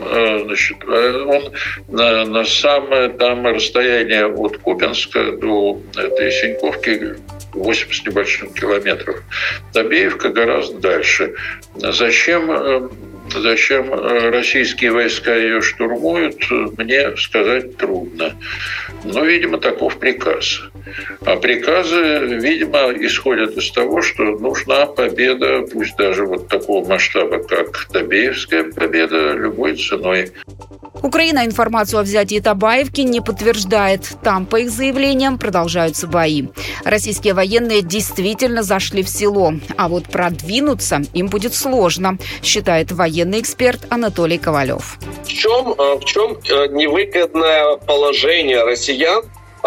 он на самое там расстояние от Купянска до этой Синьковки 80 с небольшим километров. Табеевка гораздо дальше. Зачем российские войска ее штурмуют, мне сказать трудно. Но, видимо, таков приказ. А приказы, видимо, исходят из того, что нужна победа, пусть даже вот такого масштаба, как Табеевская победа, любой ценой. Украина информацию о взятии Табаевки не подтверждает. Там, по их заявлениям, продолжаются бои. Российские военные действительно зашли в село. А вот продвинуться им будет сложно, считает военный эксперт Анатолий Ковалев. В чем невыгодное положение россиян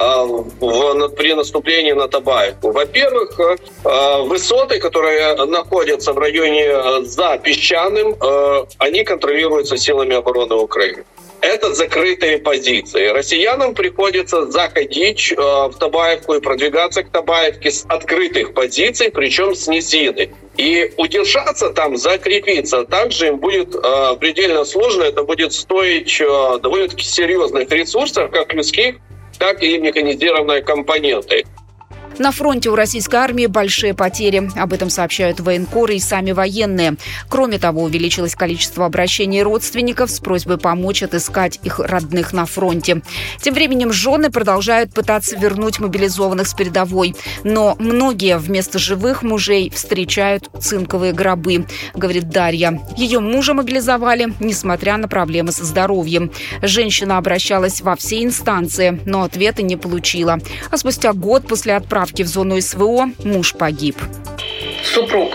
при наступлении на Табаевку? Во-первых, высоты, которые находятся в районе за Песчаным, они контролируются силами обороны Украины. Это закрытые позиции. Россиянам приходится заходить в Табаевку и продвигаться к Табаевке с открытых позиций, причем с низины. И удержаться там, закрепиться, также им будет предельно сложно. Это будет стоить довольно-таки серьезных ресурсов, как людских, так и механизированной компоненты. На фронте у российской армии большие потери. Об этом сообщают военкоры и сами военные. Кроме того, увеличилось количество обращений родственников с просьбой помочь отыскать их родных на фронте. Тем временем жены продолжают пытаться вернуть мобилизованных с передовой. Но многие вместо живых мужей встречают цинковые гробы, говорит Дарья. Ее мужа мобилизовали, несмотря на проблемы со здоровьем. Женщина обращалась во все инстанции, но ответа не получила. А спустя год после отправки в зону СВО муж погиб. Супруг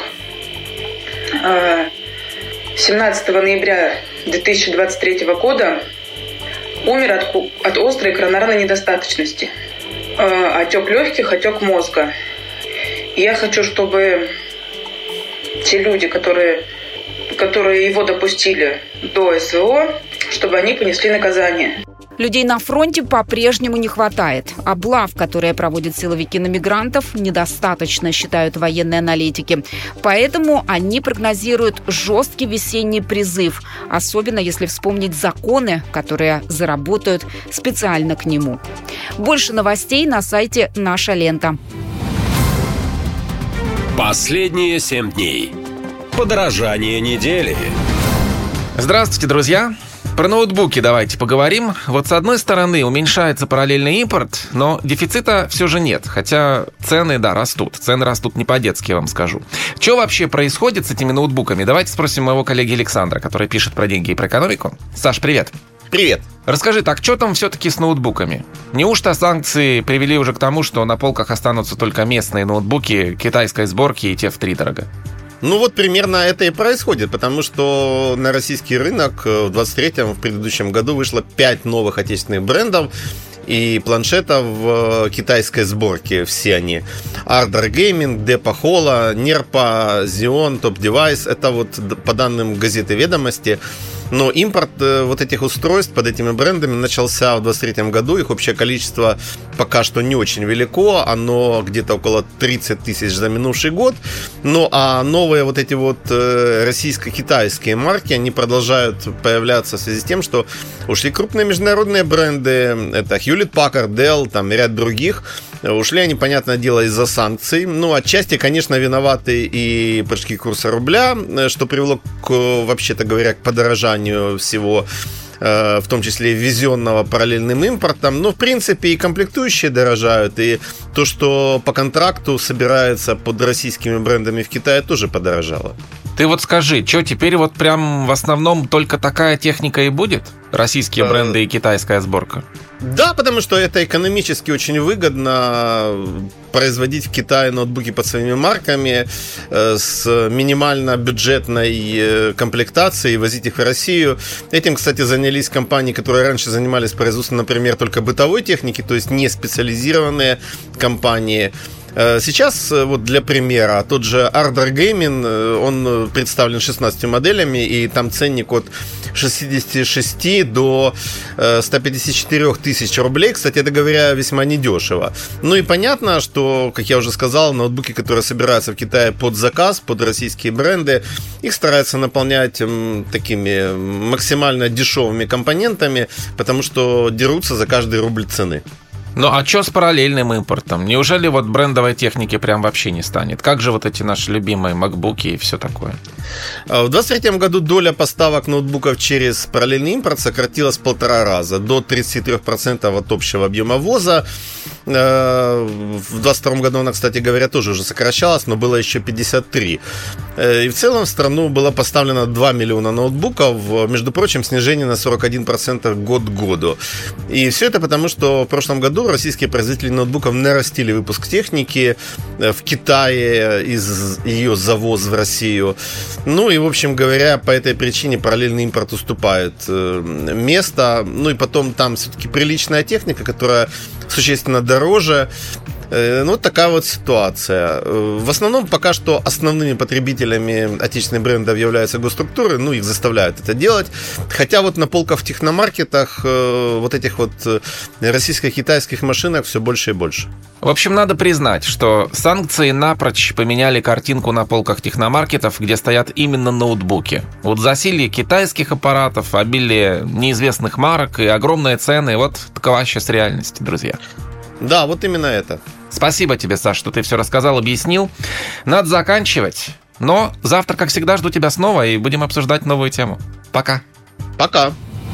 17 ноября 2023 года умер от острой коронарной недостаточности. Отек легких, отек мозга. Я хочу, чтобы те люди, которые его допустили до СВО, чтобы они понесли наказание. Людей на фронте по-прежнему не хватает. Облав, которые проводят силовики на мигрантов, недостаточно, считают военные аналитики. Поэтому они прогнозируют жесткий весенний призыв, особенно если вспомнить законы, которые заработают специально к нему. Больше новостей на сайте «Наша лента». Последние 7 дней. Подорожание недели. Здравствуйте, друзья. Про ноутбуки давайте поговорим. Вот с одной стороны уменьшается параллельный импорт, но дефицита все же нет. Хотя цены, да, растут. Цены растут не по-детски, я вам скажу. Что вообще происходит с этими ноутбуками? Давайте спросим моего коллеги Александра, который пишет про деньги и про экономику. Саш, привет. Привет. Расскажи, так что там все-таки с ноутбуками? Неужто санкции привели уже к тому, что на полках останутся только местные ноутбуки китайской сборки и те втридорога? Ну вот примерно это и происходит, потому что на российский рынок в 23-м, в предыдущем году вышло 5 новых отечественных брендов и планшетов китайской сборки. Все они. Ardor Gaming, Depo Holo, Nerpa, Xeon, Top Device. Это вот по данным газеты «Ведомости». Но импорт вот этих устройств под этими брендами начался в 2023 году. Их общее количество пока что не очень велико. Оно где-то около 30 тысяч за минувший год. Ну а новые вот эти вот российско-китайские марки, они продолжают появляться в связи с тем, что ушли крупные международные бренды. Это Hewlett Packard, Dell, там и ряд других. Ушли они, понятное дело, из-за санкций. Ну, отчасти, конечно, виноваты и прыжки курса рубля, что привело, вообще-то говоря, к подорожанию всего, в том числе ввезенного параллельным импортом. Но, в принципе, и комплектующие дорожают, и то, что по контракту собирается под российскими брендами в Китае, тоже подорожало. Ты вот скажи, что теперь вот прям в основном только такая техника и будет? Российские бренды и китайская сборка? Да, потому что это экономически очень выгодно производить в Китае ноутбуки под своими марками с минимально бюджетной комплектацией и возить их в Россию. Этим, кстати, занялись компании, которые раньше занимались производством, например, только бытовой техники, то есть не специализированные компании. Сейчас, вот для примера, тот же Ardor Gaming, он представлен 16 моделями, и там ценник от 66 до 154 тысяч рублей. Кстати, это, говоря, весьма недешево. Ну и понятно, что, как я уже сказал, ноутбуки, которые собираются в Китае под заказ, под российские бренды, их стараются наполнять такими максимально дешевыми компонентами, потому что дерутся за каждый рубль цены. Ну, а что с параллельным импортом? Неужели вот брендовой техники прям вообще не станет? Как же вот эти наши любимые макбуки и все такое? В 2023 году доля поставок ноутбуков через параллельный импорт сократилась в 1,5 раза, до 33% от общего объема ввоза. В 2022 году она, кстати говоря, тоже уже сокращалась, но было еще 53. И в целом в страну было поставлено 2 миллиона ноутбуков, между прочим, снижение на 41% год к году. И все это потому, что в прошлом году российские производители ноутбуков нарастили выпуск техники в Китае из ее завоза в Россию. Ну и, в общем говоря, по этой причине параллельный импорт уступает место. Ну и потом там все-таки приличная техника, которая существенно дороже. Ну, вот такая вот ситуация. В основном пока что основными потребителями отечественных брендов являются госструктуры, ну, их заставляют это делать. Хотя вот на полках в техномаркетах вот этих вот российско-китайских машинок все больше и больше. В общем, надо признать, что санкции напрочь поменяли картинку на полках техномаркетов, где стоят именно ноутбуки. Вот засилье китайских аппаратов, обилие неизвестных марок и огромные цены. Вот такова сейчас реальность, друзья. Да, вот именно это. Спасибо тебе, Саш, что ты все рассказал, объяснил. Надо заканчивать. Но завтра, как всегда, жду тебя снова и будем обсуждать новую тему. Пока. Пока.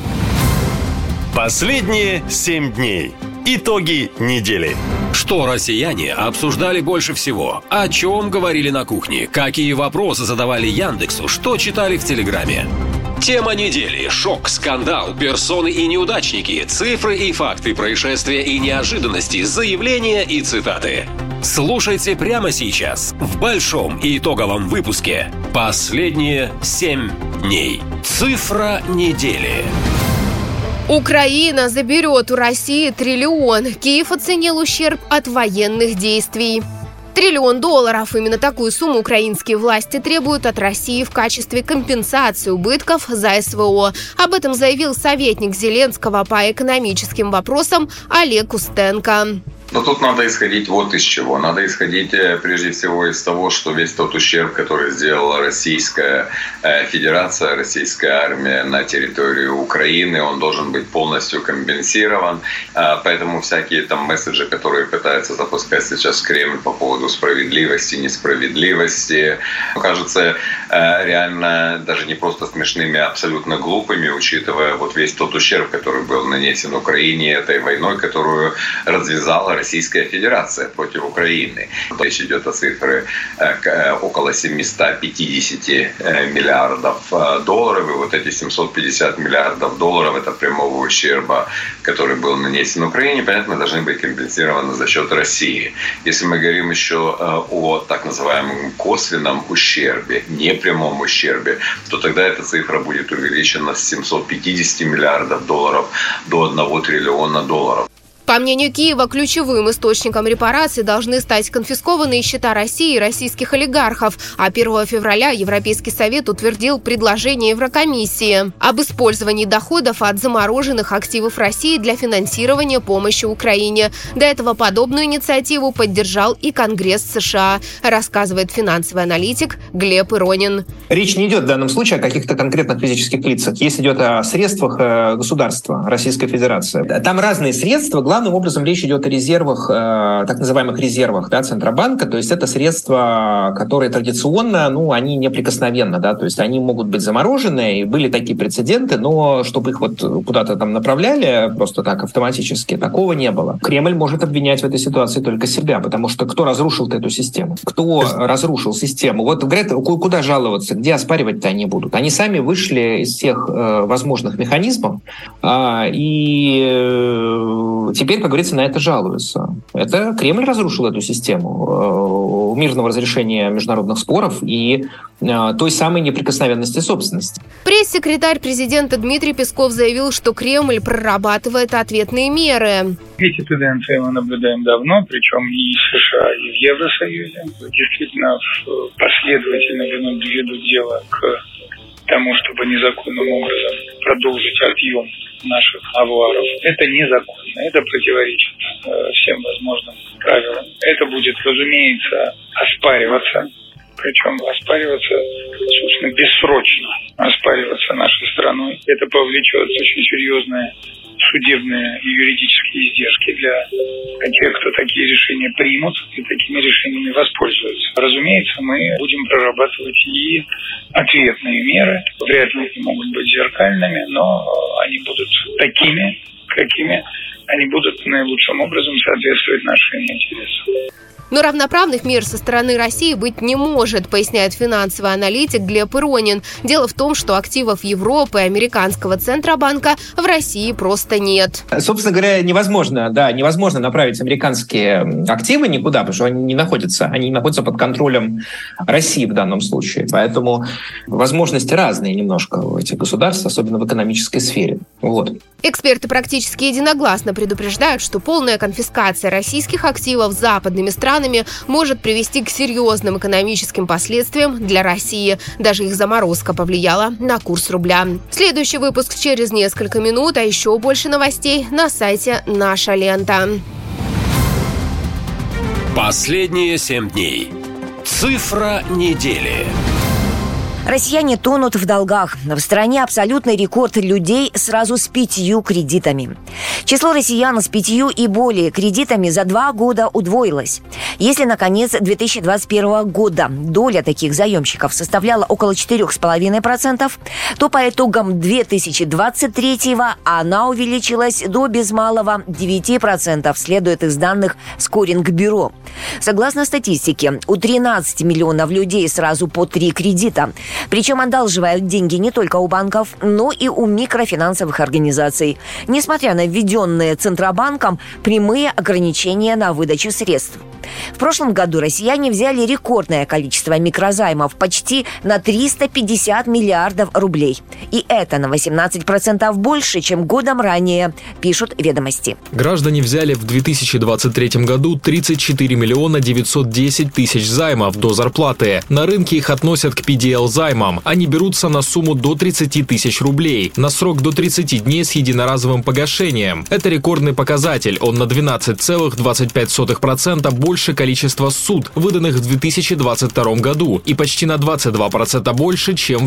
Последние 7 дней. Итоги недели. Что россияне обсуждали больше всего? О чем говорили на кухне? Какие вопросы задавали Яндексу? Что читали в Телеграме? Тема недели. Шок, скандал, персоны и неудачники, цифры и факты, происшествия и неожиданности, заявления и цитаты. Слушайте прямо сейчас в большом и итоговом выпуске «Последние 7 дней». Цифра недели. Украина заберет у России 1 триллион. Киев оценил ущерб от военных действий. Триллион долларов. Именно такую сумму украинские власти требуют от России в качестве компенсации убытков за СВО. Об этом заявил советник Зеленского по экономическим вопросам Олег Устенко. Но тут надо исходить вот из чего. Надо исходить прежде всего из того, что весь тот ущерб, который сделала Российская Федерация, Российская армия на территории Украины, он должен быть полностью компенсирован. Поэтому всякие там месседжи, которые пытаются запускать сейчас Кремль по поводу справедливости, несправедливости, кажется реально даже не просто смешными, а абсолютно глупыми, учитывая вот весь тот ущерб, который был нанесен Украине этой войной, которую развязала Российская Федерация против Украины. Речь идет о цифре около 750 миллиардов долларов. И вот эти 750 миллиардов долларов – это прямого ущерба, который был нанесен Украине, понятно, должны быть компенсированы за счет России. Если мы говорим еще о так называемом косвенном ущербе, непрямом ущербе, то тогда эта цифра будет увеличена с 750 миллиардов долларов до 1 триллиона долларов. По мнению Киева, ключевым источником репараций должны стать конфискованные счета России и российских олигархов. А 1 февраля Европейский совет утвердил предложение Еврокомиссии об использовании доходов от замороженных активов России для финансирования помощи Украине. До этого подобную инициативу поддержал и Конгресс США, рассказывает финансовый аналитик Глеб Иронин. Речь не идет в данном случае о каких-то конкретных физических лицах. Речь идет о средствах государства, Российской Федерации. Там разные средства. Главным образом речь идет о резервах, так называемых резервах, да, Центробанка. То есть это средства, которые традиционно, они неприкосновенны, да, то есть они могут быть заморожены, и были такие прецеденты, но чтобы их вот куда-то там направляли просто так автоматически, такого не было. Кремль может обвинять в этой ситуации только себя, потому что кто разрушил эту систему? Кто разрушил систему? Вот говорят, куда жаловаться, где оспаривать-то они будут? Они сами вышли из всех возможных механизмов, и теперь, как говорится, на это жалуются. Это Кремль разрушил эту систему мирного разрешения международных споров и той самой неприкосновенности собственности. Пресс-секретарь президента Дмитрий Песков заявил, что Кремль прорабатывает ответные меры. Эти тенденции мы наблюдаем давно, причем и в США, и в Евросоюзе. Действительно, последовательно ведут дело к тому, чтобы незаконным образом продолжить отъем наших авуаров. Это незаконно, это противоречит всем возможным правилам. Это будет, разумеется, оспариваться, причем оспариваться, собственно, бессрочно оспариваться нашей страной. Это повлечет очень серьезные судебные и юридические издержки для тех, кто такие решения примут и такими решениями воспользуются. Разумеется, мы будем прорабатывать и ответные меры. Вряд ли они могут быть зеркальными, но они будут такими, какими они будут наилучшим образом соответствовать нашим интересам. Но равноправных мер со стороны России быть не может, поясняет финансовый аналитик Глеб Иронин. Дело в том, что активов Европы и американского Центробанка в России просто нет. Собственно говоря, невозможно направить американские активы никуда, потому что они не находятся под контролем России в данном случае. Поэтому возможности разные немножко у этих государств, особенно в экономической сфере. Вот. Эксперты практически единогласно предупреждают, что полная конфискация российских активов западными странами может привести к серьезным экономическим последствиям для России. Даже их заморозка повлияла на курс рубля. Следующий выпуск через несколько минут, а еще больше новостей на сайте «Наша лента». Последние 7 дней. Цифра недели. Россияне тонут в долгах. В стране абсолютный рекорд людей сразу с 5 кредитами. Число россиян с 5 и более кредитами за 2 года удвоилось. Если на конец 2021 года доля таких заемщиков составляла около 4,5%, то по итогам 2023 она увеличилась до без малого 9%, следует из данных Скоринг-бюро. Согласно статистике, у 13 миллионов людей сразу по 3 кредита. Причем одалживают деньги не только у банков, но и у микрофинансовых организаций, несмотря на введенные Центробанком прямые ограничения на выдачу средств. В прошлом году россияне взяли рекордное количество микрозаймов, почти на 350 миллиардов рублей. И это на 18% больше, чем годом ранее, пишут «Ведомости». Граждане взяли в 2023 году 34 миллиона 910 тысяч займов до зарплаты. На рынке их относят к PDL-займам. Они берутся на сумму до 30 тысяч рублей, на срок до 30 дней с единоразовым погашением. Это рекордный показатель. Он на 12,25% больше количества суд, выданных в 2022 году, и почти на 22% больше, чем в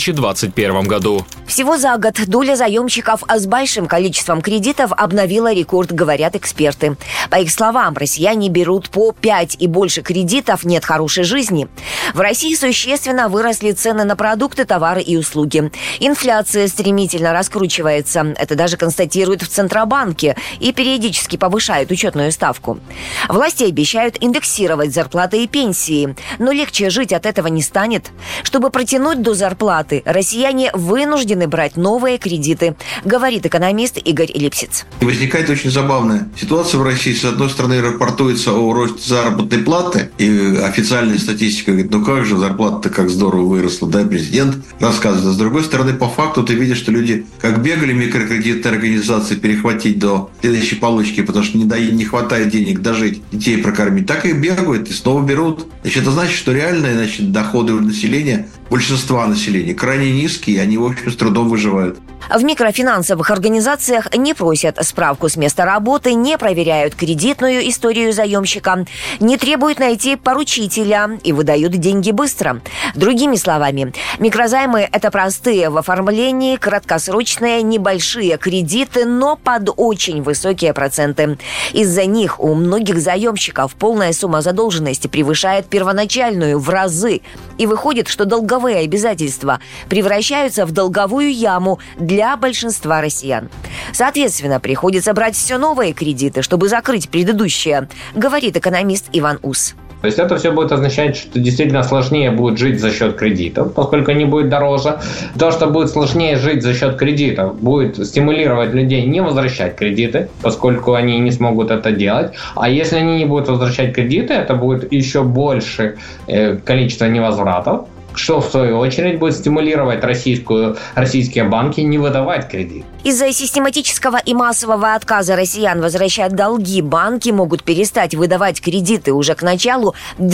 2021 году. Всего за год доля заемщиков с большим количеством кредитов обновила рекорд, говорят эксперты. По их словам, россияне берут по 5 и больше кредитов, нет хорошей жизни. В России существенно выросли цены на продукты, товары и услуги. Инфляция стремительно раскручивается. Это даже констатируют в Центробанке и периодически повышают учетную ставку. Власти обещают индексировать зарплаты и пенсии, но легче жить от этого не станет. Чтобы протянуть до зарплаты, россияне вынуждены брать новые кредиты, говорит экономист Игорь Липсиц. Возникает очень забавная ситуация в России. С одной стороны, рапортуется о росте заработной платы, и официальная статистика говорит, ну как же, зарплата-то как здорово выросла, да, президент рассказывает. А с другой стороны, по факту ты видишь, что люди как бегали микрокредитные организации перехватить до следующей получки, потому что не хватает денег дожить, детей прокормить, так и бегают и снова берут. Значит, это значит, что реальные доходы населения, большинства населения, крайне низкие, и они, в общем, с трудом выживают. В микрофинансовых организациях не просят справку с места работы, не проверяют кредитную историю заемщика, не требуют найти поручителя и выдают деньги быстро. Другими словами, микрозаймы – это простые в оформлении, краткосрочные, небольшие кредиты, но под очень высокие проценты. Из-за них у многих заемщиков полная сумма задолженности превышает первоначальную в разы. И выходит, что долговые обязательства превращаются в долговую яму для большинства россиян. Соответственно, приходится брать все новые кредиты, чтобы закрыть предыдущие, говорит экономист Иван Ус. То есть это все будет означать, что действительно сложнее будет жить за счет кредитов, поскольку они будут дороже. То, что будет сложнее жить за счет кредитов, будет стимулировать людей не возвращать кредиты, поскольку они не смогут это делать. А если они не будут возвращать кредиты, это будет еще больше количество невозвратов, что в свою очередь будет стимулировать российские банки не выдавать кредит. Из-за систематического и массового отказа россиян возвращать долги банки могут перестать выдавать кредиты уже к началу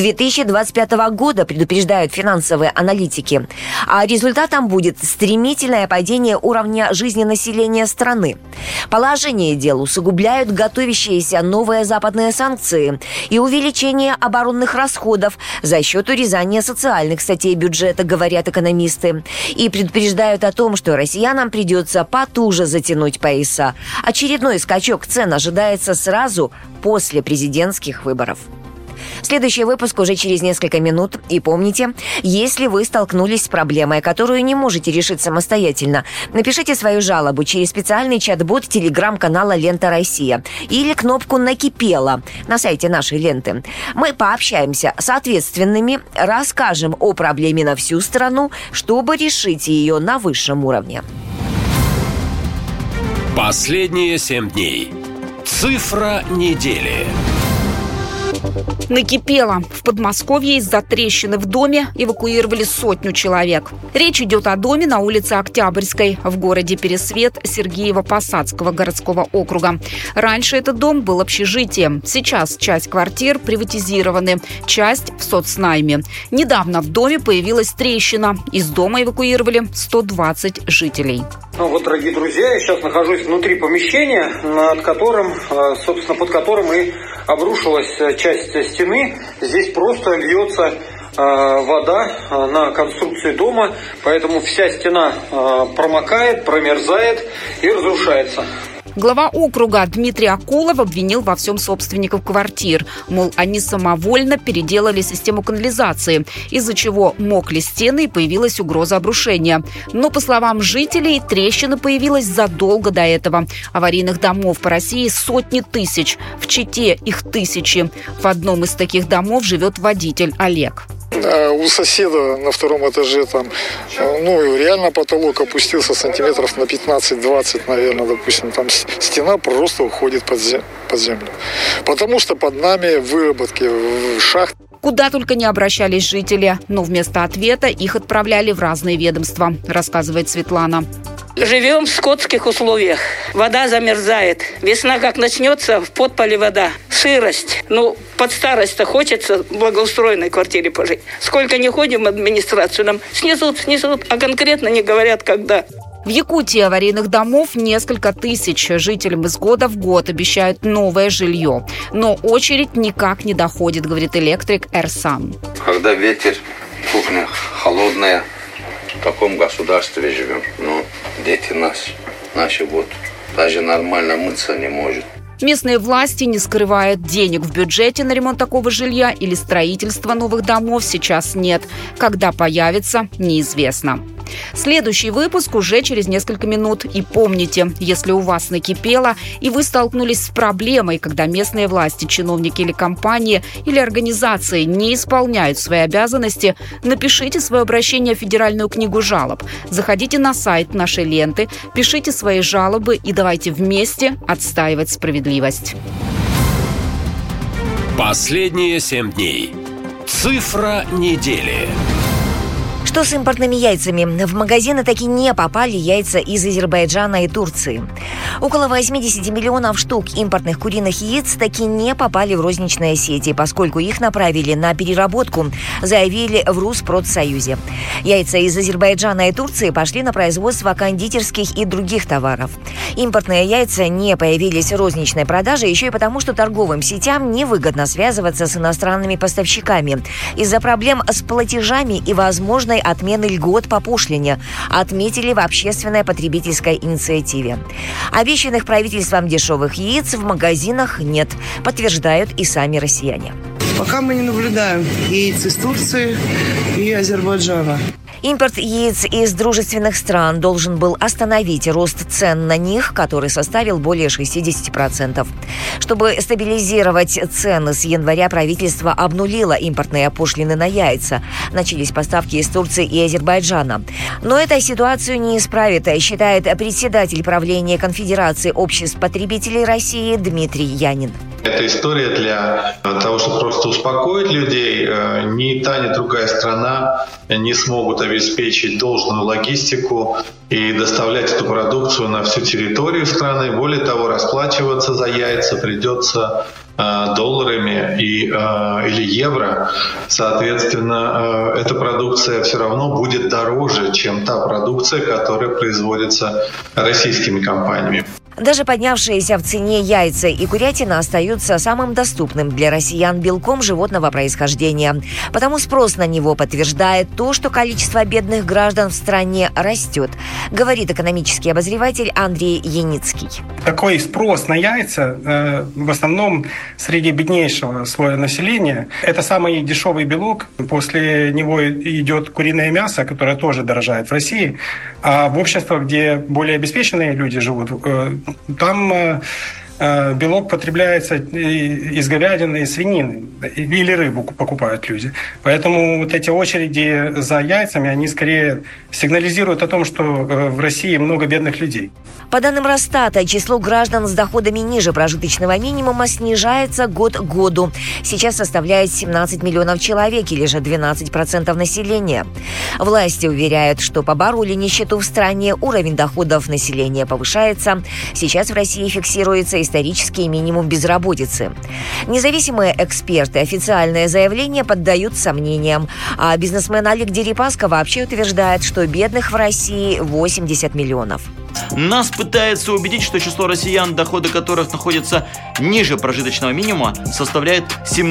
2025 года, предупреждают финансовые аналитики. А результатом будет стремительное падение уровня жизни населения страны. Положение дел усугубляют готовящиеся новые западные санкции и увеличение оборонных расходов за счет урезания социальных статей бюджета, говорят экономисты. И предупреждают о том, что россиянам придется потуже затянуть пояса. Очередной скачок цен ожидается сразу после президентских выборов. Следующий выпуск уже через несколько минут. И помните, если вы столкнулись с проблемой, которую не можете решить самостоятельно, напишите свою жалобу через специальный чат-бот телеграм-канала «Лента Россия» или кнопку «Накипело» на сайте нашей ленты. Мы пообщаемся с ответственными, расскажем о проблеме на всю страну, чтобы решить ее на высшем уровне. Последние 7 дней. Цифра недели. Накипело. В Подмосковье из-за трещины в доме эвакуировали 100 человек. Речь идет о доме на улице Октябрьской в городе Пересвет Сергеево-Посадского городского округа. Раньше этот дом был общежитием. Сейчас часть квартир приватизированы, часть в соцнайме. Недавно в доме появилась трещина. Из дома эвакуировали 120 жителей. Ну вот, дорогие друзья, я сейчас нахожусь внутри помещения, под которым и обрушилась часть стены. Здесь просто льется вода на конструкции дома, поэтому вся стена промокает, промерзает и разрушается. Глава округа Дмитрий Акулов обвинил во всем собственников квартир. Мол, они самовольно переделали систему канализации, из-за чего мокли стены и появилась угроза обрушения. Но, по словам жителей, трещина появилась задолго до этого. Аварийных домов по России сотни тысяч. В Чите их тысячи. В одном из таких домов живет водитель Олег. У соседа на втором этаже там, реально потолок опустился сантиметров на 15-20, наверное, допустим. Там стена просто уходит под землю. Потому что под нами выработки шахт. Куда только не обращались жители, но вместо ответа их отправляли в разные ведомства, рассказывает Светлана. Живем в скотских условиях. Вода замерзает. Весна как начнется, в подполе вода. Сырость. Под старость-то хочется в благоустроенной квартире пожить. Сколько не ходим в администрацию, нам снесут, а конкретно не говорят, когда. В Якутии аварийных домов несколько тысяч. Жителям из года в год обещают новое жилье. Но очередь никак не доходит, говорит электрик Эрсан. Когда ветер, кухня холодная, в таком государстве живем. Дети наши даже нормально мыться не может. Местные власти не скрывают, денег в бюджете на ремонт такого жилья или строительство новых домов сейчас нет. Когда появится, неизвестно. Следующий выпуск уже через несколько минут. И помните, если у вас накипело и вы столкнулись с проблемой, когда местные власти, чиновники или компании или организации не исполняют свои обязанности, напишите свое обращение в Федеральную книгу жалоб. Заходите на сайт нашей ленты, пишите свои жалобы и давайте вместе отстаивать справедливость. Последние 7 дней. Цифра недели. Что с импортными яйцами? В магазины таки не попали яйца из Азербайджана и Турции. Около 80 миллионов штук импортных куриных яиц таки не попали в розничные сети, поскольку их направили на переработку, заявили в Руспродсоюзе. Яйца из Азербайджана и Турции пошли на производство кондитерских и других товаров. Импортные яйца не появились в розничной продаже еще и потому, что торговым сетям невыгодно связываться с иностранными поставщиками из-за проблем с платежами и возможной отмены льгот по пошлине, отметили в общественной потребительской инициативе. Обещанных правительством дешевых яиц в магазинах нет, подтверждают и сами россияне. Пока мы не наблюдаем яиц из Турции и Азербайджана. Импорт яиц из дружественных стран должен был остановить рост цен на них, который составил более 60%. Чтобы стабилизировать цены, с января правительство обнулило импортные пошлины на яйца. Начались поставки из Турции и Азербайджана. Но эта ситуацию не исправит, считает председатель правления Конфедерации обществ потребителей России Дмитрий Янин. Это история для того, чтобы просто успокоить людей. Ни та, ни другая страна не смогут обеспечить должную логистику и доставлять эту продукцию на всю территорию страны. Более того, расплачиваться за яйца придется долларами или евро. Соответственно, эта продукция все равно будет дороже, чем та продукция, которая производится российскими компаниями. Даже поднявшиеся в цене яйца и курятина остаются самым доступным для россиян белком животного происхождения. Потому спрос на него подтверждает то, что количество бедных граждан в стране растет, говорит экономический обозреватель Андрей Яницкий. Такой спрос на яйца в основном среди беднейшего слоя населения. Это самый дешевый белок. После него идет куриное мясо, которое тоже дорожает в России. А в обществах, где более обеспеченные люди живут, там белок потребляется из говядины и свинины. Или рыбу покупают люди. Поэтому вот эти очереди за яйцами, они скорее сигнализируют о том, что в России много бедных людей. По данным Росстата, число граждан с доходами ниже прожиточного минимума снижается год к году. Сейчас составляет 17 миллионов человек, или же 12% населения. Власти уверяют, что побороли нищету в стране, уровень доходов населения повышается. Сейчас в России фиксируется исторический минимум безработицы. Независимые эксперты официальное заявление поддают сомнениям. А бизнесмен Олег Дерипаска вообще утверждает, что бедных в России 80 миллионов. Нас пытаются убедить, что число россиян, доходы которых находятся ниже прожиточного минимума, составляет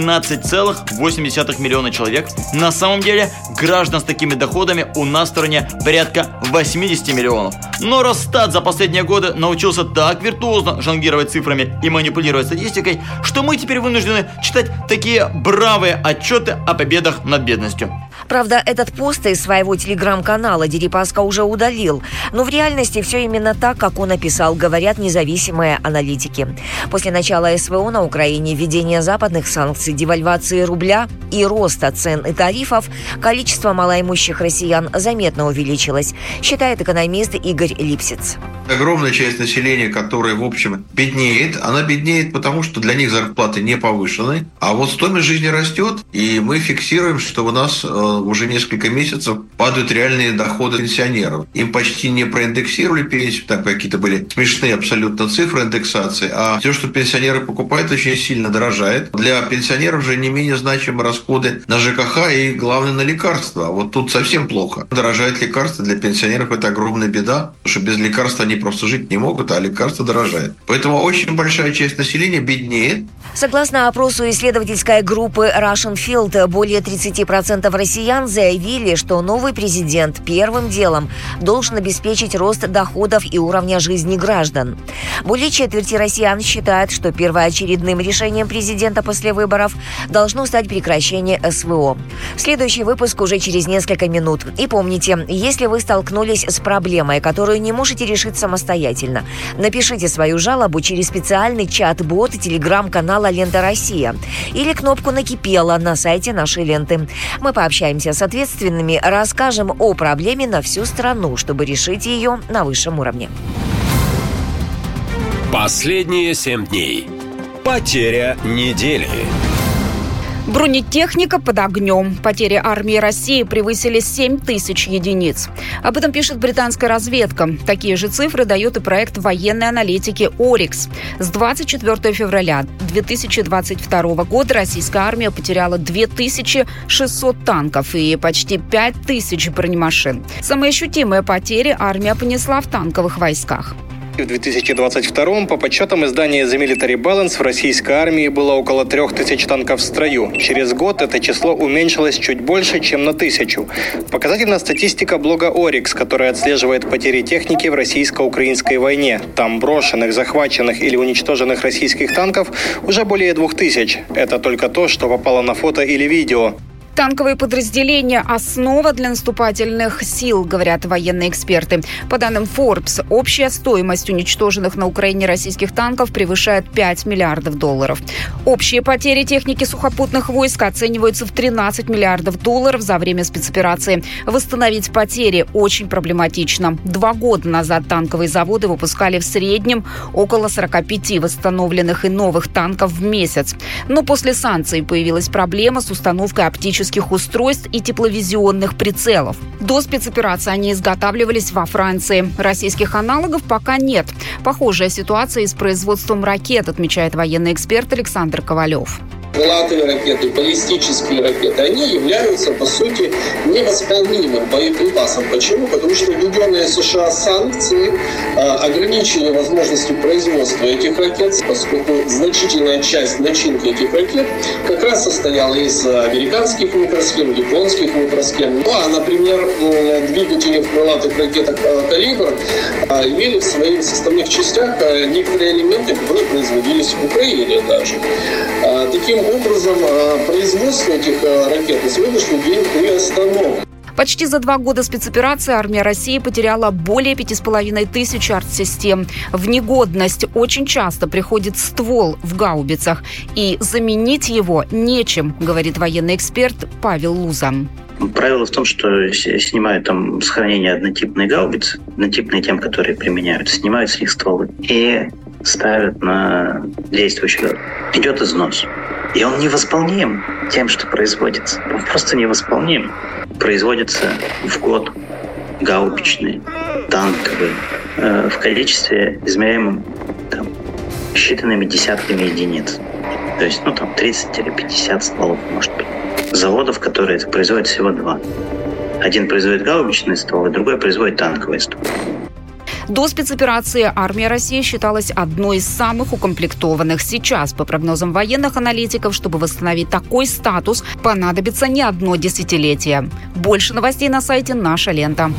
17,8 миллиона человек. На самом деле, граждан с такими доходами у нас в стране порядка 80 миллионов. Но Росстат за последние годы научился так виртуозно жонглировать цифрами и манипулировать статистикой, что мы теперь вынуждены читать такие бравые отчеты о победах над бедностью. Правда, этот пост из своего телеграм-канала Дерипаска уже удалил. Но в реальности все именно так, как он описал, говорят независимые аналитики. После начала СВО на Украине, введения западных санкций, девальвации рубля и роста цен и тарифов, количество малоимущих россиян заметно увеличилось, считает экономист Игорь Липсиц. Огромная часть населения, которая, в общем, беднеет, она беднеет потому, что для них зарплаты не повышены, а вот стоимость жизни растет, и мы фиксируем, что у нас уже несколько месяцев падают реальные доходы пенсионеров. Им почти не проиндексировали пенсию, так какие-то были смешные абсолютно цифры индексации, а все, что пенсионеры покупают, очень сильно дорожает. Для пенсионеров же не менее значимы расходы на ЖКХ и, главное, на лекарства. Вот тут совсем плохо. Дорожают лекарства, для пенсионеров это огромная беда, потому что без лекарств они просто жить не могут, а лекарства дорожают. Поэтому очень большая часть населения беднеет. Согласно опросу исследовательской группы Russian Field, более 30% россиян заявили, что новый президент первым делом должен обеспечить рост доходов и уровня жизни граждан. Более четверти россиян считают, что первоочередным решением президента после выборов должно стать прекращение СВО. Следующий выпуск уже через несколько минут. И помните, если вы столкнулись с проблемой, которую не можете решить самостоятельно, напишите свою жалобу через специальный чат-бот телеграм-канала «Лента Россия» или кнопку «Накипело» на сайте нашей ленты. Мы пообщаемся с ответственными, расскажем о проблеме на всю страну, чтобы решить ее на высшем уровне. Последние 7 дней. Потеря недели. Бронетехника под огнем. Потери армии России превысили 7 тысяч единиц. Об этом пишет британская разведка. Такие же цифры дает и проект военной аналитики «Орикс». С 24 февраля 2022 года российская армия потеряла 2600 танков и почти 5000 бронемашин. Самые ощутимые потери армия понесла в танковых войсках. В 2022 по подсчетам издания The Military Balance в российской армии было около 3000 танков в строю. Через год это число уменьшилось чуть больше, чем на 1000. Показательна статистика блога Орикс, которая отслеживает потери техники в российско-украинской войне. Там брошенных, захваченных или уничтоженных российских танков уже более 2000. Это только то, что попало на фото или видео. Танковые подразделения – основа для наступательных сил, говорят военные эксперты. По данным Forbes, общая стоимость уничтоженных на Украине российских танков превышает $5 миллиардов. Общие потери техники сухопутных войск оцениваются в $13 миллиардов за время спецоперации. Восстановить потери очень проблематично. 2 года назад танковые заводы выпускали в среднем около 45 восстановленных и новых танков в месяц. Но после санкций появилась проблема с установкой оптических устройств и тепловизионных прицелов. До спецоперации они изготавливались во Франции. Российских аналогов пока нет. Похожая ситуация и с производством ракет, отмечает военный эксперт Александр Ковалев. Крылатые ракеты, баллистические ракеты, они являются, по сути, невосполнимым боеприпасом. Почему? Потому что введенные США санкции ограничили возможности производства этих ракет, поскольку значительная часть начинки этих ракет как раз состояла из американских микросхем, японских микросхем. Ну, а, например, двигатели в крылатых ракетах «Калибр» имели в своих составных частях некоторые элементы, которые производились в Украине даже. Таким образом, производство этих ракет на сегодняшний день приостановлено. Почти за 2 года спецоперации армия России потеряла более 5500 артсистем. В негодность очень часто приходит ствол в гаубицах, и заменить его нечем, говорит военный эксперт Павел Луза. Правило в том, что снимают там с хранения однотипные гаубицы, однотипные тем, которые применяют, снимают с них стволы и ставят на действующий гаубиц. Идет износ. И он невосполним тем, что производится. Он просто невосполним. Производится в год гаубичные, танковые, в количестве, измеряемом там, считанными десятками единиц. То есть, 30 или 50 стволов, может быть. Заводов, которые это производят, всего 2. Один производит гаубичные стволы, другой производит танковые стволы. До спецоперации армия России считалась одной из самых укомплектованных. Сейчас, по прогнозам военных аналитиков, чтобы восстановить такой статус, понадобится не одно десятилетие. Больше новостей на сайте «Наша лента».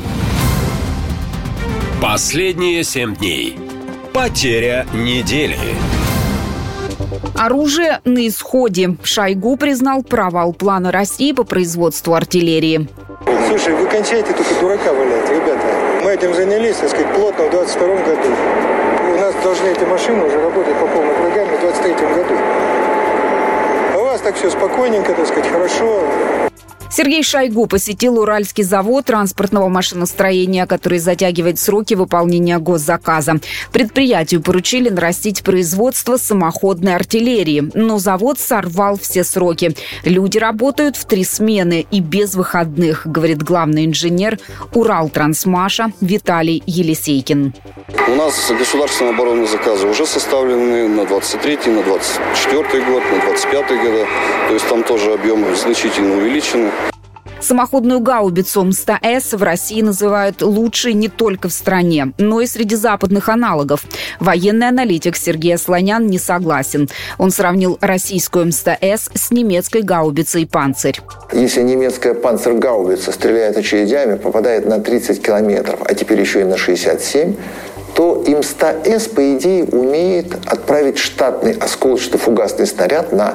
Последние 7 дней. Потеря недели. Оружие на исходе. Шойгу признал провал плана России по производству артиллерии. Слушай, вы кончайте только дурака валять, ребята. Мы этим занялись, так сказать, плотно в 2022 году. У нас должны эти машины уже работать по полной программе в 2023 году. А у вас так все спокойненько, так сказать, хорошо. Сергей Шойгу посетил Уральский завод транспортного машиностроения, который затягивает сроки выполнения госзаказа. Предприятию поручили нарастить производство самоходной артиллерии, но завод сорвал все сроки. Люди работают в 3 смены и без выходных, говорит главный инженер Уралтрансмаша Виталий Елисейкин. У нас государственные оборонные заказы уже составлены на 23-й, на 24-й год, на 25-й года. То есть там тоже объемы значительно увеличены. Самоходную гаубицу М100С в России называют лучшей не только в стране, но и среди западных аналогов. Военный аналитик Сергей Асланян не согласен. Он сравнил российскую М100С с немецкой гаубицей «Панцирь». Если немецкая «Панцирь-гаубица» стреляет очередями, попадает на 30 километров, а теперь еще и на 67, то М100С, по идее, умеет отправить штатный осколочно-фугасный снаряд на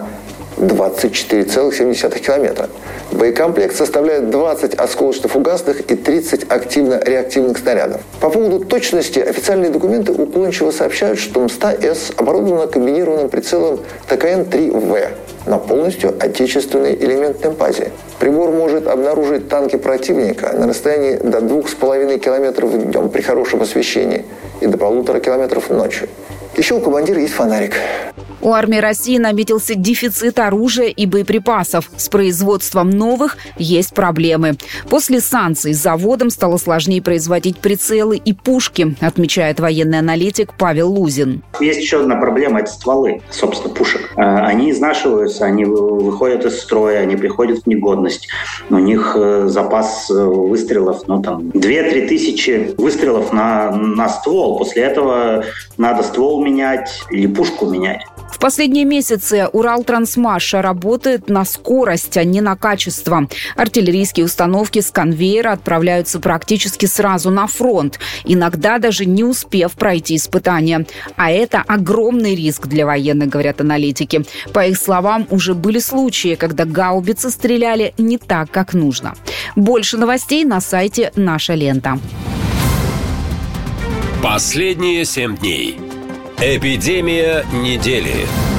24,7 километра. Боекомплект составляет 20 осколочно-фугасных и 30 активно-реактивных снарядов. По поводу точности официальные документы уклончиво сообщают, что М100С оборудована комбинированным прицелом ТКН-3В на полностью отечественной элементной базе. Прибор может обнаружить танки противника на расстоянии до 2,5 километров днем при хорошем освещении и до 1,5 километров ночью. Еще у командира есть фонарик. У армии России наметился дефицит оружия и боеприпасов. С производством новых есть проблемы. После санкций заводам стало сложнее производить прицелы и пушки, отмечает военный аналитик Павел Лузин. Есть еще одна проблема – это стволы, собственно, пушек. Они изнашиваются, они выходят из строя, они приходят в негодность. У них запас выстрелов, 2-3 тысячи выстрелов на ствол. После этого надо ствол менять или пушку менять. В последние месяцы Уралтрансмаша работает на скорость, а не на качество. Артиллерийские установки с конвейера отправляются практически сразу на фронт, иногда даже не успев пройти испытания. А это огромный риск для военных, говорят аналитики. По их словам, уже были случаи, когда гаубицы стреляли не так, как нужно. Больше новостей на сайте «Наша лента». Последние 7 дней. Эпидемия недели.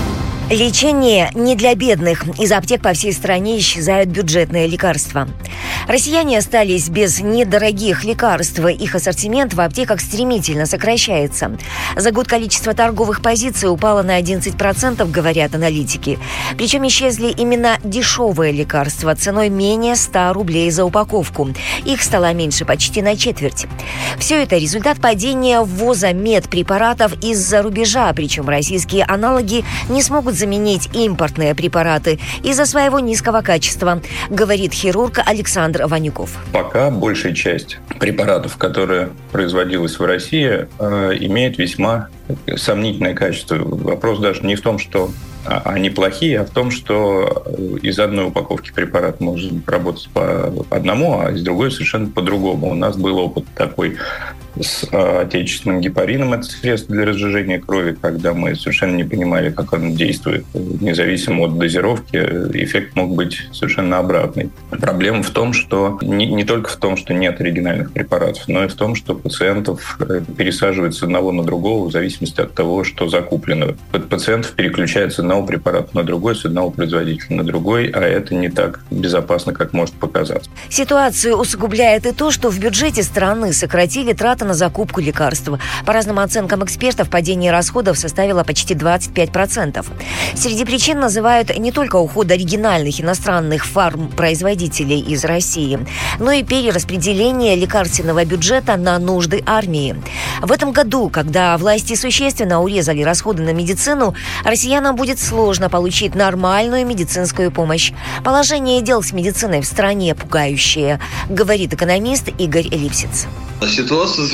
Лечение не для бедных. Из аптек по всей стране исчезают бюджетные лекарства. Россияне остались без недорогих лекарств. Их ассортимент в аптеках стремительно сокращается. За год количество торговых позиций упало на 11%, говорят аналитики. Причем исчезли именно дешевые лекарства ценой менее 100 рублей за упаковку. Их стало меньше почти на четверть. Все это результат падения ввоза медпрепаратов из-за рубежа. Причем российские аналоги не смогут заменить импортные препараты из-за своего низкого качества, говорит хирург Александр Ванюков. Пока большая часть препаратов, которые производилась в России, имеет весьма сомнительное качество. Вопрос даже не в том, что они плохие, а в том, что из одной упаковки препарат может работать по одному, а из другой совершенно по-другому. У нас был опыт такой с отечественным гепарином, это средство для разжижения крови, когда мы совершенно не понимали, как он действует. Независимо от дозировки, эффект мог быть совершенно обратный. Проблема в том, что не только в том, что нет оригинальных препаратов, но и в том, что пациентов пересаживают с одного на другого в зависимости от того, что закуплено. Пациентов переключают с одного препарата на другой, с одного производителя на другой, а это не так безопасно, как может показаться. Ситуацию усугубляет и то, что в бюджете страны сократили траты на закупку лекарств. По разным оценкам экспертов, падение расходов составило почти 25%. Среди причин называют не только уход оригинальных иностранных фармпроизводителей из России, но и перераспределение лекарственного бюджета на нужды армии. В этом году, когда власти существенно урезали расходы на медицину, россиянам будет сложно получить нормальную медицинскую помощь. Положение дел с медициной в стране пугающее, говорит экономист Игорь Липсиц. Ситуация с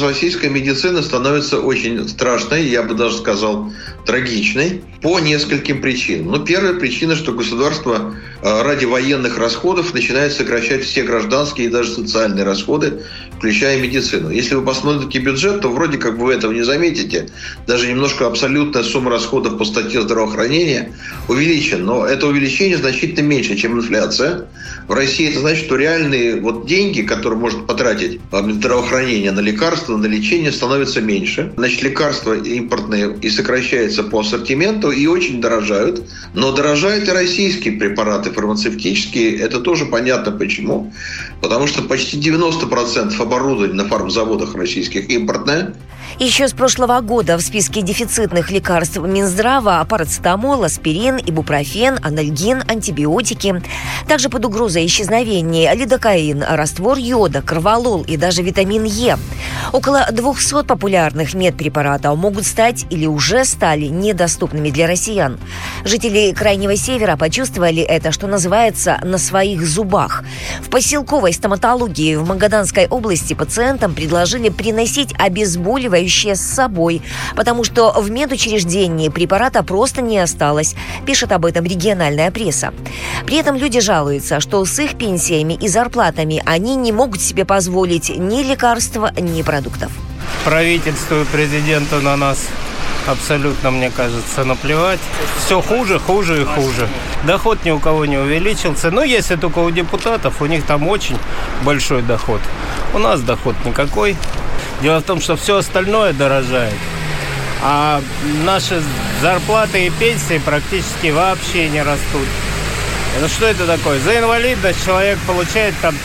российская медицина становится очень страшной, я бы даже сказал, трагичной по нескольким причинам. Первая причина, что государство ради военных расходов начинает сокращать все гражданские и даже социальные расходы, включая медицину. Если вы посмотрите бюджет, то вроде как вы этого не заметите. Даже немножко абсолютная сумма расходов по статье здравоохранения увеличена. Но это увеличение значительно меньше, чем инфляция. В России это значит, что реальные деньги, которые может потратить здравоохранение на лекарства, на лечение, становятся меньше. Значит, лекарства импортные и сокращаются по ассортименту и очень дорожают. Но дорожают и российские препараты фармацевтические. Это тоже понятно почему. Потому что почти 90% оборудования на фармзаводах российских импортное. Еще с прошлого года в списке дефицитных лекарств Минздрава парацетамол, аспирин, ибупрофен, анальгин, антибиотики. Также под угрозой исчезновения лидокаин, раствор йода, корвалол и даже витамин Е. Около 200 популярных медпрепаратов могут стать или уже стали недоступными для россиян. Жители Крайнего Севера почувствовали это, что называется, на своих зубах. В поселковой стоматологии в Магаданской области пациентам предложили приносить обезболивающие с собой, потому что в медучреждении препарата просто не осталось, пишет об этом региональная пресса. При этом люди жалуются, что с их пенсиями и зарплатами они не могут себе позволить ни лекарства, ни продуктов. Правительству и президенту на нас абсолютно, мне кажется, наплевать. Все хуже, хуже и хуже. Доход ни у кого не увеличился. Но если только у депутатов, у них там очень большой доход. У нас доход никакой. Дело в том, что все остальное дорожает, а наши зарплаты и пенсии практически вообще не растут. Ну что это такое? За инвалидность человек получает там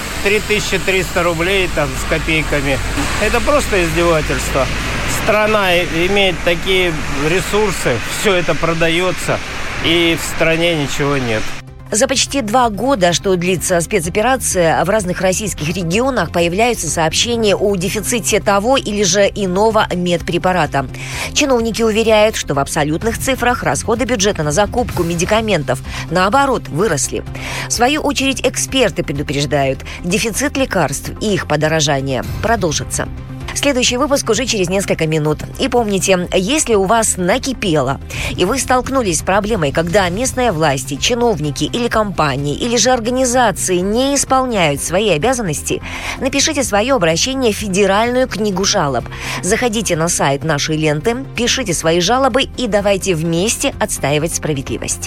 3300 рублей там, с копейками. Это просто издевательство. Страна имеет такие ресурсы, все это продается, и в стране ничего нет. За почти 2 года, что длится спецоперация, в разных российских регионах появляются сообщения о дефиците того или же иного медпрепарата. Чиновники уверяют, что в абсолютных цифрах расходы бюджета на закупку медикаментов, наоборот, выросли. В свою очередь, эксперты предупреждают, дефицит лекарств и их подорожание продолжится. Следующий выпуск уже через несколько минут. И помните, если у вас накипело, и вы столкнулись с проблемой, когда местные власти, чиновники или компании, или же организации не исполняют свои обязанности, напишите свое обращение в Федеральную книгу жалоб. Заходите на сайт нашей ленты, пишите свои жалобы и давайте вместе отстаивать справедливость.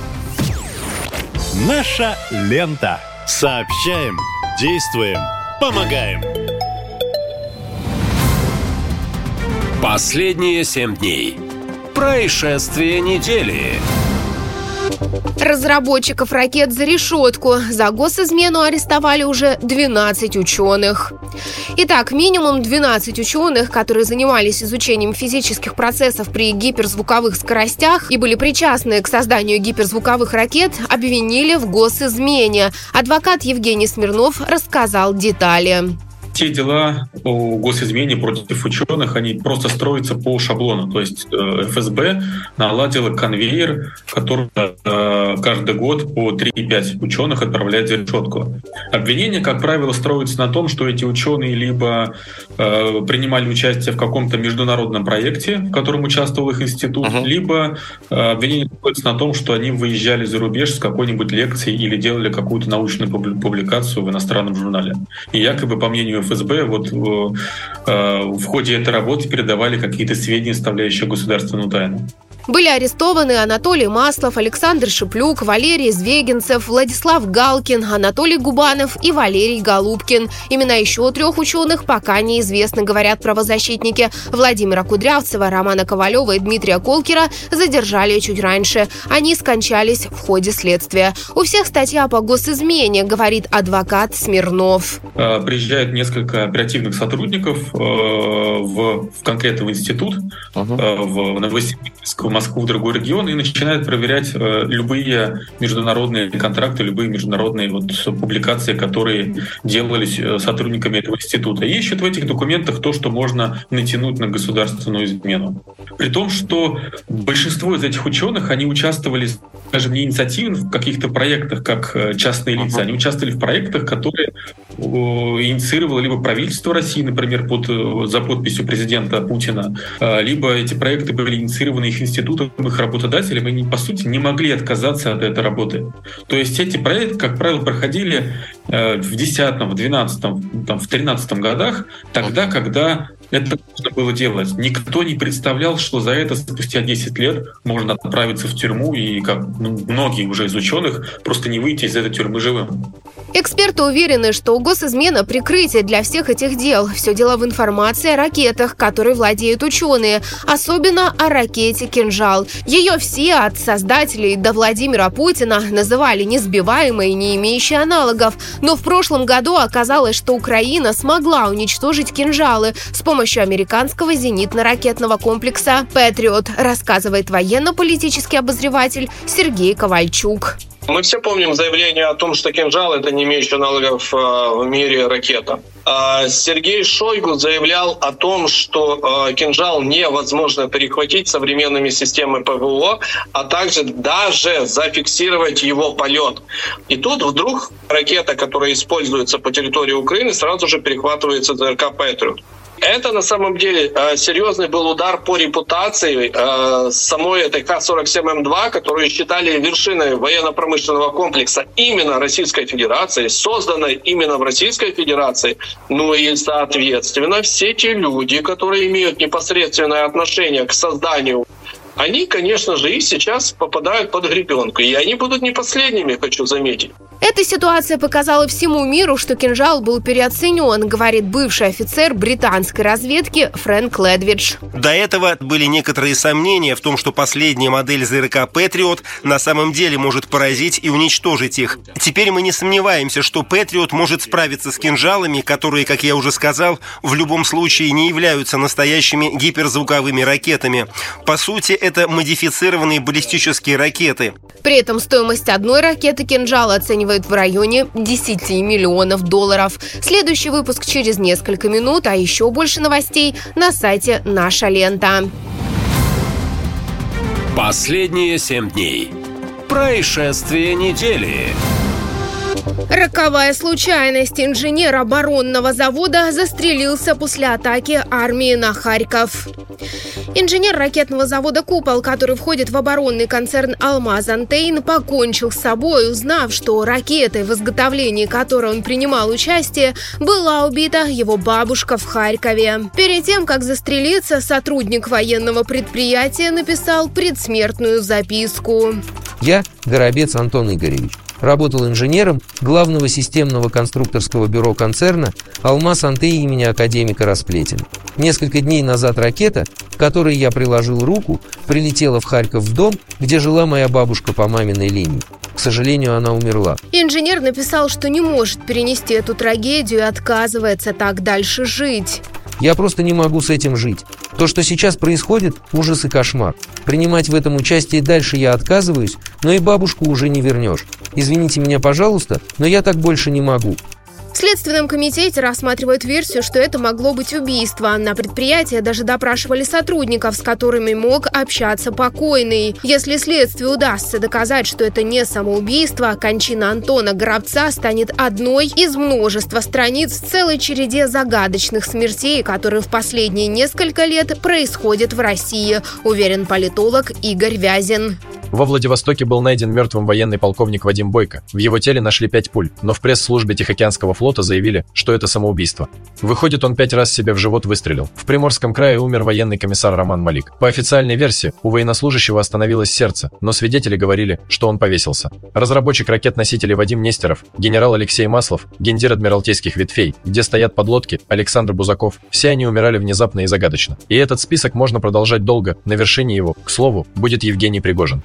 Наша лента. Сообщаем, действуем, помогаем. Последние 7 дней. Происшествие недели. Разработчиков ракет за решетку. За госизмену арестовали уже 12 ученых. Итак, минимум 12 ученых, которые занимались изучением физических процессов при гиперзвуковых скоростях и были причастны к созданию гиперзвуковых ракет, обвинили в госизмене. Адвокат Евгений Смирнов рассказал детали. Те дела о госизмене против ученых, они просто строятся по шаблону. То есть ФСБ наладила конвейер, который каждый год по 3-5 ученых отправляет за решетку. Обвинения, как правило, строятся на том, что эти ученые либо принимали участие в каком-то международном проекте, в котором участвовал их институт, либо обвинения строятся на том, что они выезжали за рубеж с какой-нибудь лекцией или делали какую-то научную публикацию в иностранном журнале. И якобы, по мнению ФСБ, в ходе этой работы передавали какие-то сведения, составляющие государственную тайну. Были арестованы Анатолий Маслов, Александр Шиплюк, Валерий Звегинцев, Владислав Галкин, Анатолий Губанов и Валерий Голубкин. Имена еще 3 ученых пока неизвестны, говорят правозащитники. Владимира Кудрявцева, Романа Ковалева и Дмитрия Колкера задержали чуть раньше. Они скончались в ходе следствия. У всех статья по госизмене, говорит адвокат Смирнов. Приезжают несколько оперативных сотрудников в конкретный институт в Новосибирском Москву в другой регион и начинает проверять любые международные контракты, любые международные публикации, которые делались сотрудниками этого института. И ищут в этих документах то, что можно натянуть на государственную измену. При том, что большинство из этих ученых, они участвовали, скажем, не инициативно в каких-то проектах, как частные лица, они участвовали в проектах, которые инициировало либо правительство России, например, за подписью президента Путина, либо эти проекты были инициированы их институтом, их работодателем, и они, по сути, не могли отказаться от этой работы. То есть эти проекты, как правило, проходили в 2010, в 2012, в 2013 годах, тогда, когда это нужно было делать. Никто не представлял, что за это спустя 10 лет можно отправиться в тюрьму и, как многие уже из ученых, просто не выйти из этой тюрьмы живым. Эксперты уверены, что госизмена – прикрытие для всех этих дел. Все дело в информации о ракетах, которой владеют ученые, особенно о ракете «Кинжал». Ее все, от создателей до Владимира Путина, называли несбиваемой, не имеющей аналогов. Но в прошлом году оказалось, что Украина смогла уничтожить «Кинжалы» с помощью американского зенитно-ракетного комплекса «Патриот», рассказывает военно-политический обозреватель Сергей Ковальчук. Мы все помним заявление о том, что «Кинжал» — это не имеющая аналогов в мире ракета. Сергей Шойгу заявлял о том, что «Кинжал» невозможно перехватить современными системами ПВО, а также даже зафиксировать его полет. И тут вдруг ракета, которая используется по территории Украины, сразу же перехватывается ЗРК «Патриот». Это на самом деле серьезный был удар по репутации самой этой К-47М2, которую считали вершиной военно-промышленного комплекса именно Российской Федерации, созданной именно в Российской Федерации. Ну и, соответственно, все те люди, которые имеют непосредственное отношение к созданию, они, конечно же, и сейчас попадают под гребенку. И они будут не последними, хочу заметить. Эта ситуация показала всему миру, что «Кинжал» был переоценен, говорит бывший офицер британской разведки Фрэнк Ледвидж. До этого были некоторые сомнения в том, что последняя модель ЗРК «Патриот» на самом деле может поразить и уничтожить их. Теперь мы не сомневаемся, что «Патриот» может справиться с «Кинжалами», которые, как я уже сказал, в любом случае не являются настоящими гиперзвуковыми ракетами. По сути, это модифицированные баллистические ракеты. При этом стоимость одной ракеты «Кинжал» оценивают в районе 10 миллионов долларов. Следующий выпуск через несколько минут, а еще больше новостей на сайте «Наша лента». Последние 7 дней. Происшествие недели. Роковая случайность. Инженер оборонного завода застрелился после атаки армии на Харьков. Инженер ракетного завода «Купол», который входит в оборонный концерн «Алмаз-Антейн», покончил с собой, узнав, что ракетой, в изготовлении которой он принимал участие, была убита его бабушка в Харькове. Перед тем, как застрелиться, сотрудник военного предприятия написал предсмертную записку. Я Горобец Антон Игоревич. Работал инженером главного системного конструкторского бюро концерна «Алмаз-Антейн» имени академика Расплетина. Несколько дней назад ракета, к которой я приложил руку, прилетела в Харьков в дом, где жила моя бабушка по маминой линии. К сожалению, она умерла. Инженер написал, что не может перенести эту трагедию и отказывается так дальше жить. Я просто не могу с этим жить. То, что сейчас происходит, ужас и кошмар. Принимать в этом участие дальше я отказываюсь, но и бабушку уже не вернешь. Извините меня, пожалуйста, но я так больше не могу. В Следственном комитете рассматривают версию, что это могло быть убийство. На предприятии даже допрашивали сотрудников, с которыми мог общаться покойный. Если следствию удастся доказать, что это не самоубийство, кончина Антона Горобца станет одной из множества страниц в целой череде загадочных смертей, которые в последние несколько лет происходят в России, уверен политолог Игорь Вязин. Во Владивостоке был найден мертвым военный полковник Вадим Бойко. В его теле нашли 5 пуль, но в пресс-службе Тихоокеанского флота заявили, что это самоубийство. Выходит, он 5 раз себе в живот выстрелил. В Приморском крае умер военный комиссар Роман Малик. По официальной версии, у военнослужащего остановилось сердце, но свидетели говорили, что он повесился. Разработчик ракет-носителей Вадим Нестеров, генерал Алексей Маслов, гендир Адмиралтейских ветвей, где стоят подлодки, Александр Бузаков, все они умирали внезапно и загадочно. И этот список можно продолжать долго, на вершине его, к слову, будет Евгений Пригожин.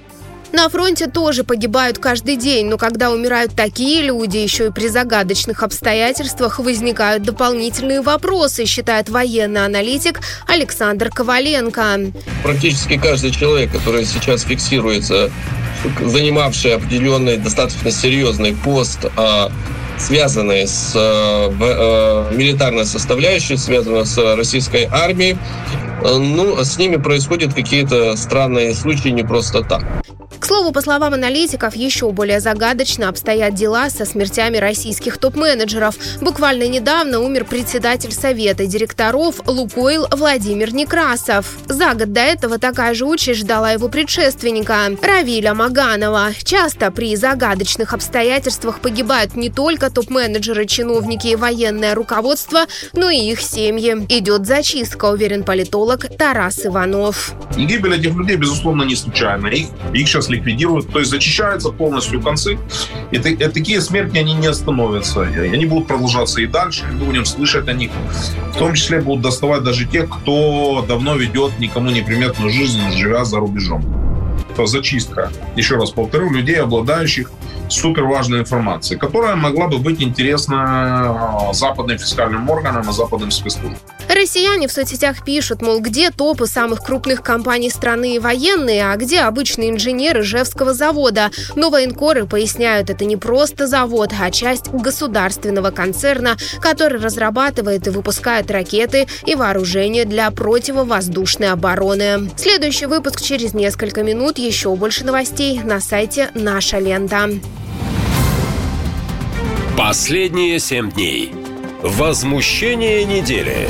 На фронте тоже погибают каждый день, но когда умирают такие люди, еще и при загадочных обстоятельствах, возникают дополнительные вопросы, считает военный аналитик Александр Коваленко. Практически каждый человек, который сейчас фиксируется, занимавший определенный достаточно серьезный пост, связанный с милитарной составляющей, связанной с российской армией, с ними происходят какие-то странные случаи не просто так. К слову, по словам аналитиков, еще более загадочно обстоят дела со смертями российских топ-менеджеров. Буквально недавно умер председатель Совета директоров «Лукойл» Владимир Некрасов. За год до этого такая же участь ждала его предшественника Равиля Маганова. Часто при загадочных обстоятельствах погибают не только топ-менеджеры, чиновники и военное руководство, но и их семьи. Идет зачистка, уверен политолог Тарас Иванов. И гибель этих людей, безусловно, не случайна. Их сейчас ликвидируют, то есть зачищаются полностью концы. И такие смерти, они не остановятся. И они будут продолжаться и дальше. Мы будем слышать о них. В том числе будут доставать даже тех, кто давно ведет никому неприметную жизнь, живя за рубежом. Это зачистка, еще раз повторю, людей, обладающих суперважной информацией, которая могла бы быть интересна западным фискальным органам и западным спецслужбам. Россияне в соцсетях пишут, мол, где топы самых крупных компаний страны и военные, а где обычные инженеры Ижевского завода. Но военкоры поясняют, это не просто завод, а часть государственного концерна, который разрабатывает и выпускает ракеты и вооружение для противовоздушной обороны. Следующий выпуск через несколько минут. Еще больше новостей на сайте «Наша лента». Последние 7 дней. Возмущение недели.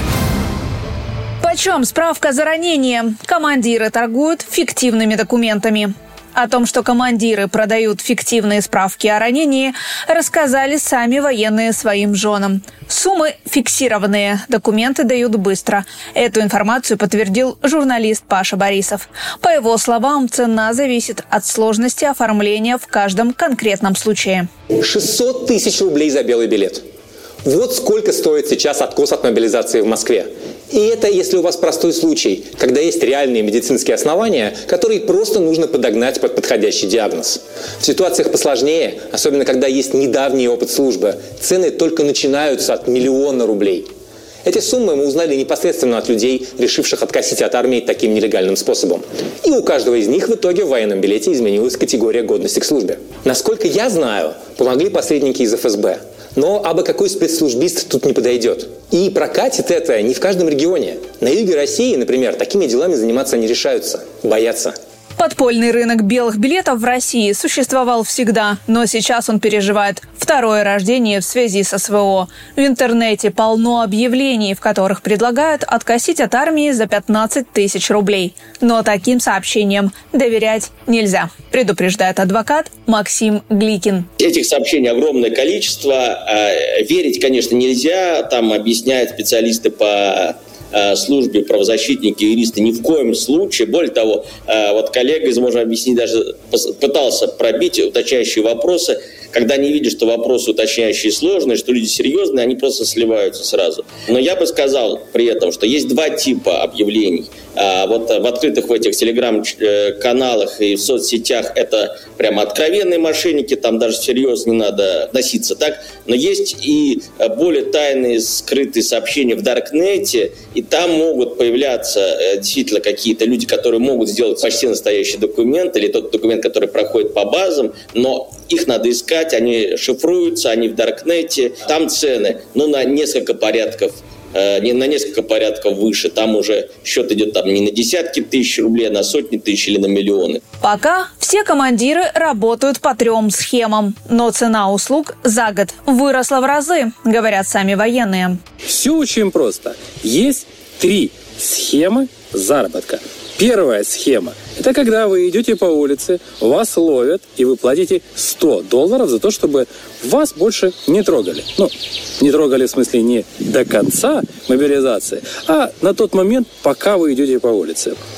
Почем справка за ранение? Командиры торгуют фиктивными документами. О том, что командиры продают фиктивные справки о ранении, рассказали сами военные своим женам. Суммы фиксированные, документы дают быстро. Эту информацию подтвердил журналист Паша Борисов. По его словам, цена зависит от сложности оформления в каждом конкретном случае. 600 тысяч рублей за белый билет. Вот сколько стоит сейчас откос от мобилизации в Москве. И это если у вас простой случай, когда есть реальные медицинские основания, которые просто нужно подогнать под подходящий диагноз. В ситуациях посложнее, особенно когда есть недавний опыт службы, цены только начинаются от 1 миллиона рублей. Эти суммы мы узнали непосредственно от людей, решивших откосить от армии таким нелегальным способом. И у каждого из них в итоге в военном билете изменилась категория годности к службе. Насколько я знаю, помогли посредники из ФСБ. Но абы какой спецслужбист тут не подойдет. И прокатит это не в каждом регионе. На юге России, например, такими делами заниматься не решаются. Боятся. Подпольный рынок белых билетов в России существовал всегда, но сейчас он переживает второе рождение в связи с СВО. В интернете полно объявлений, в которых предлагают откосить от армии за 15 тысяч рублей. Но таким сообщениям доверять нельзя, предупреждает адвокат Максим Гликин. Этих сообщений огромное количество. Верить, конечно, нельзя. Там объясняют специалисты по службе, правозащитники, юристы, ни в коем случае. Более того, вот коллега из «Можно объяснить» даже пытался пробить уточняющие вопросы. Когда они видят, что вопросы уточняющие сложные, что люди серьезные, они просто сливаются сразу. Но я бы сказал при этом, что есть два типа объявлений. Вот в открытых в этих телеграм-каналах и в соцсетях это прямо откровенные мошенники, там даже серьезно не надо относиться так. Но есть и более тайные, скрытые сообщения в даркнете, и там могут появляться действительно какие-то люди, которые могут сделать почти настоящий документ или тот документ, который проходит по базам, но их надо искать, они шифруются, они в даркнете, там цены, на несколько порядков. Не на несколько порядков выше. Там уже счет идет не на десятки тысяч рублей, а на сотни тысяч или на миллионы. Пока все командиры работают по 3 схемам. Но цена услуг за год выросла в разы, говорят сами военные. Все очень просто. Есть 3 схемы заработка. Первая схема – это когда вы идете по улице, вас ловят, и вы платите $100 за то, чтобы вас больше не трогали. Не трогали в смысле не до конца мобилизации, а на тот момент, пока вы идете по улице.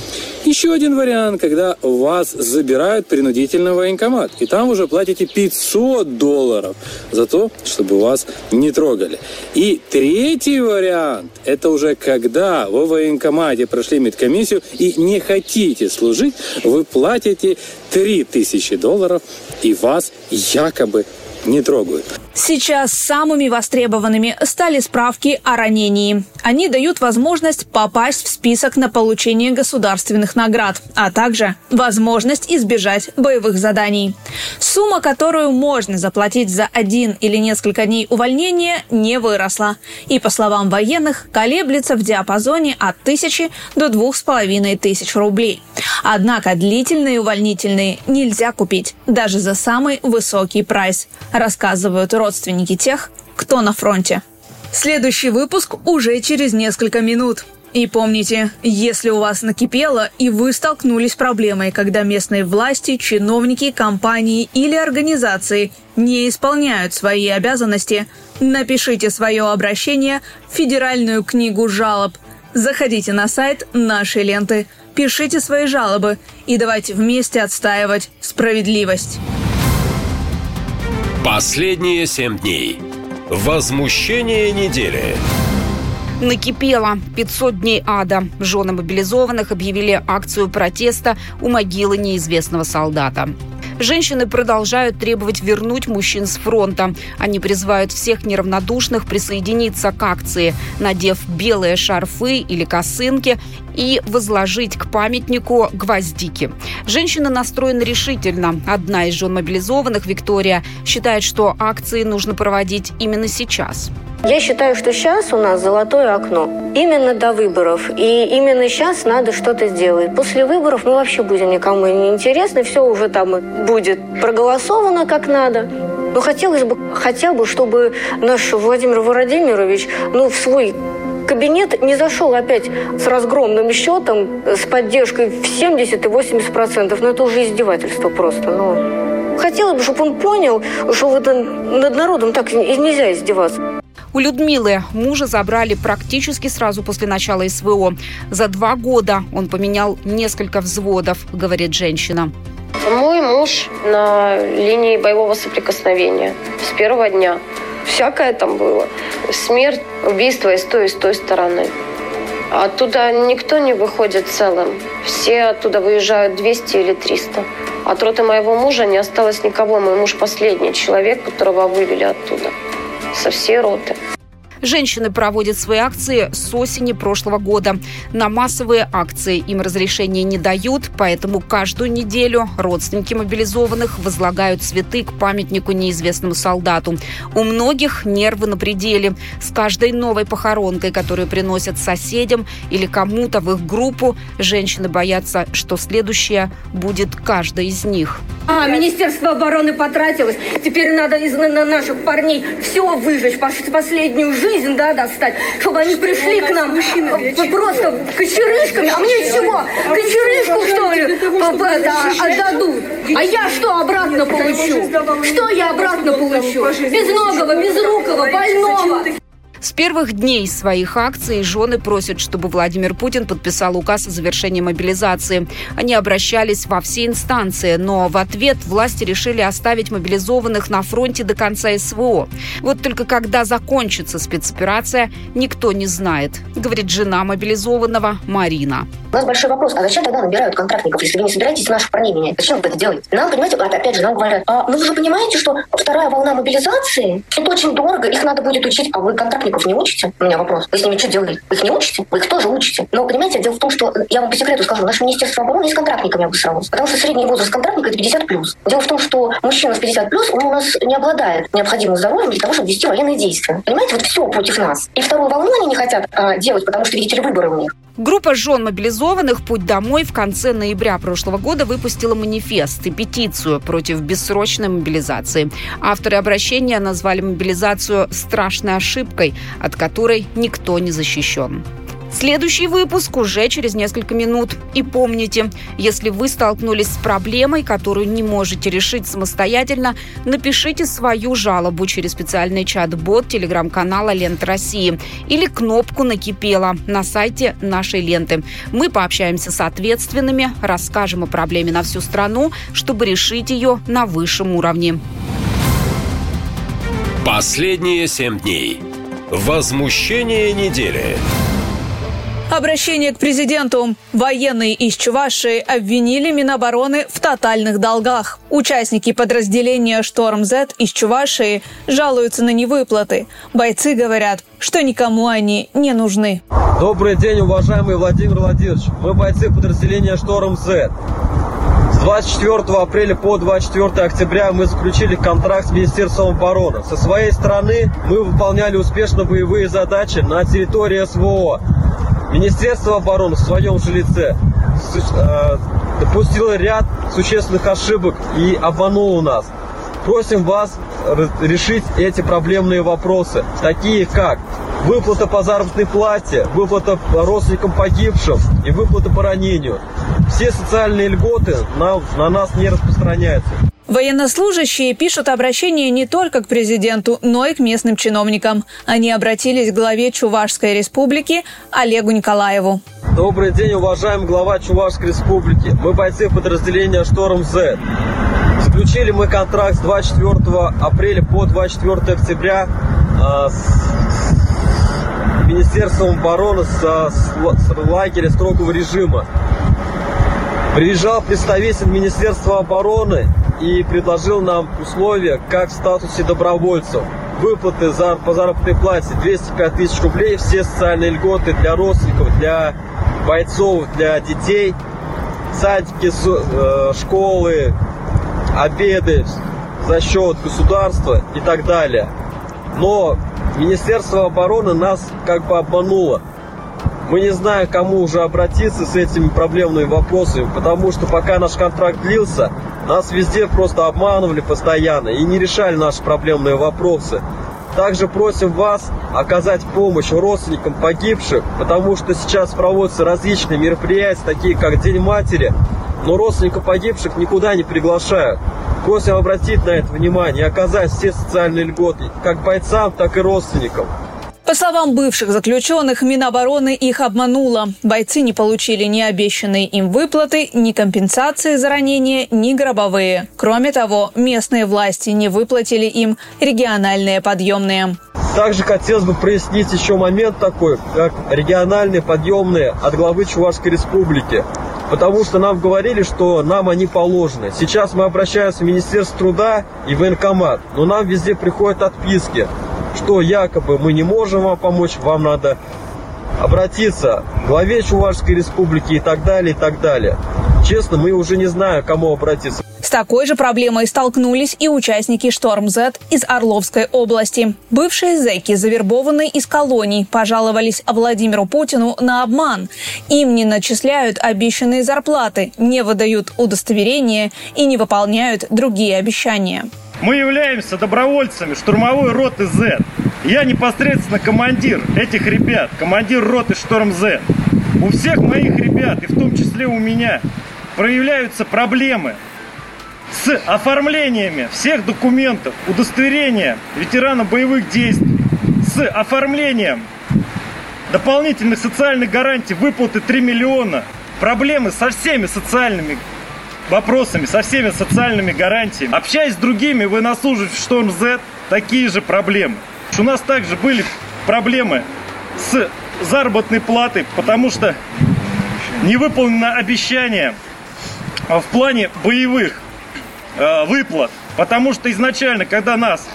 Еще один вариант, когда вас забирают принудительно в военкомат, и там уже платите $500 за то, чтобы вас не трогали. И третий вариант, это уже когда вы в военкомате прошли медкомиссию и не хотите служить, вы платите $3000, и вас якобы не трогают. Сейчас самыми востребованными стали справки о ранении. Они дают возможность попасть в список на получение государственных наград, а также возможность избежать боевых заданий. Сумма, которую можно заплатить за один или несколько дней увольнения, не выросла. И, по словам военных, колеблется в диапазоне от 1000 до 2500 рублей. Однако длительные увольнительные нельзя купить даже за самый высокий прайс, рассказывают родственники тех, кто на фронте. Следующий выпуск уже через несколько минут. И помните, если у вас накипело и вы столкнулись с проблемой, когда местные власти, чиновники, компании или организации не исполняют свои обязанности, напишите свое обращение в Федеральную книгу жалоб. Заходите на сайт нашей ленты, пишите свои жалобы и давайте вместе отстаивать справедливость. Последние 7 дней. Возмущение недели. Накипело. 500 дней ада. Жены мобилизованных объявили акцию протеста у могилы неизвестного солдата. Женщины продолжают требовать вернуть мужчин с фронта. Они призывают всех неравнодушных присоединиться к акции, надев белые шарфы или косынки и возложить к памятнику гвоздики. Женщины настроены решительно. Одна из жен мобилизованных, Виктория, считает, что акции нужно проводить именно сейчас. Я считаю, что сейчас у нас золотое окно. Именно до выборов. И именно сейчас надо что-то сделать. После выборов мы вообще будем никому не интересны. Все уже там будет проголосовано как надо. Но хотелось бы хотя бы, чтобы наш Владимир Владимирович в свой кабинет не зашел опять с разгромным счетом, с поддержкой в 70 и 80%. Но это уже издевательство просто. Хотелось бы, чтобы он понял, что над народом так нельзя издеваться. У Людмилы мужа забрали практически сразу после начала СВО. За 2 года он поменял несколько взводов, говорит женщина. Мой муж на линии боевого соприкосновения с первого дня. Всякое там было. Смерть, убийство и с той стороны. Оттуда никто не выходит целым. Все оттуда выезжают 200 или 300. От роты моего мужа не осталось никого. Мой муж последний человек, которого вывели оттуда. Со всей роты. Женщины проводят свои акции с осени прошлого года. На массовые акции им разрешения не дают, поэтому каждую неделю родственники мобилизованных возлагают цветы к памятнику неизвестному солдату. У многих нервы на пределе. С каждой новой похоронкой, которую приносят соседям или кому-то в их группу, женщины боятся, что следующая будет каждая из них. Министерство обороны потратилось. Теперь надо из наших парней все выжечь, последнюю жизнь, достать, чтобы они пришли к нам просто кочерышками. А мне чего? Кочерышку, что ли, отдадут? А я что обратно получу? Что я обратно получу? Безногого, безрукого, больного. С первых дней своих акций жены просят, чтобы Владимир Путин подписал указ о завершении мобилизации. Они обращались во все инстанции, но в ответ власти решили оставить мобилизованных на фронте до конца СВО. Вот только когда закончится спецоперация, никто не знает, говорит жена мобилизованного Марина. У нас большой вопрос, а зачем тогда набирают контрактников, если вы не собираетесь наших парней менять? Зачем вы это делаете? Нам, понимаете, опять же, нам говорят, вы же понимаете, что вторая волна мобилизации, это очень дорого, их надо будет учить, а вы контрактников не учите? У меня вопрос. Вы с ними что делаете? Вы их не учите? Вы их тоже учите. Но, понимаете, дело в том, что, я вам по секрету скажу, наше Министерство обороны с контрактниками обосралось, потому что средний возраст контрактника – это 50+. Дело в том, что мужчина с 50+, он у нас не обладает необходимым здоровьем для того, чтобы вести военные действия. Понимаете, вот все против нас. И вторую волну они не хотят делать, потому что, видите ли, выборы у них. Группа жен мобилизованных «Путь домой» в конце ноября прошлого года выпустила манифест и петицию против бессрочной мобилизации. Авторы обращения назвали мобилизацию страшной ошибкой, от которой никто не защищен. Следующий выпуск уже через несколько минут. И помните, если вы столкнулись с проблемой, которую не можете решить самостоятельно, напишите свою жалобу через специальный чат-бот телеграм-канала «Лента России» или кнопку «Накипело» на сайте нашей ленты. Мы пообщаемся с ответственными, расскажем о проблеме на всю страну, чтобы решить ее на высшем уровне. Последние 7 дней. Возмущение недели. Обращение к президенту. Военные из Чувашии обвинили Минобороны в тотальных долгах. Участники подразделения «Шторм-З» из Чувашии жалуются на невыплаты. Бойцы говорят, что никому они не нужны. Добрый день, уважаемый Владимир Владимирович. Мы бойцы подразделения «Шторм-З». С 24 апреля по 24 октября мы заключили контракт с Министерством обороны. Со своей стороны мы выполняли успешно боевые задачи на территории СВО. Министерство обороны в своем же лице допустило ряд существенных ошибок и обмануло нас. Просим вас решить эти проблемные вопросы, такие как выплата по заработной плате, выплата родственникам погибшим и выплата по ранению. Все социальные льготы на нас не распространяются. Военнослужащие пишут обращение не только к президенту, но и к местным чиновникам. Они обратились к главе Чувашской республики Олегу Николаеву. Добрый день, уважаемый глава Чувашской республики. Мы бойцы подразделения «Шторм-З». Заключили мы контракт с 24 апреля по 24 октября с Министерством обороны с лагеря строгого режима. Приезжал представитель Министерства обороны и предложил нам условия, как в статусе добровольцев. Выплаты по заработной плате 205 тысяч рублей, все социальные льготы для родственников, для бойцов, для детей, садики, школы, обеды за счет государства и так далее. Но Министерство обороны нас как бы обмануло. Мы не знаем, к кому уже обратиться с этими проблемными вопросами, потому что пока наш контракт длился, нас везде просто обманывали постоянно и не решали наши проблемные вопросы. Также просим вас оказать помощь родственникам погибших, потому что сейчас проводятся различные мероприятия, такие как День матери, но родственников погибших никуда не приглашают. Просим обратить на это внимание и оказать все социальные льготы как бойцам, так и родственникам. По словам бывших заключенных, Минобороны их обманула. Бойцы не получили ни обещанные им выплаты, ни компенсации за ранения, ни гробовые. Кроме того, местные власти не выплатили им региональные подъемные. Также хотелось бы прояснить еще момент такой, как региональные подъемные от главы Чувашской республики. Потому что нам говорили, что нам они положены. Сейчас мы обращаемся в Министерство труда и военкомат, но нам везде приходят отписки, что якобы мы не можем вам помочь, вам надо обратиться к главе Чувашской республики и так далее, и так далее. Честно, мы уже не знаем, к кому обратиться. С такой же проблемой столкнулись и участники «Шторм-З» из Орловской области. Бывшие зэки, завербованные из колоний, пожаловались Владимиру Путину на обман. Им не начисляют обещанные зарплаты, не выдают удостоверения и не выполняют другие обещания. Мы являемся добровольцами штурмовой роты «З». Я непосредственно командир этих ребят, командир роты «Шторм-З». У всех моих ребят, и в том числе у меня, проявляются проблемы с оформлениями всех документов, удостоверения ветерана боевых действий, с оформлением дополнительных социальных гарантий, выплаты 3 миллиона. Проблемы со всеми социальными вопросами, со всеми социальными гарантиями. Общаясь с другими военнослужащими «Шторм-З», такие же проблемы. У нас также были проблемы с заработной платой, потому что не выполнено обещание в плане боевых выплат. Потому что изначально, когда нас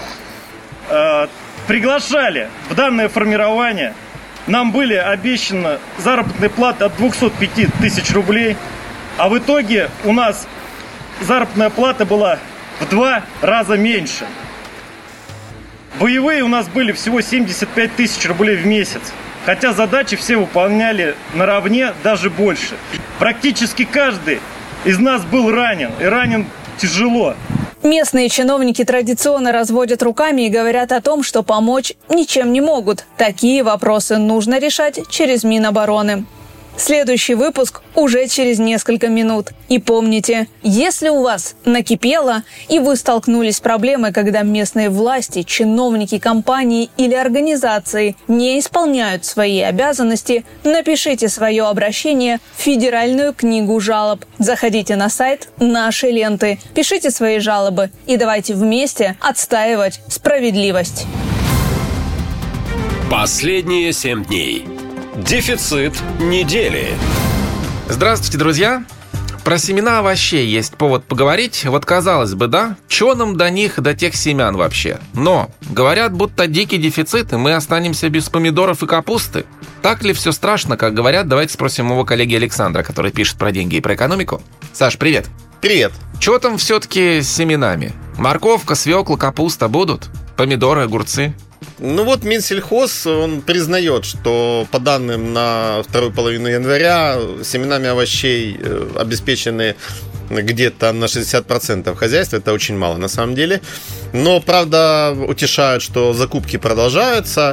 приглашали в данное формирование, нам были обещаны заработные платы от 205 тысяч рублей. А в итоге у нас заработная плата была в 2 раза меньше. Боевые у нас были всего 75 тысяч рублей в месяц. Хотя задачи все выполняли наравне, даже больше. Практически каждый из нас был ранен. И ранен тяжело. Местные чиновники традиционно разводят руками и говорят о том, что помочь ничем не могут. Такие вопросы нужно решать через Минобороны. Следующий выпуск уже через несколько минут. И помните, если у вас накипело и вы столкнулись с проблемой, когда местные власти, чиновники, компании или организации не исполняют свои обязанности, напишите свое обращение в Федеральную книгу жалоб. Заходите на сайт нашей ленты, пишите свои жалобы и давайте вместе отстаивать справедливость. Последние 7 дней. Дефицит недели. Здравствуйте, друзья! Про семена овощей есть повод поговорить. Вот казалось бы, да? Чё нам до них, до тех семян вообще? Но говорят, будто дикий дефицит, и мы останемся без помидоров и капусты. Так ли все страшно, как говорят? Давайте спросим моего коллеги Александра, который пишет про деньги и про экономику. Саш, привет! Привет! Чё там все-таки с семенами? Морковка, свекла, капуста будут? Помидоры, огурцы? Ну вот Минсельхоз, он признает, что по данным на вторую половину января семенами овощей обеспечены где-то на 60% хозяйств. Это очень мало на самом деле. Но, правда, утешают, что закупки продолжаются.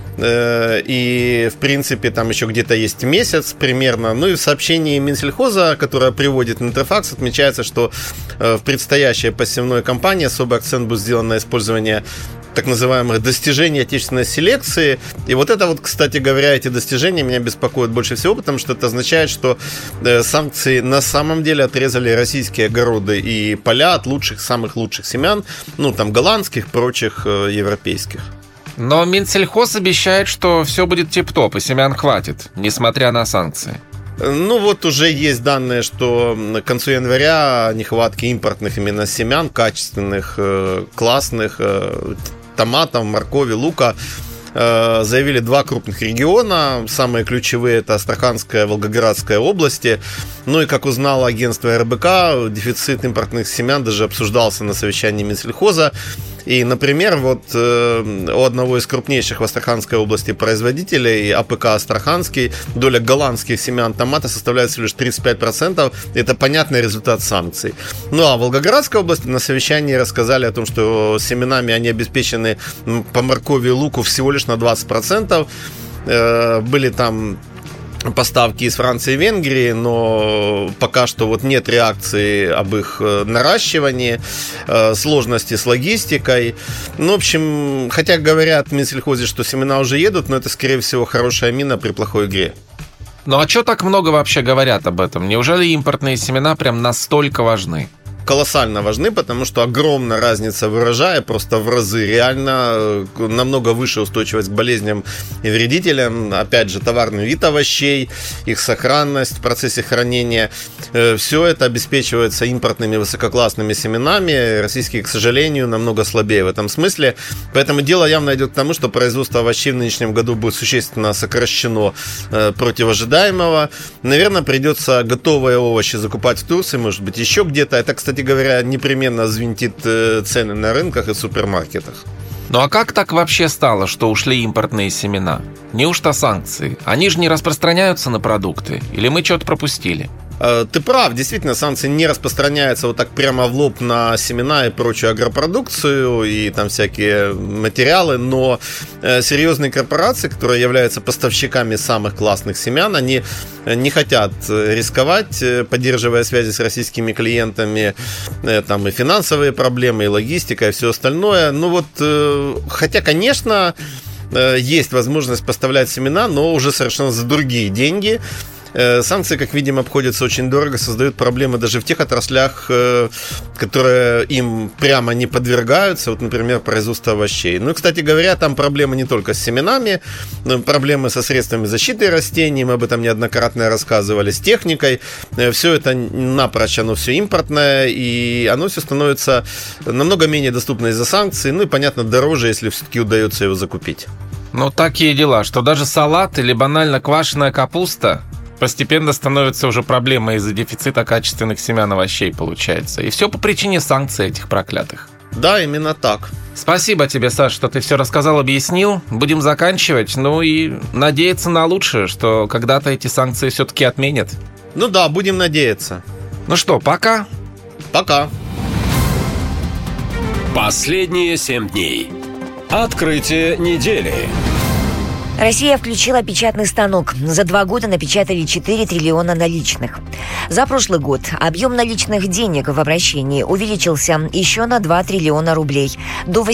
И, в принципе, там еще где-то есть месяц примерно. Ну и в сообщении Минсельхоза, которое приводит Интерфакс, отмечается, что в предстоящей посевной кампании особый акцент будет сделан на использование так называемых достижений отечественной селекции. И вот это вот, кстати говоря, эти достижения меня беспокоят больше всего, потому что это означает, что санкции на самом деле отрезали российские огороды и поля от самых лучших семян, ну там голландских, прочих европейских. Но Минсельхоз обещает, что все будет тип-топ и семян хватит, несмотря на санкции. Ну вот уже есть данные, что к концу января нехватки импортных именно семян, качественных, классных, томатов, моркови, лука, заявили два крупных региона. Самые ключевые — это Астраханская, Волгоградская области. Ну и, как узнало агентство РБК, дефицит импортных семян даже обсуждался на совещании Минсельхоза. И, например, вот у одного из крупнейших в Астраханской области производителей, АПК «Астраханский», доля голландских семян томата составляет всего лишь 35%. Это понятный результат санкций. Ну а в Волгоградской области на совещании рассказали о том, что семенами они обеспечены по моркови и луку всего лишь на 20%. Были там поставки из Франции и Венгрии, но пока что вот нет реакции об их наращивании, сложности с логистикой. Ну, в общем, хотя говорят в Минсельхозе, что семена уже едут, но это, скорее всего, хорошая мина при плохой игре. Ну а что так много вообще говорят об этом? Неужели импортные семена прям настолько важны? Колоссально важны, потому что огромная разница в урожае, просто в разы. Реально намного выше устойчивость к болезням и вредителям. Опять же, товарный вид овощей, их сохранность в процессе хранения. Все это обеспечивается импортными высококлассными семенами. Российские, к сожалению, намного слабее в этом смысле. Поэтому дело явно идет к тому, что производство овощей в нынешнем году будет существенно сокращено против ожидаемого. Наверное, придется готовые овощи закупать в Турции, может быть, еще где-то. Это, кстати говоря, непременно взвинтит цены на рынках и супермаркетах. Ну а как так вообще стало, что ушли импортные семена? Неужто санкции? Они же не распространяются на продукты? Или мы что-то пропустили? Ты прав, действительно, санкции не распространяются вот так прямо в лоб на семена и прочую агропродукцию и там всякие материалы, но серьезные корпорации, которые являются поставщиками самых классных семян, они не хотят рисковать, поддерживая связи с российскими клиентами, там и финансовые проблемы, и логистика, и все остальное. Ну вот, хотя, конечно, есть возможность поставлять семена, но уже совершенно за другие деньги. Санкции, как видим, обходятся очень дорого, создают проблемы даже в тех отраслях, которые им прямо не подвергаются, вот, например, производство овощей. Ну и, кстати говоря, там проблемы не только с семенами, но проблемы со средствами защиты растений, мы об этом неоднократно рассказывали, с техникой. Все это напрочь, оно все импортное, и оно все становится намного менее доступно из-за санкций, ну и, понятно, дороже, если все-таки удается его закупить. Ну, такие дела, что даже салат или банально квашеная капуста постепенно становится уже проблемой из-за дефицита качественных семян овощей, получается. И все по причине санкций этих проклятых. Да, именно так. Спасибо тебе, Саш, что ты все рассказал, объяснил. Будем заканчивать. Ну и надеяться на лучшее, что когда-то эти санкции все-таки отменят. Ну да, будем надеяться. Ну что, пока. Пока. Последние 7 дней. Открытие недели. Россия включила печатный станок. За 2 года напечатали 4 триллиона наличных. За прошлый год объем наличных денег в обращении увеличился еще на 2 триллиона рублей, до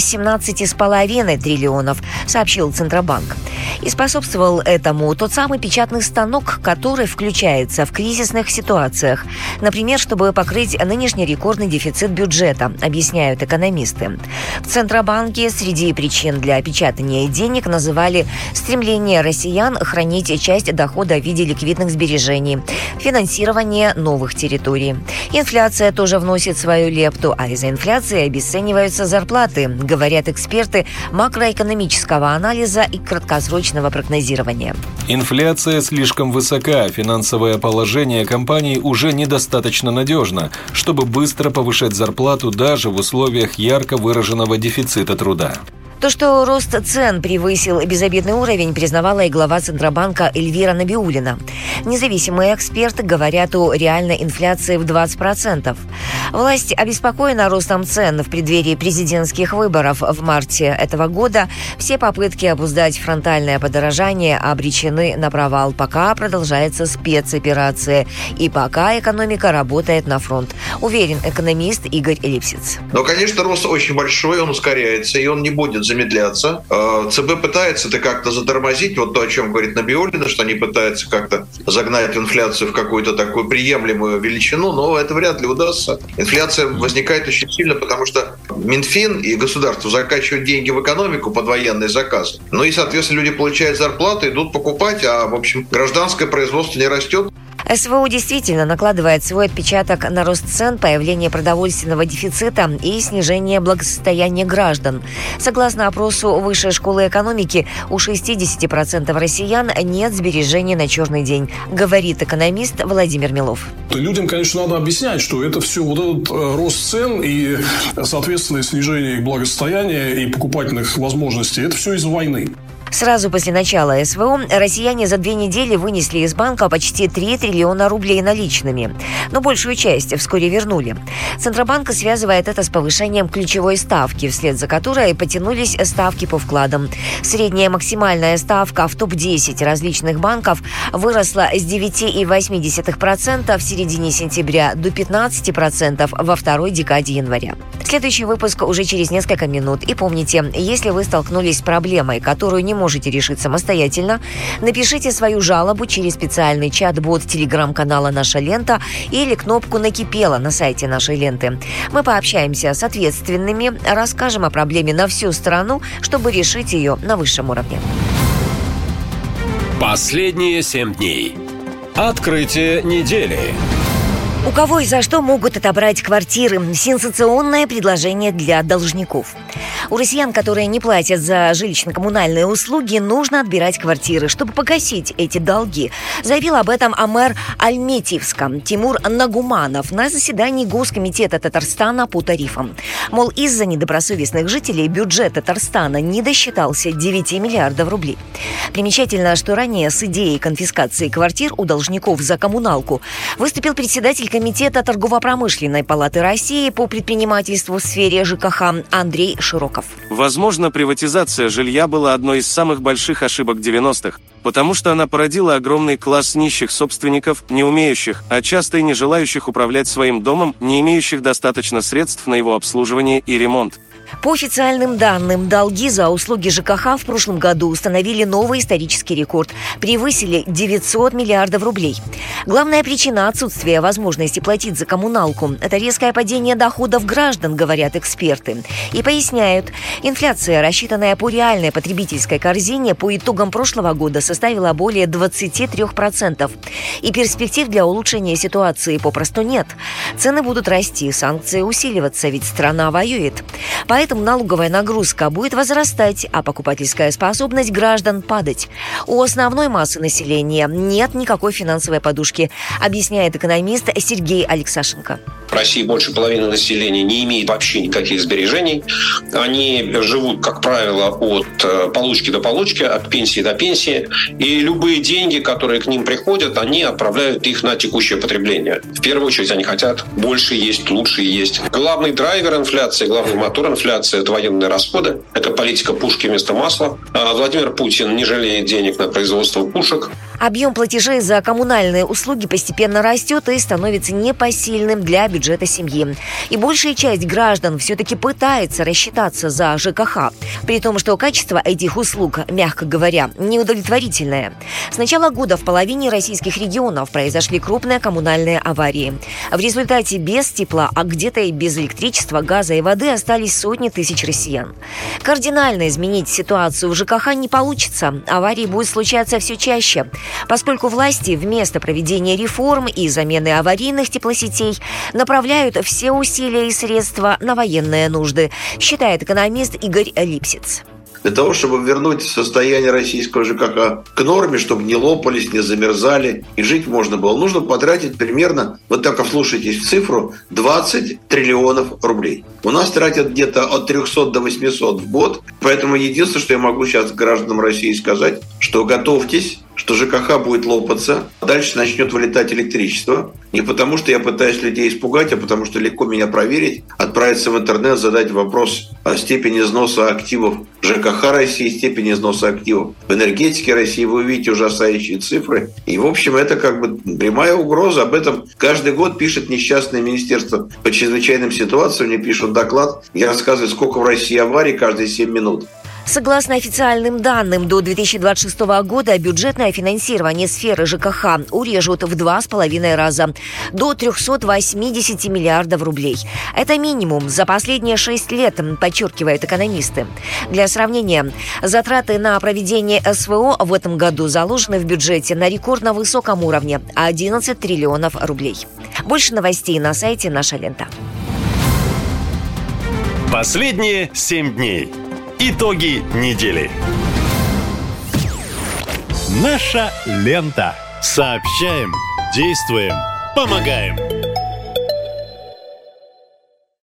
18,5 триллионов, сообщил Центробанк. И способствовал этому тот самый печатный станок, который включается в кризисных ситуациях. Например, чтобы покрыть нынешний рекордный дефицит бюджета, объясняют экономисты. В Центробанке среди причин для печатания денег называли стремление россиян хранить часть дохода в виде ликвидных сбережений, финансирование новых территорий. Инфляция тоже вносит свою лепту, а из-за инфляции обесцениваются зарплаты, говорят эксперты макроэкономического анализа и краткосрочного прогнозирования. Инфляция слишком высока, финансовое положение компаний уже недостаточно надежно, чтобы быстро повышать зарплату даже в условиях ярко выраженного дефицита труда. То, что рост цен превысил безобидный уровень, признавала и глава Центробанка Эльвира Набиуллина. Независимые эксперты говорят о реальной инфляции в 20%. Власть обеспокоена ростом цен в преддверии президентских выборов в марте этого года. Все попытки обуздать фронтальное подорожание обречены на провал, пока продолжается спецоперация и пока экономика работает на фронт, уверен экономист Игорь Липсиц. Но, конечно, рост очень большой, он ускоряется, и он не будет замедляться. ЦБ пытается это как-то затормозить, вот то, о чем говорит Набиуллина, что они пытаются как-то загнать инфляцию в какую-то такую приемлемую величину, но это вряд ли удастся. Инфляция возникает очень сильно, потому что Минфин и государство закачивают деньги в экономику под военные заказы. Ну и, соответственно, люди получают зарплаты, идут покупать, а, в общем, гражданское производство не растет. СВО действительно накладывает свой отпечаток на рост цен, появление продовольственного дефицита и снижение благосостояния граждан. Согласно опросу Высшей школы экономики, у 60% россиян нет сбережений на черный день, говорит экономист Владимир Милов. Людям, конечно, надо объяснять, что это все, вот этот рост цен и, соответственно, снижение их благосостояния и покупательных возможностей, это все из-за войны. Сразу после начала СВО россияне за 2 недели вынесли из банка почти 3 триллиона рублей наличными. Но большую часть вскоре вернули. Центробанк связывает это с повышением ключевой ставки, вслед за которой потянулись ставки по вкладам. Средняя максимальная ставка в топ-10 различных банков выросла с 9,8% в середине сентября до 15% во второй декаде января. Следующий выпуск уже через несколько минут. И помните, если вы столкнулись с проблемой, которую не можете решить самостоятельно, напишите свою жалобу через специальный чат-бот телеграм-канала «Наша лента» или кнопку «Накипело» на сайте нашей ленты. Мы пообщаемся с ответственными, расскажем о проблеме на всю страну, чтобы решить ее на высшем уровне. Последние 7 дней. Открытие недели. У кого и за что могут отобрать квартиры? Сенсационное предложение для должников. У россиян, которые не платят за жилищно-коммунальные услуги, нужно отбирать квартиры, чтобы погасить эти долги. Заявил об этом мэр Альметьевска Тимур Нагуманов на заседании Госкомитета Татарстана по тарифам. Мол, из-за недобросовестных жителей бюджет Татарстана не досчитался 9 миллиардов рублей. Примечательно, что ранее с идеей конфискации квартир у должников за коммуналку выступил председатель Комитета Торгово-промышленной палаты России по предпринимательству в сфере ЖКХ Андрей Широков. Возможно, приватизация жилья была одной из самых больших ошибок 90-х, потому что она породила огромный класс нищих собственников, не умеющих, а часто и не желающих управлять своим домом, не имеющих достаточно средств на его обслуживание и ремонт. По официальным данным, долги за услуги ЖКХ в прошлом году установили новый исторический рекорд. Превысили 900 миллиардов рублей. Главная причина отсутствия возможности платить за коммуналку – это резкое падение доходов граждан, говорят эксперты. И поясняют, инфляция, рассчитанная по реальной потребительской корзине, по итогам прошлого года составила более 23%. И перспектив для улучшения ситуации попросту нет. Цены будут расти, санкции усиливаться, ведь страна воюет. Поэтому налоговая нагрузка будет возрастать, а покупательская способность граждан падать. У основной массы населения нет никакой финансовой подушки, объясняет экономист Сергей Алексашенко. России больше половины населения не имеет вообще никаких сбережений. Они живут, как правило, от получки до получки, от пенсии до пенсии. И любые деньги, которые к ним приходят, они отправляют их на текущее потребление. В первую очередь они хотят больше есть, лучше есть. Главный драйвер инфляции, главный мотор инфляции – это военные расходы. Это политика пушки вместо масла. Владимир Путин не жалеет денег на производство пушек. Объем платежей за коммунальные услуги постепенно растет и становится непосильным для бюджета семьи. И большая часть граждан все-таки пытается рассчитаться за ЖКХ, при том, что качество этих услуг, мягко говоря, неудовлетворительное. С начала года в половине российских регионов произошли крупные коммунальные аварии. В результате без тепла, а где-то и без электричества, газа и воды остались сотни тысяч россиян. Кардинально изменить ситуацию в ЖКХ не получится. Аварии будут случаться все чаще, поскольку власти вместо проведения реформ и замены аварийных теплосетей направляют все усилия и средства на военные нужды, считает экономист Игорь Липсиц. Для того, чтобы вернуть состояние российского ЖКХ к норме, чтобы не лопались, не замерзали и жить можно было, нужно потратить примерно, вот так вслушайтесь в цифру, 20 триллионов рублей. У нас тратят где-то от 300 до 800 в год, поэтому единственное, что я могу сейчас гражданам России сказать, что готовьтесь, что ЖКХ будет лопаться, дальше начнет вылетать электричество. Не потому, что я пытаюсь людей испугать, а потому, что легко меня проверить, отправиться в интернет, задать вопрос о степени износа активов ЖКХ России, степени износа активов в энергетике России. Вы увидите ужасающие цифры. И, в общем, это как бы прямая угроза. Об этом каждый год пишет несчастное министерство по чрезвычайным ситуациям. Мне пишут доклад. Я рассказываю, сколько в России аварий каждые 7 минут. Согласно официальным данным, до 2026 года бюджетное финансирование сферы ЖКХ урежут в 2,5 раза, до 380 миллиардов рублей. Это минимум за последние 6 лет, подчеркивают экономисты. Для сравнения, затраты на проведение СВО в этом году заложены в бюджете на рекордно высоком уровне – 11 триллионов рублей. Больше новостей на сайте «Наша лента». Последние 7 дней. Итоги недели. Наша лента. Сообщаем, действуем, помогаем.